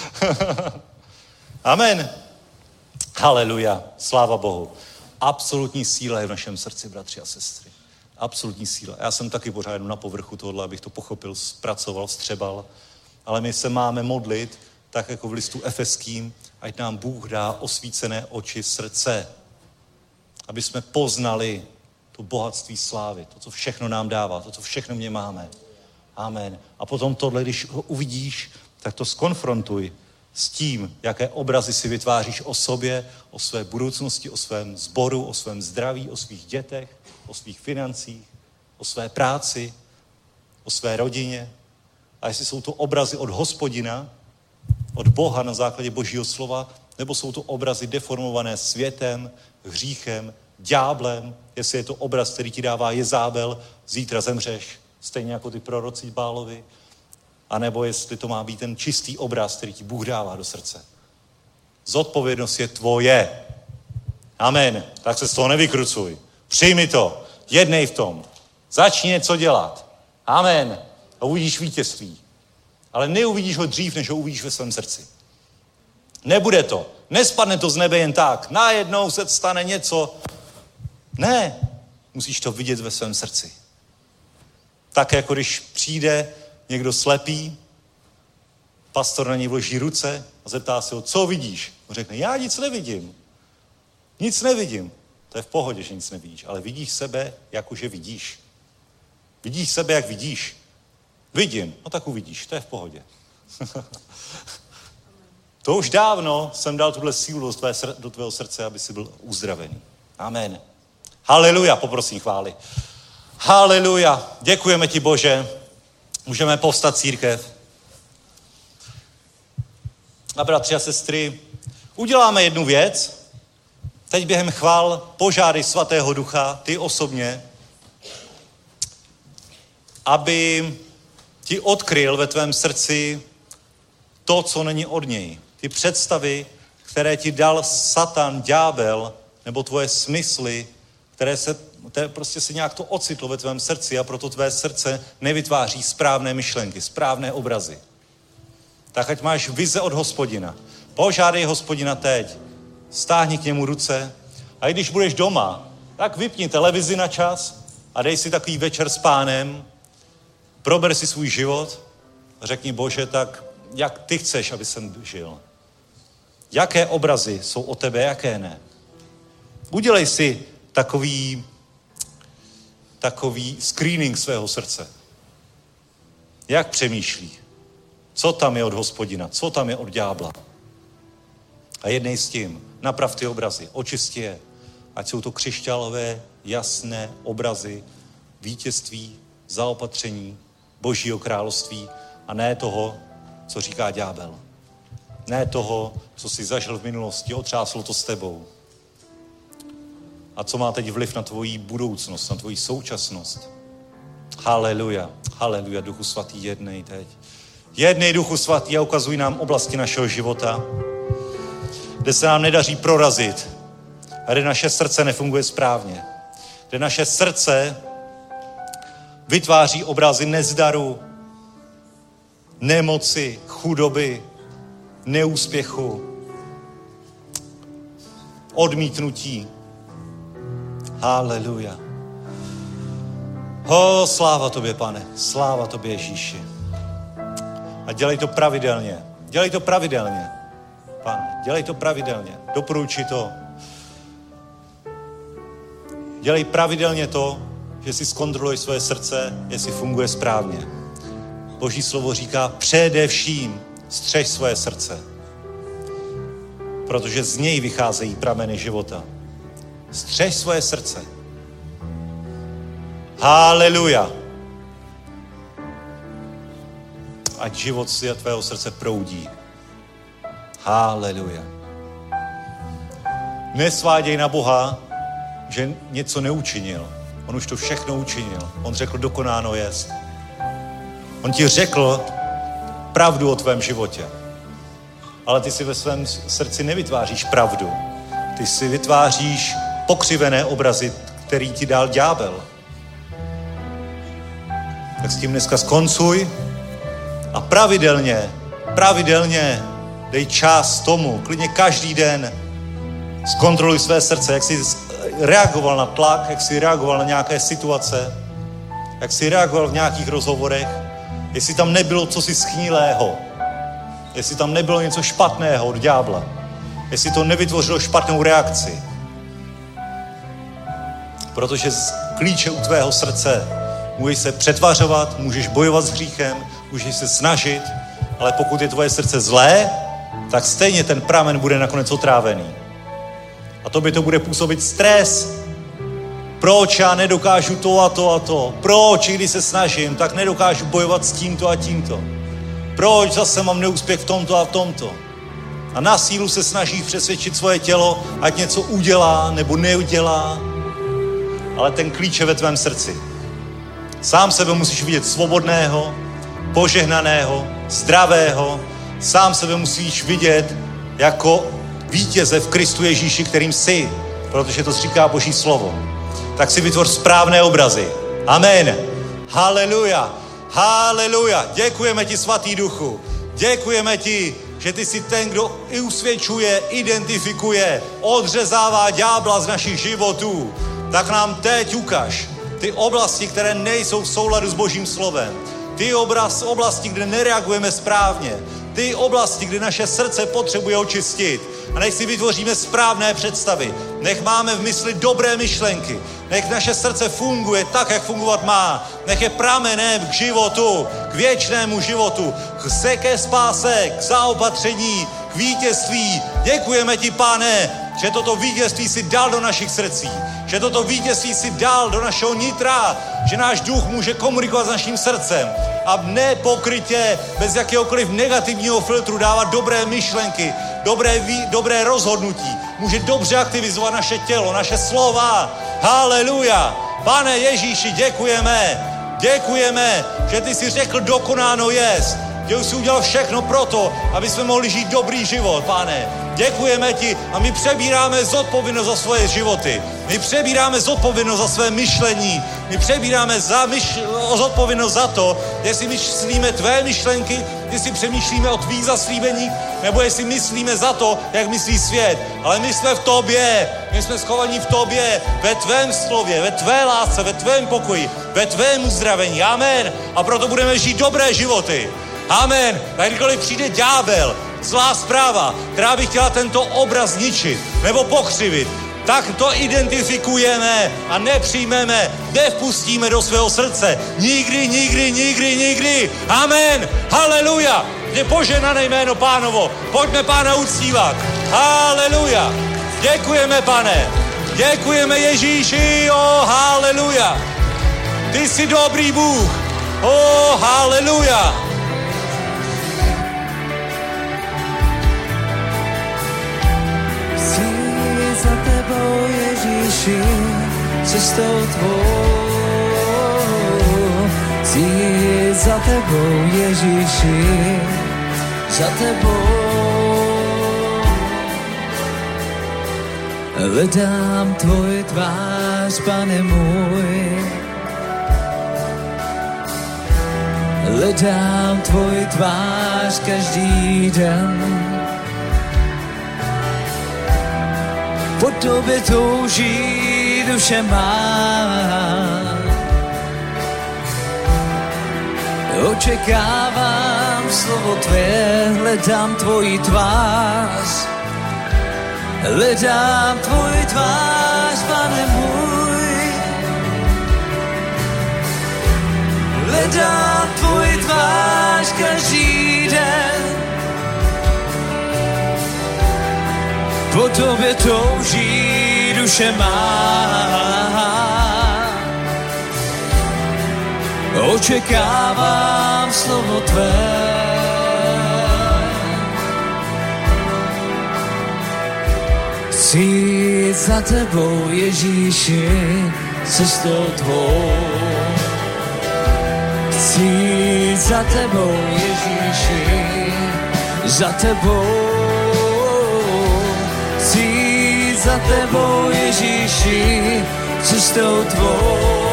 Amen. Haleluja, sláva Bohu. Absolutní síla je v našem srdci, bratři a sestry. Absolutní síla. Já jsem taky pořád jenom na povrchu tohle, abych to pochopil, zpracoval, střebal. Ale my se máme modlit, tak jako v listu Efeským, ať nám Bůh dá osvícené oči srdce. Aby jsme poznali to bohatství slávy, to, co všechno nám dává, to, co všechno mě máme. Amen. A potom tohle, když ho uvidíš, tak to skonfrontuj s tím, jaké obrazy si vytváříš o sobě, o své budoucnosti, o svém sboru, o svém zdraví, o svých dětech, o svých financích, o své práci, o své rodině. A jestli jsou to obrazy od Hospodina, od Boha na základě Božího slova, nebo jsou to obrazy deformované světem, hříchem, ďáblem, jestli je to obraz, který ti dává Jezábel, zítra zemřeš, stejně jako ty proroci Bálovi, anebo jestli to má být ten čistý obraz, který ti Bůh dává do srdce. Zodpovědnost je tvoje. Amen. Tak se z toho nevykrucuj. Přijmi to. Jednej v tom. Začni něco dělat. Amen. A uvidíš vítězství. Ale neuvidíš ho dřív, než ho uvidíš ve svém srdci. Nebude to. Nespadne to z nebe jen tak. Najednou se stane něco. Ne. Musíš to vidět ve svém srdci. Tak jako když přijde někdo slepý, pastor na něj vloží ruce a zeptá se ho, co vidíš? On řekne, já nic nevidím. Nic nevidím. To je v pohodě, že nic nevidíš, ale vidíš sebe, jakože vidíš. Vidíš sebe, jak vidíš. Vidím. No tak uvidíš, to je v pohodě. To už dávno jsem dal tuhle sílu do tvého srdce, aby jsi byl uzdravený. Amen. Haleluja, poprosím chvály. Haleluja. Děkujeme ti, Bože. Můžeme povstat církev. A bratři a sestry, uděláme jednu věc. Teď během chvál požádej Svatého Ducha, ty osobně, aby ti odkryl ve tvém srdci to, co není od něj. Ty představy, které ti dal Satan, ďábel, nebo tvoje smysly, které prostě si nějak to ocitlo ve tvém srdci a proto tvé srdce nevytváří správné myšlenky, správné obrazy. Tak ať máš vize od Hospodina. Požádej Hospodina teď. Stáhni k němu ruce. A i když budeš doma, tak vypni televizi na čas a dej si takový večer s Pánem, prober si svůj život a řekni, Bože, tak jak ty chceš, aby jsem žil? Jaké obrazy jsou o tebe, jaké ne? Udělej si takový screening svého srdce. Jak přemýšlí? Co tam je od Hospodina? Co tam je od ďábla? A jednej s tím. Naprav ty obrazy. Očisti je. Ať jsou to křišťálové, jasné obrazy vítězství, zaopatření, Božího království a ne toho, co říká ďábel. Ne toho, co jsi zažil v minulosti, otřáslo to s tebou. A co má teď vliv na tvoji budoucnost, na tvoji současnost. Haleluja, haleluja, Duchu Svatý, jednej teď. Jednej, Duchu Svatý, a ukazuj nám oblasti našeho života, kde se nám nedaří prorazit a kde naše srdce nefunguje správně. Kde naše srdce vytváří obrazy nezdaru, nemoci, chudoby, neúspěchu, odmítnutí. Haleluja. Sláva tobě, Pane. Sláva tobě, Ježíši. A dělej to pravidelně. Dělej to pravidelně. Pane, dělej to pravidelně. Doporučuji to. Dělej pravidelně to, že si zkontroluješ svoje srdce, jestli funguje správně. Boží slovo říká, především střež svoje srdce. Protože z něj vycházejí prameny života. Střež svoje srdce. Haleluja. Ať život si a tvého srdce proudí. Haleluja. Nesváděj na Boha, že něco neučinil. On už to všechno učinil. On řekl, dokonáno jest. On ti řekl pravdu o tvém životě. Ale ty si ve svém srdci nevytváříš pravdu. Ty si vytváříš pokřivené obrazy, který ti dal ďábel. Tak s tím dneska skoncuj a pravidelně dej čas tomu, klidně každý den zkontroluj své srdce, jak jsi reagoval na tlak, jak jsi reagoval na nějaké situace, jak jsi reagoval v nějakých rozhovorech, jestli tam nebylo cosi schnilého, jestli tam nebylo něco špatného od ďábla, jestli to nevytvořilo špatnou reakci. Protože z klíče u tvého srdce můžeš se přetvařovat, můžeš bojovat s hříchem, můžeš se snažit, ale pokud je tvoje srdce zlé, tak stejně ten pramen bude nakonec otrávený. A tobě to bude působit stres. Proč já nedokážu to a to a to? Proč, když se snažím, tak nedokážu bojovat s tímto a tímto? Proč zase mám neúspěch v tomto a v tomto? A na sílu se snažíš přesvědčit svoje tělo, ať něco udělá nebo neudělá. Ale ten klíč je ve tvém srdci. Sám sebe musíš vidět svobodného, požehnaného, zdravého. Sám sebe musíš vidět jako vítěze v Kristu Ježíši, kterým jsi, protože to říká Boží slovo. Tak si vytvoř správné obrazy. Amen. Haleluja. Haleluja. Děkujeme ti, Svatý Duchu. Děkujeme ti, že ty jsi ten, kdo i usvědčuje, identifikuje, odřezává ďábla z našich životů. Tak nám teď ukaž ty oblasti, které nejsou v souladu s Božím slovem. Ty oblasti, kde nereagujeme správně. Ty oblasti, kde naše srdce potřebuje očistit. A nech si vytvoříme správné představy. Nech máme v mysli dobré myšlenky. Nech naše srdce funguje tak, jak fungovat má. Nech je pramenem k životu, k věčnému životu, ke spáse, k zaopatření, k vítězství. Děkujeme ti, Pane, že toto vítězství si dal do našich srdcí. Že toto vítězství si dal do našeho nitra. Že náš duch může komunikovat s naším srdcem. A nepokrytě, bez jakéhokoliv negativního filtru dávat dobré myšlenky, dobré rozhodnutí. Může dobře aktivizovat naše tělo, naše slova. Haleluja. Pane Ježíši, děkujeme. Děkujeme, že ty jsi řekl, dokonáno jest. Že už jsi udělal všechno proto, aby jsme mohli žít dobrý život, Pane. Děkujeme ti a my přebíráme zodpovědnost za svoje životy. My přebíráme zodpovědnost za své myšlení. My přebíráme zodpovědnost za to, jestli myslíme tvé myšlenky, jestli přemýšlíme o tvých zaslíbeních, nebo jestli myslíme za to, jak myslí svět. Ale my jsme v tobě. My jsme schovaní v tobě, ve tvém slově, ve tvé lásce, ve tvém pokoji, ve tvém uzdravení. Amen. A proto budeme žít dobré životy. Amen. A kdykoliv přijde ďábel, zlá zpráva, která by chtěla tento obraz ničit nebo pokřivit, tak to identifikujeme a nepřijmeme, nevpustíme do svého srdce. Nikdy, nikdy, nikdy, nikdy. Amen. Haleluja. Je poženané jméno Pánovo. Pojďme Pána uctívat. Haleluja. Děkujeme, Pane. Děkujeme Ježíši. Haleluja. Ty jsi dobrý Bůh. Haleluja. Za tebou, Ježíši, cestou tvou. Chci jít za tebou, Ježíši, za tebou. Hledám tvoji tvář, Pane můj. Hledám tvoji tvář každý den. Po tobě touží duše má. Očekávám slovo tvé, hledám tvoji tvář. Hledám tvoji tvář, Pane můj. Hledám tvoji tvář každý den. Po tobě touží duše má. Očekávám slovo tvé. Chci jít za tebou, Ježíši, cestou tvou. Chci jít za tebou, Ježíši, za tebou. Chci za tebou, Ježíši, cestou tvou.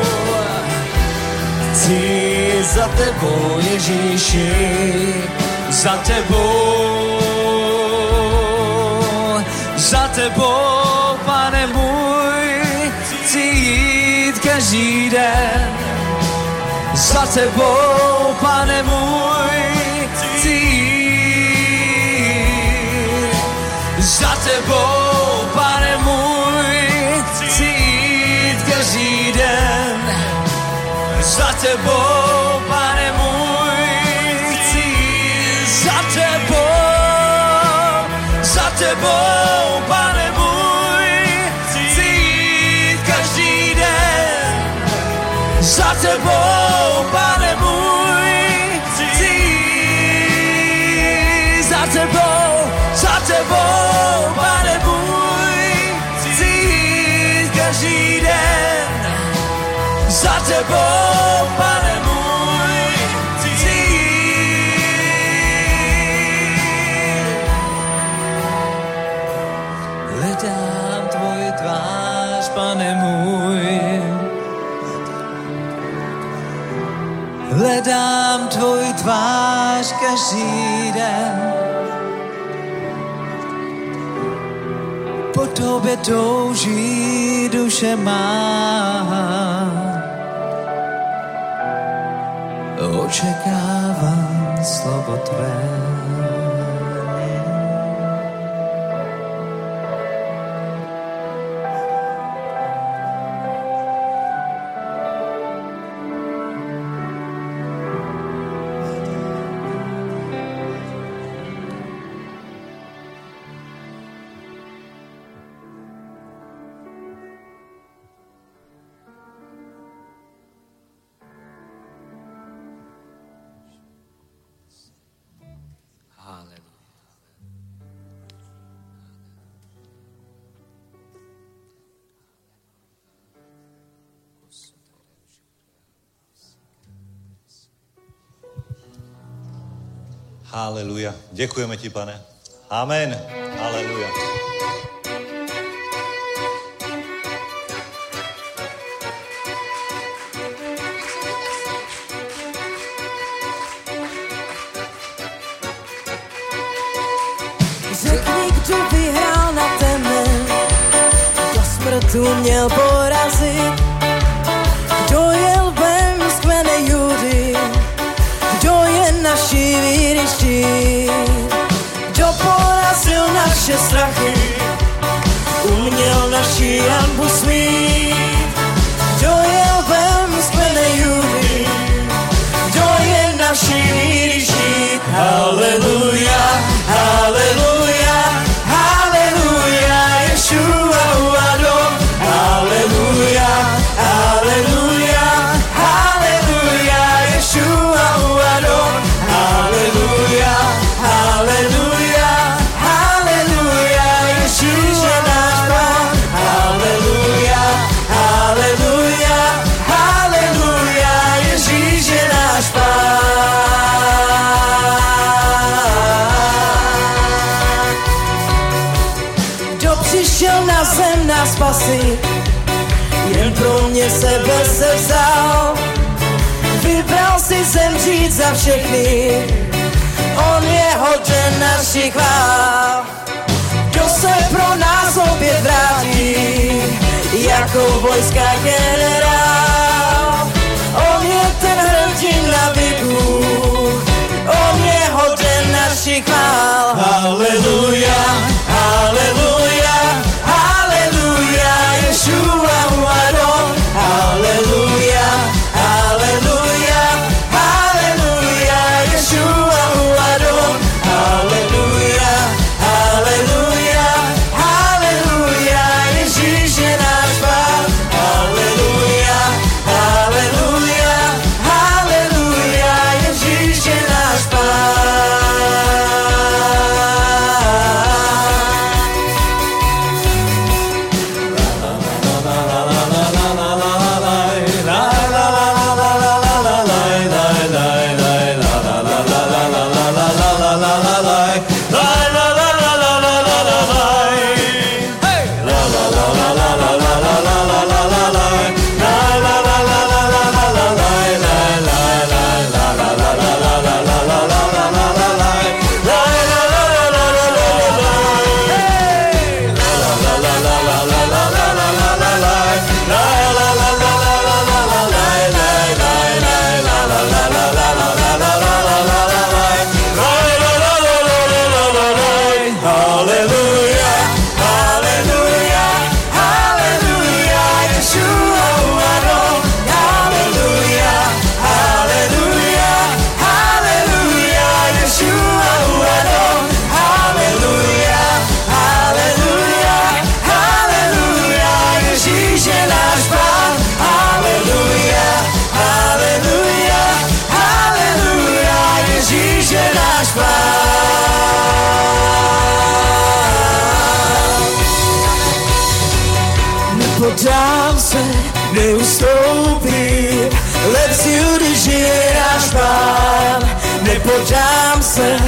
Chci za tebou, Ježíši, za tebou. Za tebou, Pane můj, chci jít každý den. Za tebou, Pane můj, chci jít. Za tebou, Pane můj, chci jít každý den. Za tebou, Pane můj, chci jít. Za tebou, Pane můj, chci jít každý den. Za tebou, Pane můj, chci jít. Za tebou, Pane můj, chci jít každý den. Za tebou, Pane můj, chci jít. Hledám tvoji tvář, Pane můj. Hledám tvoji tvář každý den. Po tobě touží duše má. Očekávám slovo tvé. Haleluja. Děkujeme ti, Pane. Amen. Haleluja. Řekni, kdo vyhrál na tebe, kdo smrtu měl porazit, kdo je lvem z kmene Judy, kdo je naší víry štít, kdo porazil naše strachy, uměl naši hanbu smít, kdo je lvem z kmene Judy, kdo je naší víry štít. Haleluja, haleluja, haleluja, Ješua Adon. Haleluja, haleluja, haleluja, Ješua Adon. Haleluja, haleluja, haleluja, Ježíš je náš Pán. Haleluja, haleluja, haleluja, Ježíš je náš Pán. Kdo přišel na zem na spasy, jen pro mě sebe se vzal. Vybral si zemřít za všechny, on je hoden našich chvál. Kdo se pro nás opět vrátí, jako vojska generál. On je ten hrdina věků, on je hoden našich chvál. Haleluja, haleluja, haleluja, Ješua Adon. Haleluja, haleluja, haleluja, Ješua Adon. Haleluja, haleluja, haleluja, Ježíš je náš Pán. Haleluja, haleluja, haleluja, Ježíš je náš Pán. Nepodám se, neustoupím, lepší když je náš Pán. Nepodám se,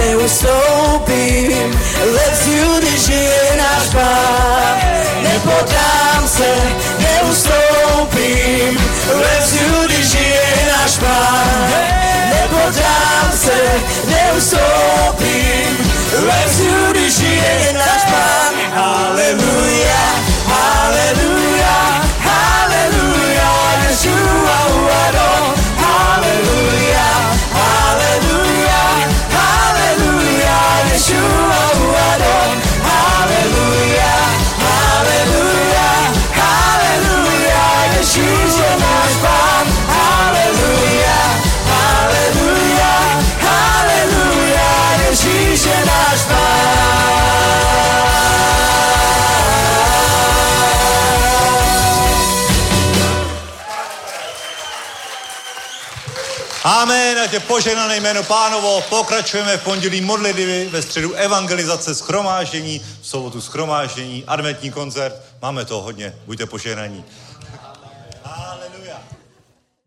neustoupím, lepší když je náš Pán. Nepodám se, neustoupím, lepší když je náš Pán. Nepodám se, neustoupím, lepší když je náš Pán. Haleluja, haleluja, haleluja, Ješua Adon. Haleluja, haleluja, haleluja, Ješua Adon. Haleluja, haleluja, haleluja, Ježíš je náš Pán. Haleluja, haleluja, haleluja, Ježíš je náš Pán. Amen, ať je požehnané jméno Pánovo. Pokračujeme v pondělí modlitby, ve středu evangelizace, shromáždění, v sobotu shromáždění, adventní koncert. Máme toho hodně, buďte požehnaní. Haleluja.